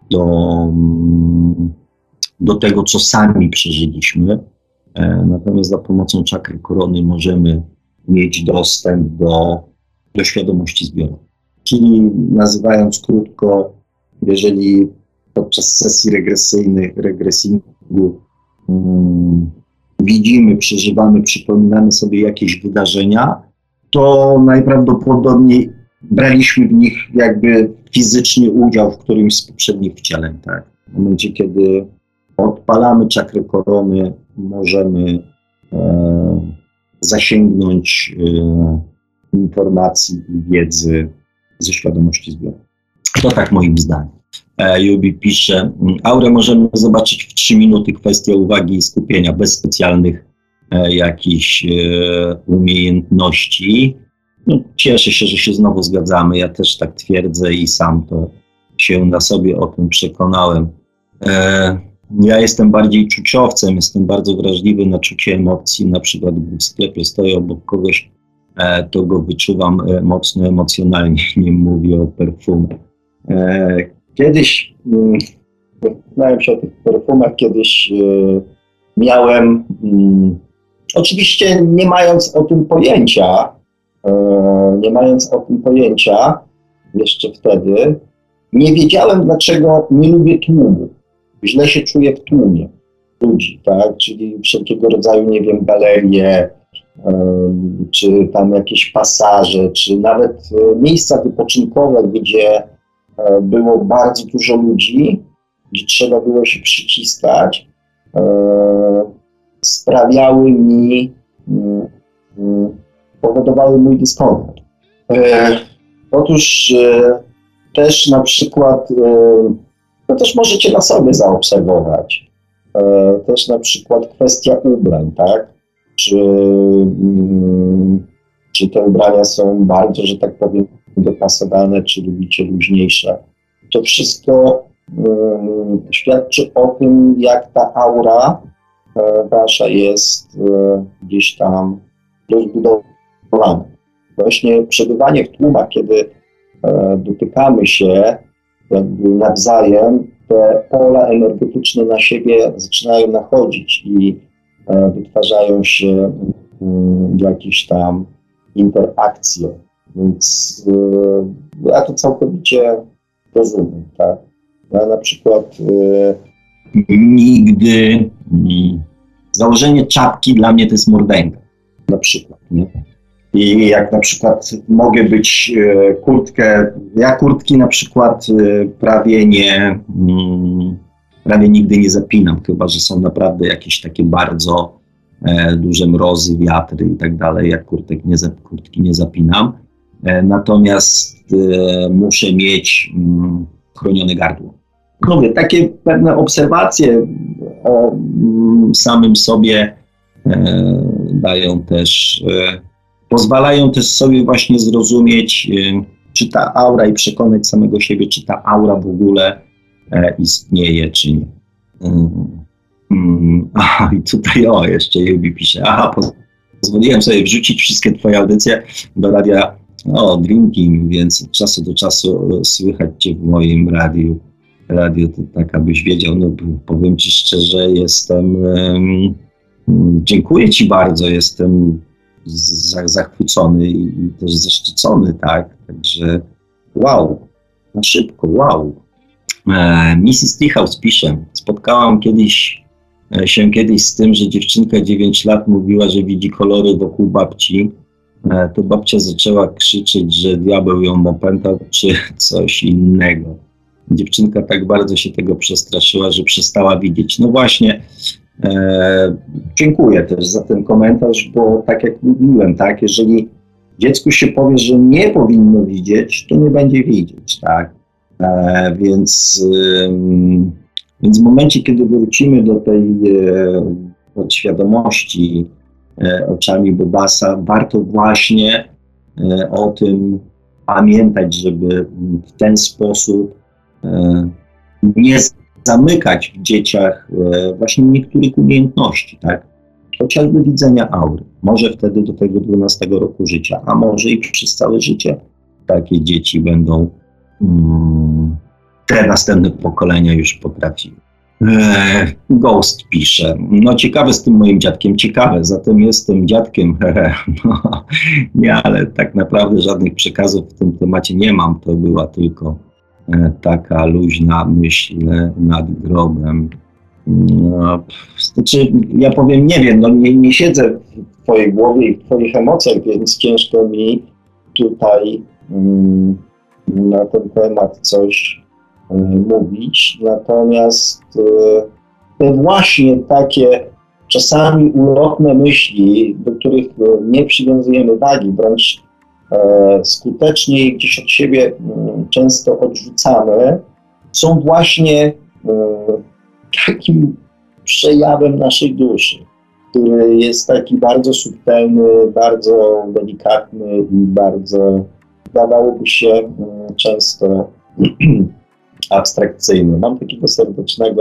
do tego, co sami przeżyliśmy. Natomiast za pomocą czakry korony możemy mieć dostęp do świadomości zbiorowej. Czyli nazywając krótko, jeżeli podczas sesji regresingu widzimy, przeżywamy, przypominamy sobie jakieś wydarzenia, to najprawdopodobniej braliśmy w nich jakby fizycznie udział w którymś z poprzednich wcieleń. Tak? W momencie, kiedy odpalamy czakrę korony, możemy zasięgnąć informacji i wiedzy ze świadomości zbiorowej. To tak moim zdaniem. Jubi pisze, aurę możemy zobaczyć w 3 minuty, kwestia uwagi i skupienia, bez specjalnych jakichś umiejętności. No, cieszę się, że się znowu zgadzamy, ja też tak twierdzę i sam to się na sobie o tym przekonałem. Ja jestem bardziej czuciowcem, jestem bardzo wrażliwy na czucie emocji, na przykład gdy w sklepie stoję obok kogoś, to go wyczuwam mocno emocjonalnie, nie mówię o perfumach. Kiedyś, znałem się o tych perfumach, kiedyś miałem, oczywiście nie mając o tym pojęcia, jeszcze wtedy, nie wiedziałem, dlaczego nie lubię tłumu. Źle się czuję w tłumie ludzi, tak? Czyli wszelkiego rodzaju, nie wiem, galerie, czy tam jakieś pasaże, czy nawet miejsca wypoczynkowe, gdzie było bardzo dużo ludzi, gdzie trzeba było się przyciskać, powodowały mój dyskomfort. Otóż też na przykład, no też możecie na sobie zaobserwować, też na przykład kwestia ubrań, tak? Czy te ubrania są bardzo, że tak powiem, dopasowane, czy lubicie luźniejsze. To wszystko świadczy o tym, jak ta aura wasza jest gdzieś tam rozbudowana. Właśnie przebywanie w tłumach, kiedy dotykamy się jakby nawzajem, te pola energetyczne na siebie zaczynają nachodzić i wytwarzają się jakieś tam interakcje. Więc ja to całkowicie rozumiem, tak? Ja na przykład nigdy założenie czapki dla mnie to jest mordęga, na przykład, nie? I jak na przykład mogę być ja kurtki na przykład prawie nigdy nie zapinam, chyba że są naprawdę jakieś takie bardzo duże mrozy, wiatry i tak dalej, jak kurtki nie zapinam. Natomiast muszę mieć chronione gardło. Mówię, takie pewne obserwacje o samym sobie dają też, pozwalają też sobie właśnie zrozumieć, czy ta aura i przekonać samego siebie, czy ta aura w ogóle istnieje, czy nie. I tutaj jeszcze Jubi pisze, pozwoliłem sobie wrzucić wszystkie twoje audycje do radia Drinking, więc od czasu do czasu słychać cię w moim radiu. Radio to tak, abyś wiedział, no powiem ci szczerze, dziękuję ci bardzo, jestem zachwycony i też zaszczycony, tak, także wow, na szybko, wow. Mrs. Teahouse pisze, spotkałam się kiedyś z tym, że dziewczynka 9 lat mówiła, że widzi kolory wokół babci. To babcia zaczęła krzyczeć, że diabeł ją opętał, czy coś innego. Dziewczynka tak bardzo się tego przestraszyła, że przestała widzieć. No właśnie, dziękuję też za ten komentarz, bo tak jak mówiłem, tak, jeżeli dziecku się powie, że nie powinno widzieć, to nie będzie widzieć, tak. Więc w momencie, kiedy wrócimy do tej podświadomości oczami Bobasa, warto właśnie o tym pamiętać, żeby w ten sposób nie zamykać w dzieciach właśnie niektórych umiejętności, tak? Chociażby widzenia aury. Może wtedy do tego 12 roku życia, a może i przez całe życie takie dzieci będą te następne pokolenia już potrafiły. Ghost pisze, no ciekawe z tym moim dziadkiem, ciekawe, zatem jestem dziadkiem, no, nie, ale tak naprawdę żadnych przekazów w tym temacie nie mam, to była tylko taka luźna myśl nad grobem. No, znaczy, ja powiem, nie wiem, no nie siedzę w twojej głowie i w twoich emocjach, więc ciężko mi tutaj na ten temat coś mówić, natomiast te właśnie takie czasami ulotne myśli, do których nie przywiązujemy wagi, wręcz skutecznie je gdzieś od siebie często odrzucamy, są właśnie takim przejawem naszej duszy, który jest taki bardzo subtelny, bardzo delikatny i bardzo, wydawałoby się, często abstrakcyjny. Mam takiego serdecznego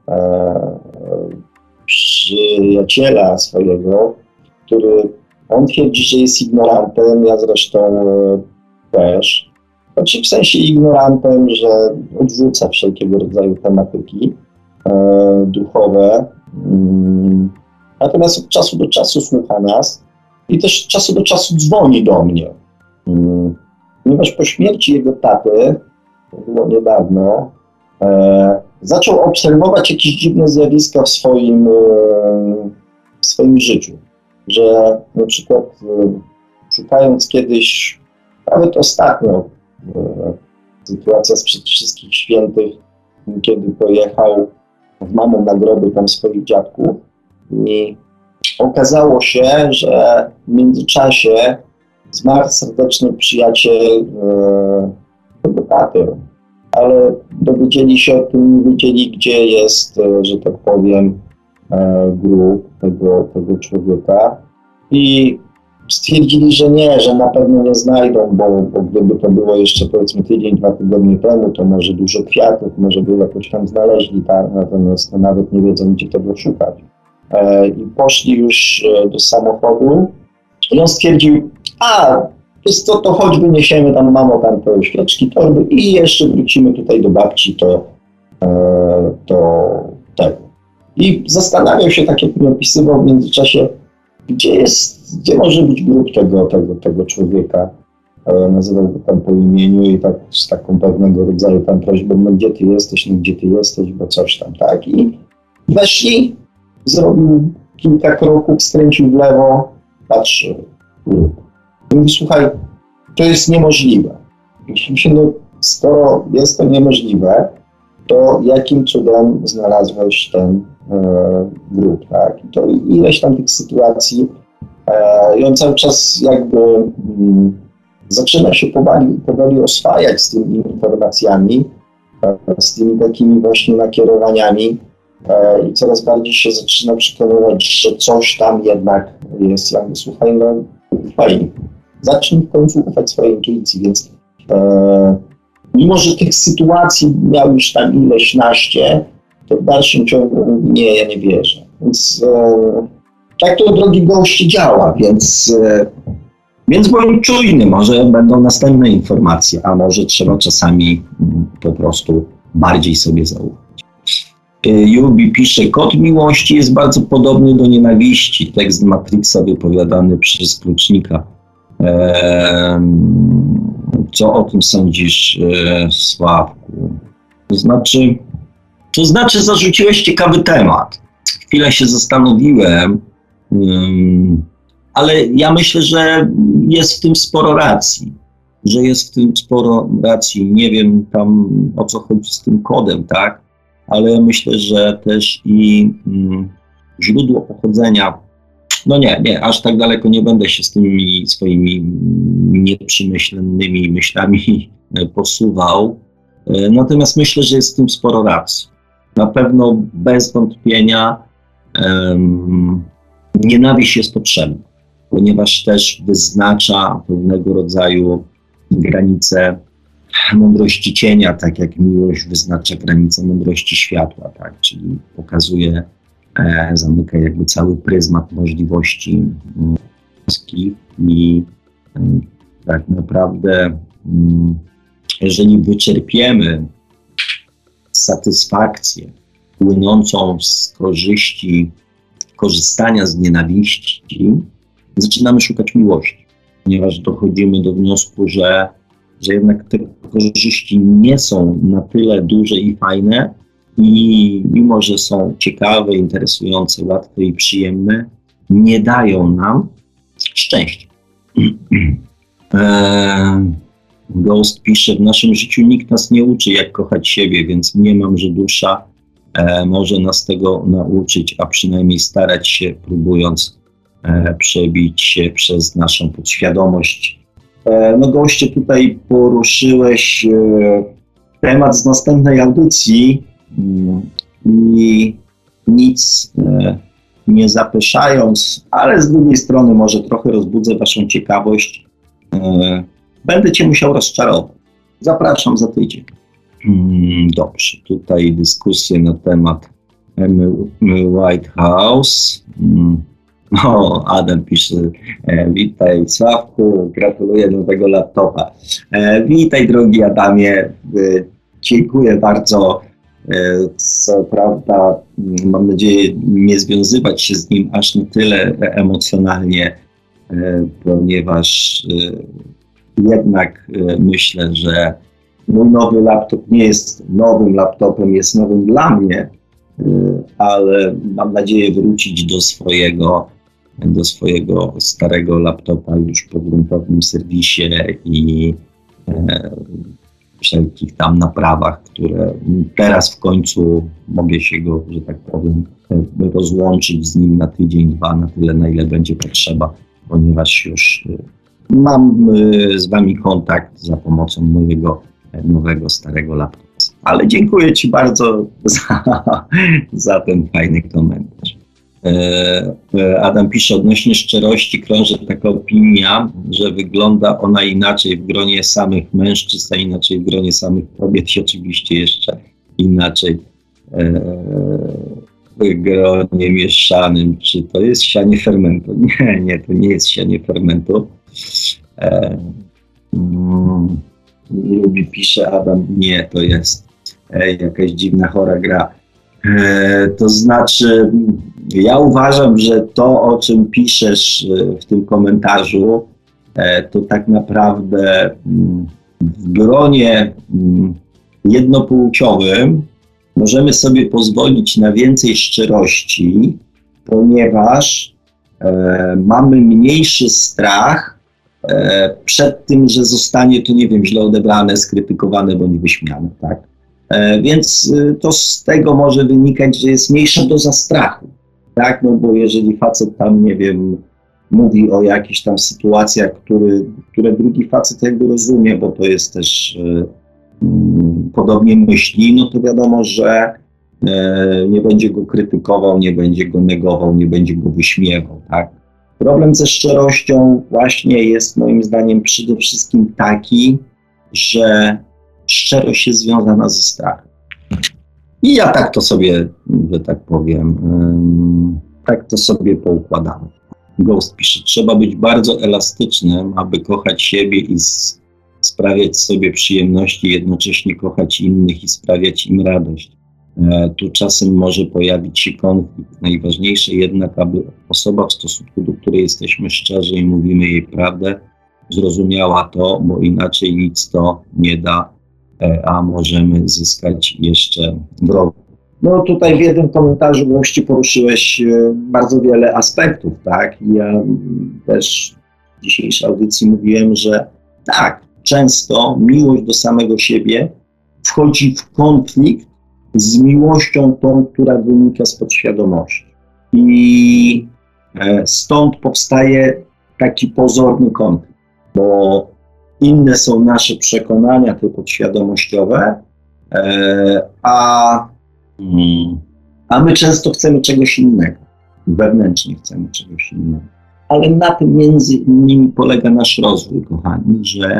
przyjaciela swojego, który on twierdzi, że jest ignorantem, ja zresztą też. Znaczy w sensie ignorantem, że odrzuca wszelkiego rodzaju tematyki duchowe. Natomiast od czasu do czasu słucha nas i też od czasu do czasu dzwoni do mnie. Ponieważ po śmierci jego taty, to było niedawno, zaczął obserwować jakieś dziwne zjawiska w swoim życiu. Że na przykład szukając kiedyś, nawet ostatnio, sytuacja sprzed wszystkich świętych, kiedy pojechał z mamą na groby tam swoich dziadków i okazało się, że w międzyczasie zmarł serdeczny przyjaciel tego taty, ale dowiedzieli się o tym, nie wiedzieli, gdzie jest, że tak powiem, grób tego człowieka i stwierdzili, że nie, że na pewno nie znajdą, bo gdyby to było jeszcze powiedzmy tydzień, 2 tygodnie temu, to może dużo kwiatów, może by jakoś tam znaleźli, tak? Natomiast nawet nie wiedzą, gdzie tego szukać. I poszli już do samochodu i on stwierdził, jest to chodź wyniesiemy tam, mamo, tam te świeczki, torby i jeszcze wrócimy tutaj do babci, to tego. I zastanawiał się, tak jak mi opisywał w międzyczasie, gdzie może być grób tego człowieka. Nazywał go tam po imieniu i tak z taką pewnego rodzaju tam prośbą, no gdzie ty jesteś, bo coś tam, tak. I weszli, zrobił kilka kroków, skręcił w lewo, patrzy, grób. I mówi, słuchaj, to jest niemożliwe. Myślę się, no skoro jest to niemożliwe, to jakim cudem znalazłeś ten grób, tak? I to ileś tam tych sytuacji i on cały czas jakby zaczyna się powoli oswajać z tymi informacjami, z tymi takimi właśnie nakierowaniami i coraz bardziej się zaczyna przekonywać, że coś tam jednak jest. Ja mówię, słuchaj, no ufaj, zacznij w końcu ufać swojej intuicji, więc mimo, że tych sytuacji miał już tam ileś naście, to w dalszym ciągu nie, ja nie wierzę. Więc tak to, drogi goście, działa, więc bądź czujny, może będą następne informacje, a może trzeba czasami po prostu bardziej sobie zaufać. Jubi pisze, kod miłości jest bardzo podobny do nienawiści. Tekst Matrixa wypowiadany przez Klucznika. Co o tym sądzisz, Sławku? To znaczy zarzuciłeś ciekawy temat. Chwilę się zastanowiłem, ale ja myślę, że jest w tym sporo racji. Nie wiem tam, o co chodzi z tym kodem, tak? Ale myślę, że też i źródło pochodzenia, no nie, aż tak daleko nie będę się z tymi swoimi nieprzemyślanymi myślami posuwał. Natomiast myślę, że jest w tym sporo racji. Na pewno bez wątpienia nienawiść jest potrzebna, ponieważ też wyznacza pewnego rodzaju granice mądrości cienia, tak jak miłość wyznacza granice mądrości światła, tak? Czyli pokazuje, zamyka jakby cały pryzmat możliwości ludzkich i tak naprawdę jeżeli wyczerpiemy satysfakcję płynącą z korzyści korzystania z nienawiści, zaczynamy szukać miłości, ponieważ dochodzimy do wniosku, że jednak te korzyści nie są na tyle duże i fajne i mimo, że są ciekawe, interesujące, łatwe i przyjemne, nie dają nam szczęścia. Ghost pisze, w naszym życiu nikt nas nie uczy, jak kochać siebie, więc mniemam, że dusza może nas tego nauczyć, a przynajmniej starać się, próbując przebić się przez naszą podświadomość. No goście, tutaj poruszyłeś temat z następnej audycji i nic nie zapyszając, ale z drugiej strony może trochę rozbudzę waszą ciekawość. Będę cię musiał rozczarować. Zapraszam za tydzień. Dobrze, tutaj dyskusje na temat White House. O, Adam pisze, witaj Sławku, gratuluję nowego laptopa. Witaj drogi Adamie, dziękuję bardzo. Co prawda, mam nadzieję nie związywać się z nim aż na tyle emocjonalnie, ponieważ jednak myślę, że mój nowy laptop nie jest nowym laptopem, jest nowym dla mnie, ale mam nadzieję wrócić do swojego starego laptopa już po gruntownym serwisie i wszelkich tam naprawach, które teraz w końcu mogę się go, że tak powiem, rozłączyć z nim na tydzień, dwa, na tyle, na ile będzie potrzeba, ponieważ już mam z wami kontakt za pomocą mojego nowego, starego laptopa. Ale dziękuję ci bardzo za ten fajny komentarz. Adam pisze, odnośnie szczerości krąży taka opinia, że wygląda ona inaczej w gronie samych mężczyzn, a inaczej w gronie samych kobiet i oczywiście jeszcze inaczej w gronie mieszanym. Czy to jest sianie fermentu? Nie, to nie jest sianie fermentu. Lubi, pisze Adam, nie, to jest jakaś dziwna, chora gra. To znaczy, ja uważam, że to, o czym piszesz w tym komentarzu, to tak naprawdę w gronie jednopłciowym możemy sobie pozwolić na więcej szczerości, ponieważ mamy mniejszy strach przed tym, że zostanie to, nie wiem, źle odebrane, skrytykowane bądź wyśmiane, tak? Więc to z tego może wynikać, że jest mniejsza doza strachu, tak? No bo jeżeli facet tam, nie wiem, mówi o jakichś tam sytuacjach, które drugi facet jakby rozumie, bo to jest też podobnie myśli, no to wiadomo, że nie będzie go krytykował, nie będzie go negował, nie będzie go wyśmiewał, tak? Problem ze szczerością właśnie jest moim zdaniem przede wszystkim taki, że szczerość jest związana ze strachem. I ja tak to sobie, że tak powiem, tak to sobie poukładałem. Ghost pisze, trzeba być bardzo elastycznym, aby kochać siebie i sprawiać sobie przyjemności, jednocześnie kochać innych i sprawiać im radość. Tu czasem może pojawić się konflikt. Najważniejsze jednak, aby osoba, w stosunku do której jesteśmy szczerzy i mówimy jej prawdę, zrozumiała to, bo inaczej nic to nie da, a możemy zyskać jeszcze wrogów. No tutaj w jednym komentarzu gości poruszyłeś bardzo wiele aspektów, tak? I ja też w dzisiejszej audycji mówiłem, że tak, często miłość do samego siebie wchodzi w konflikt z miłością tą, która wynika z podświadomości. I stąd powstaje taki pozorny konflikt, bo inne są nasze przekonania, te podświadomościowe, a my często chcemy czegoś innego. Wewnętrznie chcemy czegoś innego. Ale na tym między innymi polega nasz rozwój, kochani,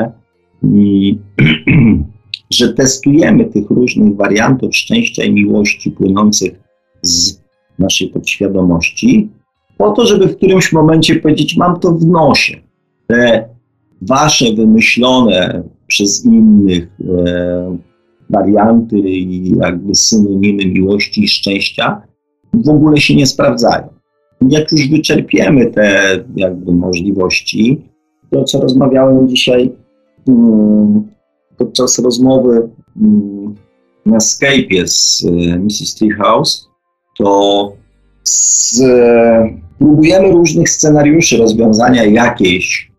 że testujemy tych różnych wariantów szczęścia i miłości płynących z naszej podświadomości, po to, żeby w którymś momencie powiedzieć, mam to w nosie. Te wasze wymyślone przez innych warianty i jakby synonimy miłości i szczęścia w ogóle się nie sprawdzają. Jak już wyczerpiemy te jakby możliwości, to co rozmawiałem dzisiaj podczas rozmowy na Skype'ie z Mrs. Treehouse, to próbujemy różnych scenariuszy rozwiązania jakiejś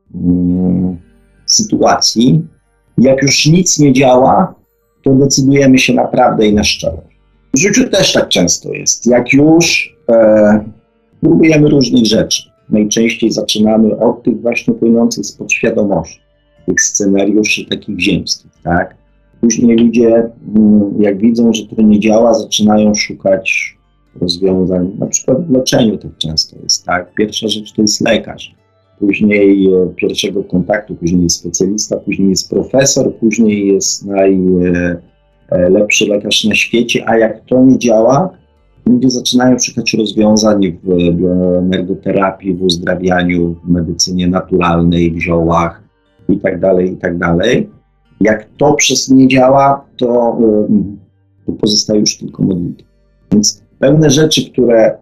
sytuacji. Jak już nic nie działa, to decydujemy się na prawdę i na szczerość. W życiu też tak często jest. Jak już próbujemy różnych rzeczy, najczęściej zaczynamy od tych właśnie płynących z podświadomości, tych scenariuszy takich ziemskich, tak? Później ludzie, jak widzą, że to nie działa, zaczynają szukać rozwiązań, na przykład w leczeniu tak często jest, tak? Pierwsza rzecz to jest lekarz, później pierwszego kontaktu, później jest specjalista, później jest profesor, później jest najlepszy lekarz na świecie, a jak to nie działa, ludzie zaczynają szukać rozwiązań w energoterapii, w uzdrawianiu, w medycynie naturalnej, w ziołach i tak dalej, i tak dalej. Jak to przez nie działa, to pozostaje już tylko modlitwa. Więc pewne rzeczy, które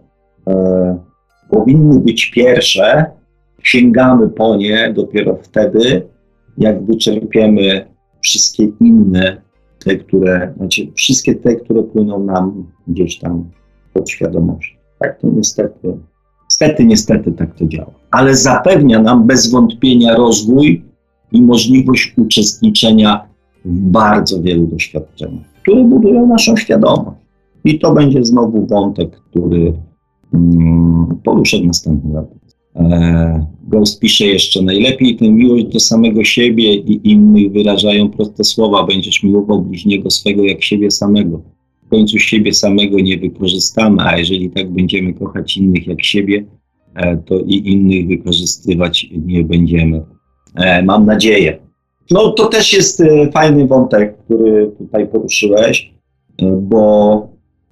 powinny być pierwsze, sięgamy po nie dopiero wtedy, jak wyczerpiemy wszystkie inne, wszystkie te, które płyną nam gdzieś tam pod świadomością. Tak to niestety tak to działa. Ale zapewnia nam bez wątpienia rozwój i możliwość uczestniczenia w bardzo wielu doświadczeniach, które budują naszą świadomość. I to będzie znowu wątek, który poruszę w następnym roku. Ghost pisze jeszcze: najlepiej tę miłość do samego siebie i innych wyrażają proste słowa. Będziesz miłował bliźniego swego jak siebie samego. W końcu siebie samego nie wykorzystamy, a jeżeli tak będziemy kochać innych jak siebie, to i innych wykorzystywać nie będziemy. Mam nadzieję. No to też jest fajny wątek, który tutaj poruszyłeś, bo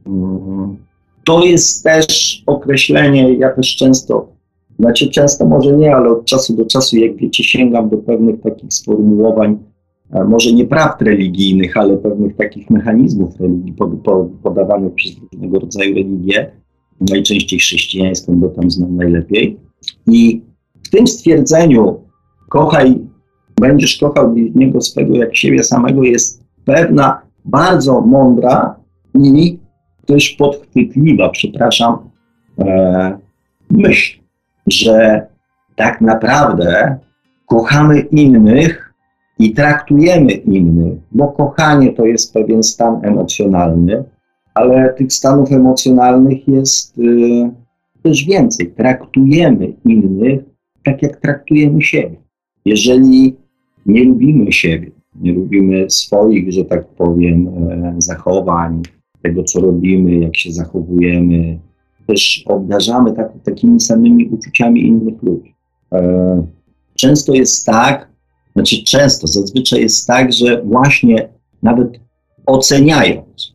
to jest też określenie, ja też często może nie, ale od czasu do czasu, jak wiecie, sięgam do pewnych takich sformułowań, może nie prawd religijnych, ale pewnych takich mechanizmów religii podawanych przez różnego rodzaju religie, najczęściej chrześcijańską, bo tam znam najlepiej. I w tym stwierdzeniu będziesz kochał bliźniego swego jak siebie samego, jest pewna, bardzo mądra i też podchwytliwa, myśl, że tak naprawdę kochamy innych i traktujemy innych, bo kochanie to jest pewien stan emocjonalny, ale tych stanów emocjonalnych jest też więcej. Traktujemy innych tak, jak traktujemy siebie. Jeżeli nie lubimy siebie, nie lubimy swoich, że tak powiem, zachowań, tego, co robimy, jak się zachowujemy, też obdarzamy takimi samymi uczuciami innych ludzi. Często jest tak, zazwyczaj jest tak, że właśnie nawet oceniając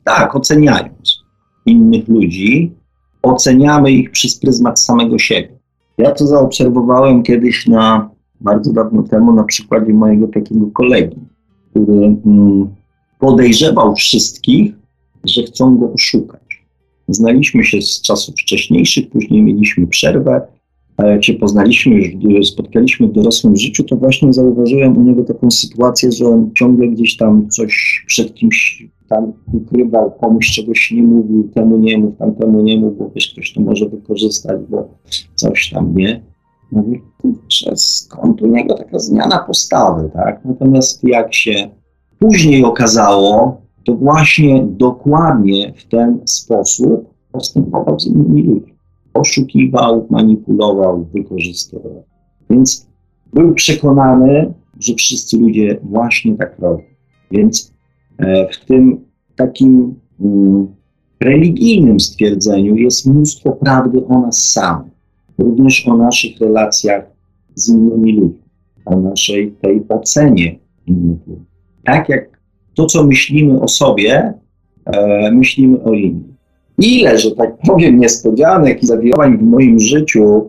innych ludzi, oceniamy ich przez pryzmat samego siebie. Ja to zaobserwowałem kiedyś bardzo dawno temu na przykładzie mojego takiego kolegi, który podejrzewał wszystkich, że chcą go oszukać. Znaliśmy się z czasów wcześniejszych, później mieliśmy przerwę, a jak się poznaliśmy, już spotkaliśmy w dorosłym życiu, to właśnie zauważyłem u niego taką sytuację, że on ciągle gdzieś tam coś przed kimś tam ukrywał, komuś czegoś nie mówił, temu nie mów, tamtemu nie mów, bo wiesz, ktoś to może wykorzystać, bo coś tam, nie? Mówię, kurczę, skąd u niego taka zmiana postawy, tak? Natomiast jak się później okazało, to właśnie dokładnie w ten sposób postępował z innymi ludźmi. Oszukiwał, manipulował, wykorzystywał. Więc był przekonany, że wszyscy ludzie właśnie tak robią. Więc w tym takim religijnym stwierdzeniu jest mnóstwo prawdy o nas samych. Również o naszych relacjach z innymi ludźmi, o naszej tej ocenie innych ludzi. Tak jak to, co myślimy o sobie, myślimy o innych. Ile, że tak powiem, niespodzianek i zawirowań w moim życiu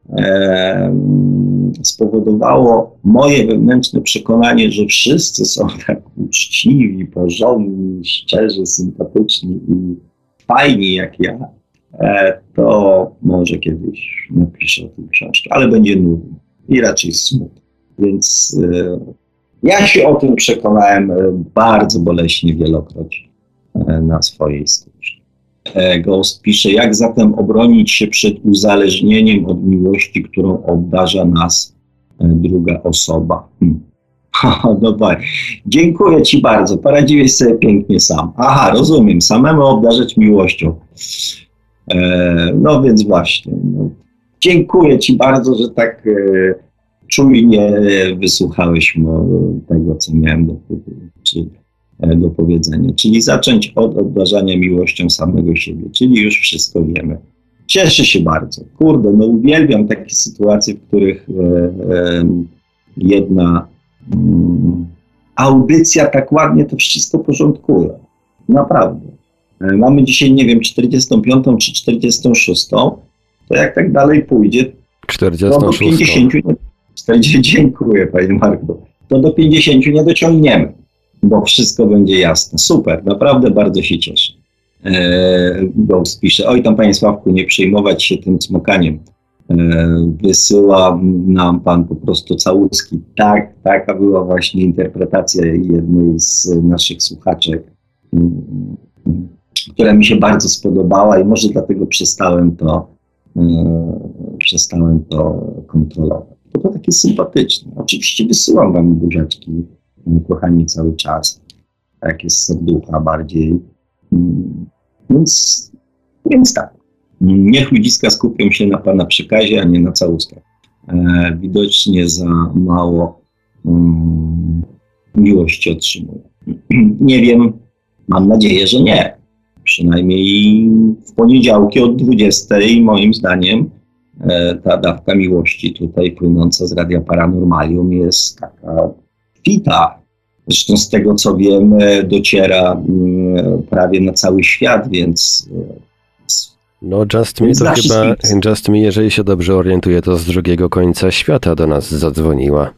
spowodowało moje wewnętrzne przekonanie, że wszyscy są tak uczciwi, porządni, szczerzy, sympatyczni i fajni jak ja, to może kiedyś napiszę o tym książkę, ale będzie nudno i raczej smutno. Więc ja się o tym przekonałem bardzo boleśnie wielokroć na swojej skórze. Ghost pisze: jak zatem obronić się przed uzależnieniem od miłości, którą obdarza nas druga osoba? Dobra. Dziękuję Ci bardzo. Poradziłeś sobie pięknie sam. Aha, rozumiem. Samemu obdarzać miłością. No więc właśnie. No. Dziękuję Ci bardzo, że tak czujnie wysłuchałeś tego, co miałem do powiedzenia. Czyli zacząć od obdarzania miłością samego siebie. Czyli już wszystko wiemy. Cieszę się bardzo. Kurde, no uwielbiam takie sytuacje, w których jedna audycja tak ładnie to wszystko porządkuje. Naprawdę. Mamy dzisiaj, nie wiem, 45. czy 46. To jak tak dalej pójdzie, 46. to do 50. Dziękuję, panie Marku. To do 50 nie dociągniemy, bo wszystko będzie jasne. Super, naprawdę bardzo się cieszę. Ghost pisze, oj tam panie Sławku, nie przejmować się tym cmokaniem. Wysyła nam pan po prostu całuski. Tak, taka była właśnie interpretacja jednej z naszych słuchaczek, która mi się bardzo spodobała i może dlatego przestałem to kontrolować. To takie sympatyczne. Oczywiście wysyłam wam buziaczki, kochani, cały czas. Tak jest serducha bardziej. Więc tak. Niech ludziska skupią się na pana przekazie, a nie na całuskach. Widocznie za mało miłości otrzymują. Nie wiem, mam nadzieję, że nie. Przynajmniej w poniedziałki od 20 moim zdaniem ta dawka miłości tutaj płynąca z Radia Paranormalium jest taka kwita. Zresztą z tego co wiem dociera prawie na cały świat, więc... No Just Me to chyba, Just Me, jeżeli się dobrze orientuję, to z drugiego końca świata do nas zadzwoniła.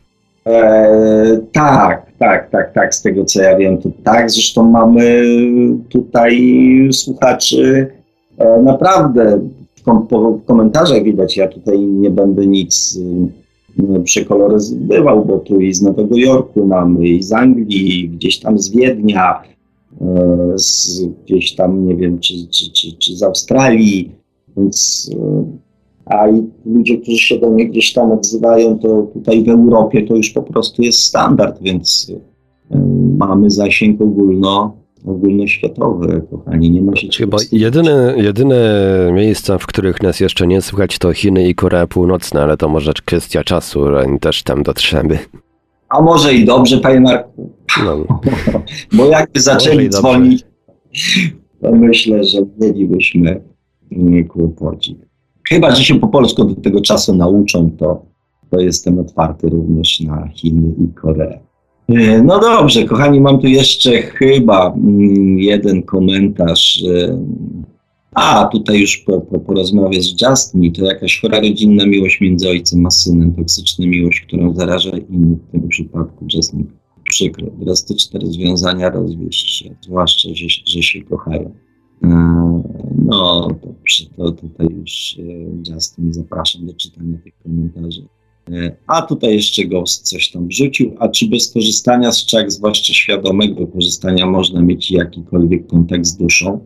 Tak, z tego co ja wiem, to tak. Zresztą mamy tutaj słuchaczy naprawdę w komentarzach widać, ja tutaj nie będę nic przekoloryzował, bo tu i z Nowego Jorku mamy, i z Anglii, gdzieś tam z Wiednia, gdzieś tam, nie wiem, czy z Australii, więc a i ludzie, którzy się do mnie gdzieś tam odzywają, to tutaj w Europie to już po prostu jest standard, więc mamy zasięg ogólnoświatowy, kochani, nie ma się chyba jedyne miejsca, w których nas jeszcze nie słychać, to Chiny i Korea Północna, ale to może kwestia czasu, że też tam dotrzemy. A może i dobrze, panie Marku. No. Bo jakby zaczęli dzwonić, to myślę, że mielibyśmy kłopocik. Chyba że się po polsku do tego czasu nauczą, to jestem otwarty również na Chiny i Koreę. No dobrze, kochani, mam tu jeszcze chyba jeden komentarz. Tutaj już po rozmowie z Just Me, to jakaś chora rodzinna miłość między ojcem a synem, toksyczna miłość, którą zaraża innych, w tym przypadku Just Me. Przykre, drastyczne rozwiązania, rozwieść się, zwłaszcza, że się kochają. No, to tutaj już Just Me, zapraszam do czytania tych komentarzy. A tutaj jeszcze Ghost coś tam wrzucił. A czy bez korzystania z czak, zwłaszcza świadomego korzystania, można mieć jakikolwiek kontakt z duszą?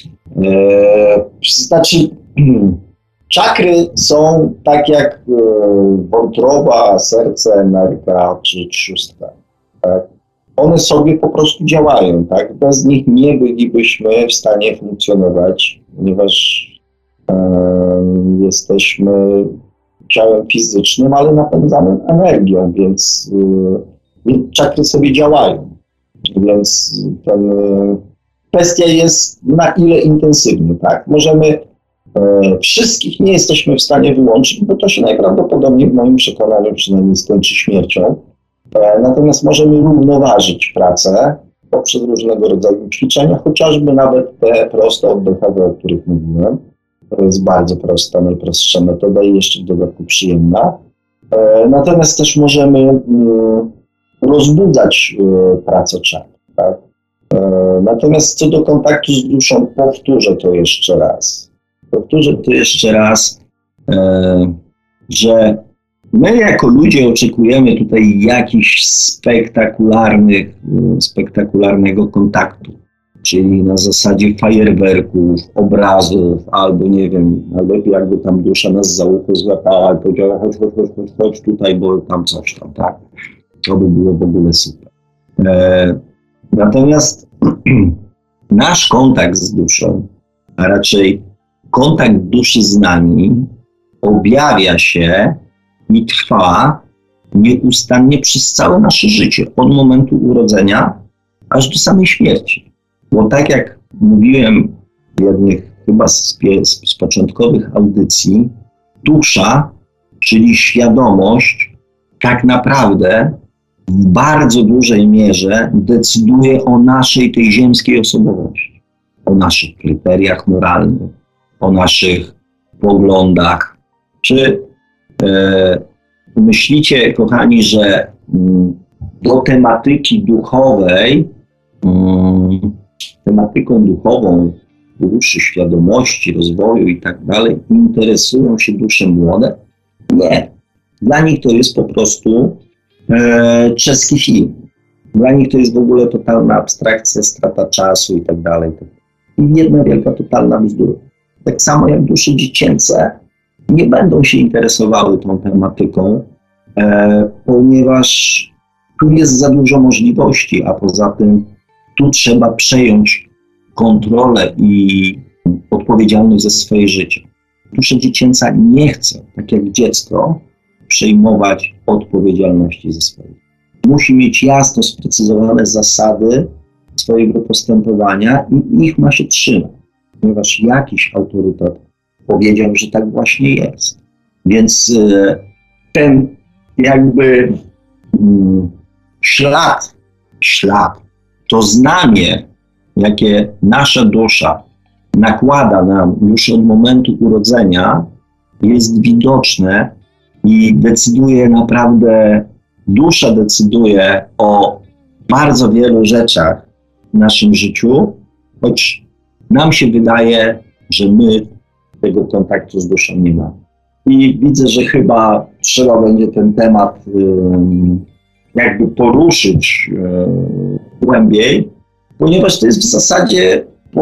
Znaczy, czakry są tak jak wątroba, serce, nerka czy trzustka. Tak? One sobie po prostu działają. Tak? Bez nich nie bylibyśmy w stanie funkcjonować, ponieważ jesteśmy ciałem fizycznym, ale napędzanym energią, więc czakry sobie działają. Więc kwestia jest na ile intensywnie, tak? Możemy wszystkich nie jesteśmy w stanie wyłączyć, bo to się najprawdopodobniej w moim przekonaniu przynajmniej skończy śmiercią. Natomiast możemy równoważyć pracę poprzez różnego rodzaju ćwiczenia, chociażby nawet te proste oddechowe, o których mówiłem. To jest bardzo prosta, najprostsza metoda i jeszcze w dodatku przyjemna. Natomiast też możemy rozbudzać pracę czakr, tak? Natomiast co do kontaktu z duszą, powtórzę to jeszcze raz, że my jako ludzie oczekujemy tutaj jakichś spektakularnego kontaktu, czyli na zasadzie fajerwerków, obrazów, albo nie wiem, najlepiej jakby tam dusza nas za ucho złapała i powiedziała chodź tutaj, bo tam coś tam, tak? To by było w ogóle super. Natomiast nasz kontakt z duszą, a raczej kontakt duszy z nami, objawia się i trwa nieustannie przez całe nasze życie, od momentu urodzenia aż do samej śmierci. Bo tak jak mówiłem w jednych chyba z początkowych audycji, dusza, czyli świadomość, tak naprawdę w bardzo dużej mierze decyduje o naszej tej ziemskiej osobowości, o naszych kryteriach moralnych, o naszych poglądach. Czy myślicie, kochani, że do tematyki duchowej, tematyką duchową duszy, świadomości, rozwoju i tak dalej, interesują się dusze młode? Nie. Dla nich to jest po prostu czeski film. Dla nich to jest w ogóle totalna abstrakcja, strata czasu i tak dalej. I jedna wielka, totalna bzdura. Tak samo jak dusze dziecięce nie będą się interesowały tą tematyką, ponieważ tu jest za dużo możliwości, a poza tym tu trzeba przejąć kontrolę i odpowiedzialność za swoje życie. Dusza dziecięca nie chce, tak jak dziecko, przejmować odpowiedzialności za swoje. Musi mieć jasno sprecyzowane zasady swojego postępowania i ich ma się trzymać, ponieważ jakiś autorytet powiedział, że tak właśnie jest. Więc ten jakby ślad, to znamie, jakie nasza dusza nakłada nam już od momentu urodzenia, jest widoczne i decyduje naprawdę, dusza decyduje o bardzo wielu rzeczach w naszym życiu, choć nam się wydaje, że my tego kontaktu z duszą nie mamy. I widzę, że chyba trzeba będzie ten temat jakby poruszyć głębiej, ponieważ to jest w zasadzie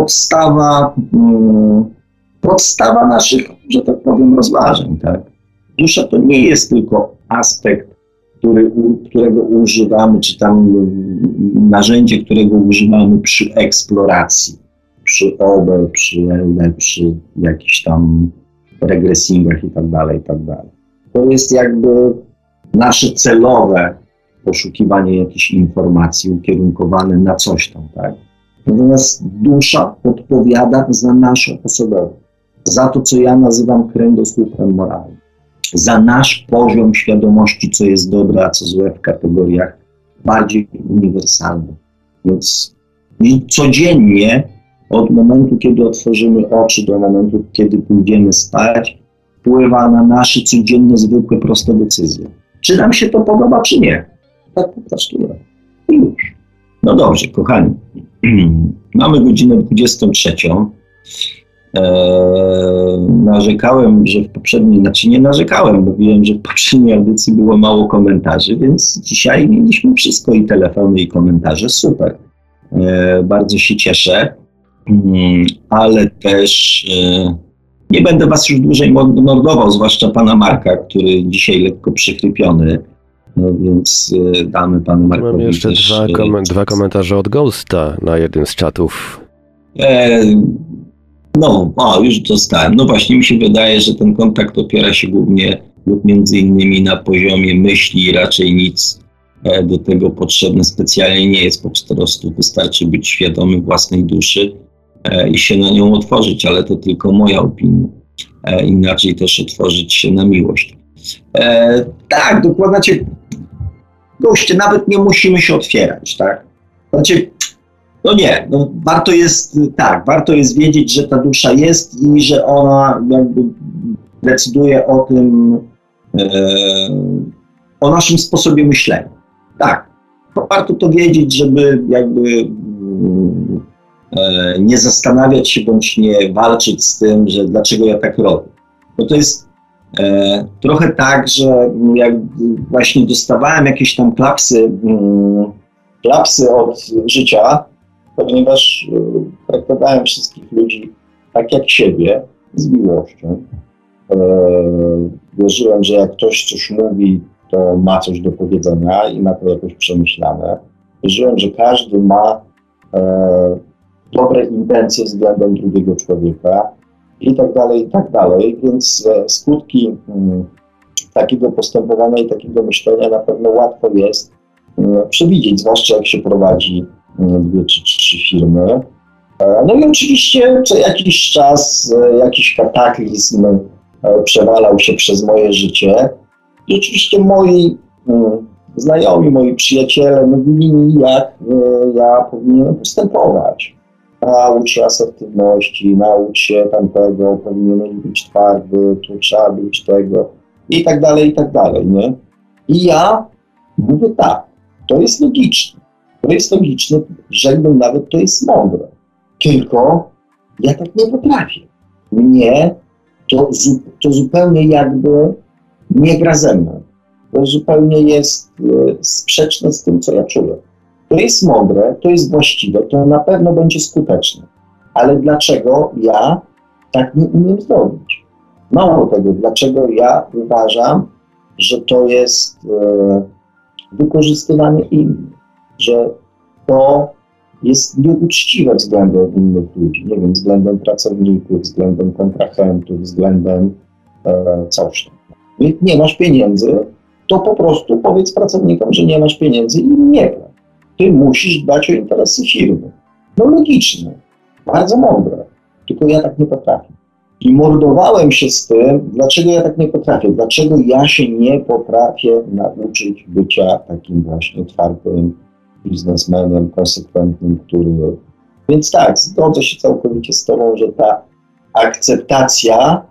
podstawa naszych, że tak powiem, rozważań. Tak? Dusza to nie jest tylko aspekt, którego używamy, czy tam narzędzie, którego używamy przy eksploracji, przy OB, przy LD, przy jakichś tam regresingach i tak dalej, i tak dalej. To jest jakby nasze celowe poszukiwanie jakichś informacji ukierunkowane na coś tam, tak? Natomiast dusza odpowiada za naszą osobowość, za to, co ja nazywam kręgosłupem moralnym, za nasz poziom świadomości, co jest dobre, a co złe w kategoriach bardziej uniwersalnych. Więc codziennie, od momentu, kiedy otworzymy oczy, do momentu, kiedy pójdziemy spać, wpływa na nasze codzienne, zwykłe, proste decyzje. Czy nam się to podoba, czy nie? Tak po prostu jest. I już. No dobrze, kochani. Mamy godzinę 23. Narzekałem, że w poprzedniej, nie narzekałem, mówiłem, że w poprzedniej audycji było mało komentarzy, więc dzisiaj mieliśmy wszystko, i telefony, i komentarze. Super. Bardzo się cieszę, ale też nie będę was już dłużej mordował, zwłaszcza pana Marka, który dzisiaj lekko przychrypiony. No więc damy panu Markowi. Mam jeszcze też, dwa komentarze od Ghosta na jednym z czatów. Już dostałem. No właśnie, mi się wydaje, że ten kontakt opiera się głównie lub między innymi na poziomie myśli, raczej nic do tego potrzebne specjalnie nie jest. Po prostu wystarczy być świadomy własnej duszy i się na nią otworzyć, ale to tylko moja opinia. Inaczej też otworzyć się na miłość. Tak, dokładnie. Goście, nawet nie musimy się otwierać, tak? Znaczy, warto jest wiedzieć, że ta dusza jest i że ona jakby decyduje o tym, o naszym sposobie myślenia. Tak, warto to wiedzieć, żeby jakby nie zastanawiać się bądź nie walczyć z tym, że dlaczego ja tak robię. Bo to jest trochę tak, że jak właśnie dostawałem jakieś tam klapsy od życia, ponieważ traktowałem wszystkich ludzi tak jak siebie, z miłością. Wierzyłem, że jak ktoś coś mówi, kto ma coś do powiedzenia i ma to jakoś przemyślane. Wierzyłem, że każdy ma dobre intencje względem drugiego człowieka i tak dalej, więc skutki takiego postępowania i takiego myślenia na pewno łatwo jest przewidzieć, zwłaszcza jak się prowadzi 2 czy 3 firmy. No i oczywiście co jakiś czas jakiś kataklizm przewalał się przez moje życie i oczywiście moi znajomi, moi przyjaciele mówili mi, jak ja powinienem postępować. Naucz się asertywności, naucz się tamtego, powinieneś być twardy, tu trzeba być tego i tak dalej, nie? I ja mówię tak, to jest logiczne, rzekłbym nawet, to jest mądre, tylko ja tak nie potrafię. Mnie to zupełnie jakby nie gra ze mną. To zupełnie jest sprzeczne z tym, co ja czuję. To jest mądre, to jest właściwe, to na pewno będzie skuteczne. Ale dlaczego ja tak nie umiem zrobić? Mało tego, dlaczego ja uważam, że to jest wykorzystywanie innych, że to jest nieuczciwe względem innych ludzi, nie wiem, względem pracowników, względem kontrahentów, względem coś. Nie masz pieniędzy, to po prostu powiedz pracownikom, że nie masz pieniędzy i im nie płać. Ty musisz dbać o interesy firmy. No logiczne, bardzo mądre, tylko ja tak nie potrafię. I mordowałem się z tym, dlaczego ja tak nie potrafię, dlaczego ja się nie potrafię nauczyć bycia takim właśnie twardym biznesmenem, konsekwentnym, który... Więc tak, zgodzę się całkowicie z tobą, że ta akceptacja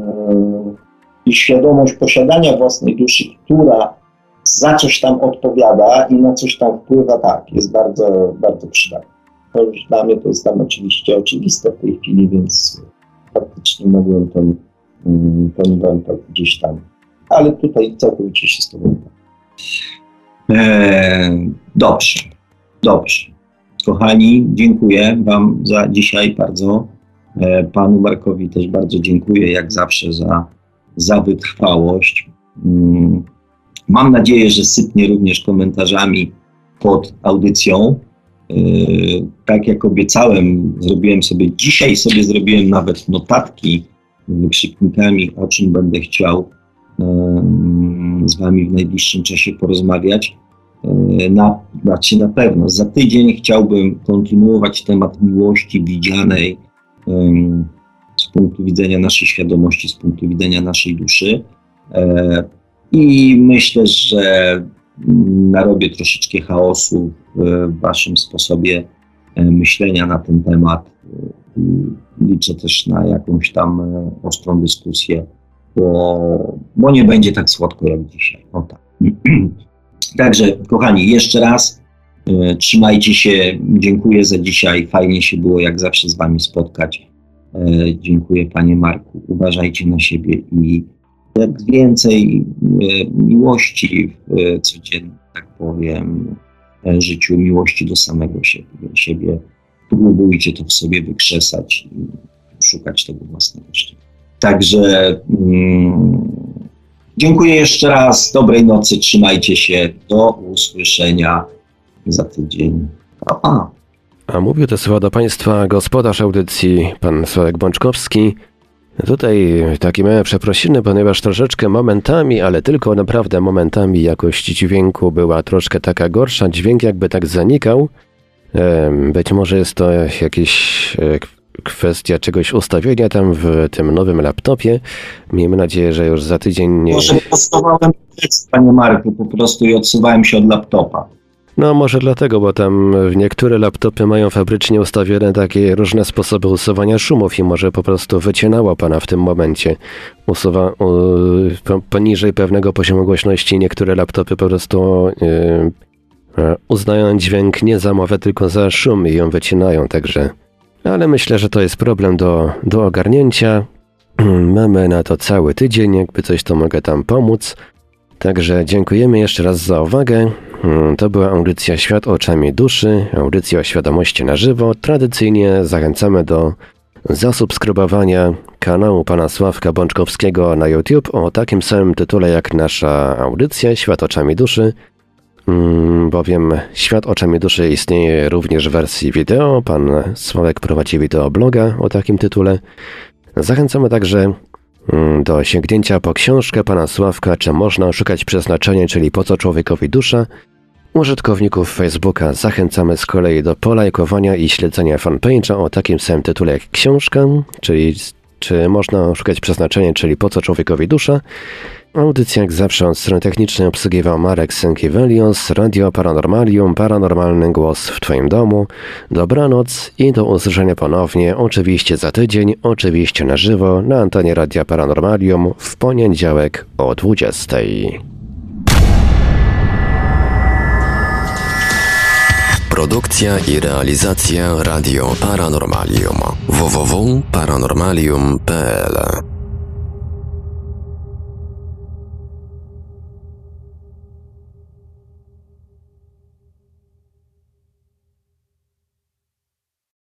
i świadomość posiadania własnej duszy, która za coś tam odpowiada i na coś tam wpływa, tak, jest bardzo, bardzo przydatna. To już dla mnie to jest tam oczywiście oczywiste w tej chwili, więc faktycznie mogłem ten wątek gdzieś tam, ale tutaj całkowicie się z tobą. Dobrze. Kochani, dziękuję wam za dzisiaj bardzo. Panu Markowi też bardzo dziękuję, jak zawsze, za wytrwałość. Mam nadzieję, że sypnie również komentarzami pod audycją. Tak jak obiecałem, dzisiaj zrobiłem nawet notatki z wykrzyknikami, o czym będę chciał z wami w najbliższym czasie porozmawiać. Na pewno za tydzień chciałbym kontynuować temat miłości widzianej z punktu widzenia naszej świadomości, z punktu widzenia naszej duszy. I myślę, że narobię troszeczkę chaosu w waszym sposobie myślenia na ten temat. Liczę też na jakąś tam ostrą dyskusję, bo nie będzie tak słodko jak dzisiaj. O tak. Także, kochani, jeszcze raz trzymajcie się. Dziękuję za dzisiaj. Fajnie się było jak zawsze z wami spotkać. Dziękuję, panie Marku. Uważajcie na siebie i jak więcej miłości w codziennym, tak powiem, życiu, miłości do samego siebie. Próbujcie to w sobie wykrzesać i szukać tego własnego szczęścia. Także dziękuję jeszcze raz. Dobrej nocy. Trzymajcie się. Do usłyszenia za tydzień. Pa. A mówił te słowa do państwa gospodarz audycji, pan Sławek Bączkowski. Tutaj takie małe przeprosiny, ponieważ troszeczkę momentami, ale tylko naprawdę momentami jakość dźwięku była troszkę taka gorsza. Dźwięk jakby tak zanikał. Być może jest to jakaś kwestia czegoś ustawienia tam w tym nowym laptopie. Miejmy nadzieję, że już za tydzień nie... Może postawałem tekst, panie Marku, po prostu i odsuwałem się od laptopa. No może dlatego, bo tam niektóre laptopy mają fabrycznie ustawione takie różne sposoby usuwania szumów i może po prostu wycinało pana w tym momencie. Poniżej pewnego poziomu głośności niektóre laptopy po prostu uznają dźwięk nie za mowę, tylko za szum i ją wycinają, także... Ale myślę, że to jest problem do ogarnięcia. Mamy na to cały tydzień, jakby coś to mogę tam pomóc. Także dziękujemy jeszcze raz za uwagę. To była audycja Świat oczami duszy, audycja o świadomości na żywo. Tradycyjnie zachęcamy do zasubskrybowania kanału pana Sławka Bączkowskiego na YouTube o takim samym tytule jak nasza audycja Świat oczami duszy, bowiem Świat oczami duszy istnieje również w wersji wideo. Pan Sławek prowadzi wideobloga o takim tytule. Zachęcamy także do sięgnięcia po książkę pana Sławka Czy można szukać przeznaczenia, czyli Po co człowiekowi dusza. Użytkowników Facebooka zachęcamy z kolei do polajkowania i śledzenia fanpage'a o takim samym tytule jak książka, czyli Czy można szukać przeznaczenia, czyli Po co człowiekowi dusza. Audycja jak zawsze od strony technicznej obsługiwał Marek Sękiewelios, Radio Paranormalium, paranormalny głos w Twoim domu. Dobranoc i do usłyszenia ponownie, oczywiście za tydzień, oczywiście na żywo, na antenie Radia Paranormalium w poniedziałek o 20. Produkcja i realizacja Radio Paranormalium. www.paranormalium.pl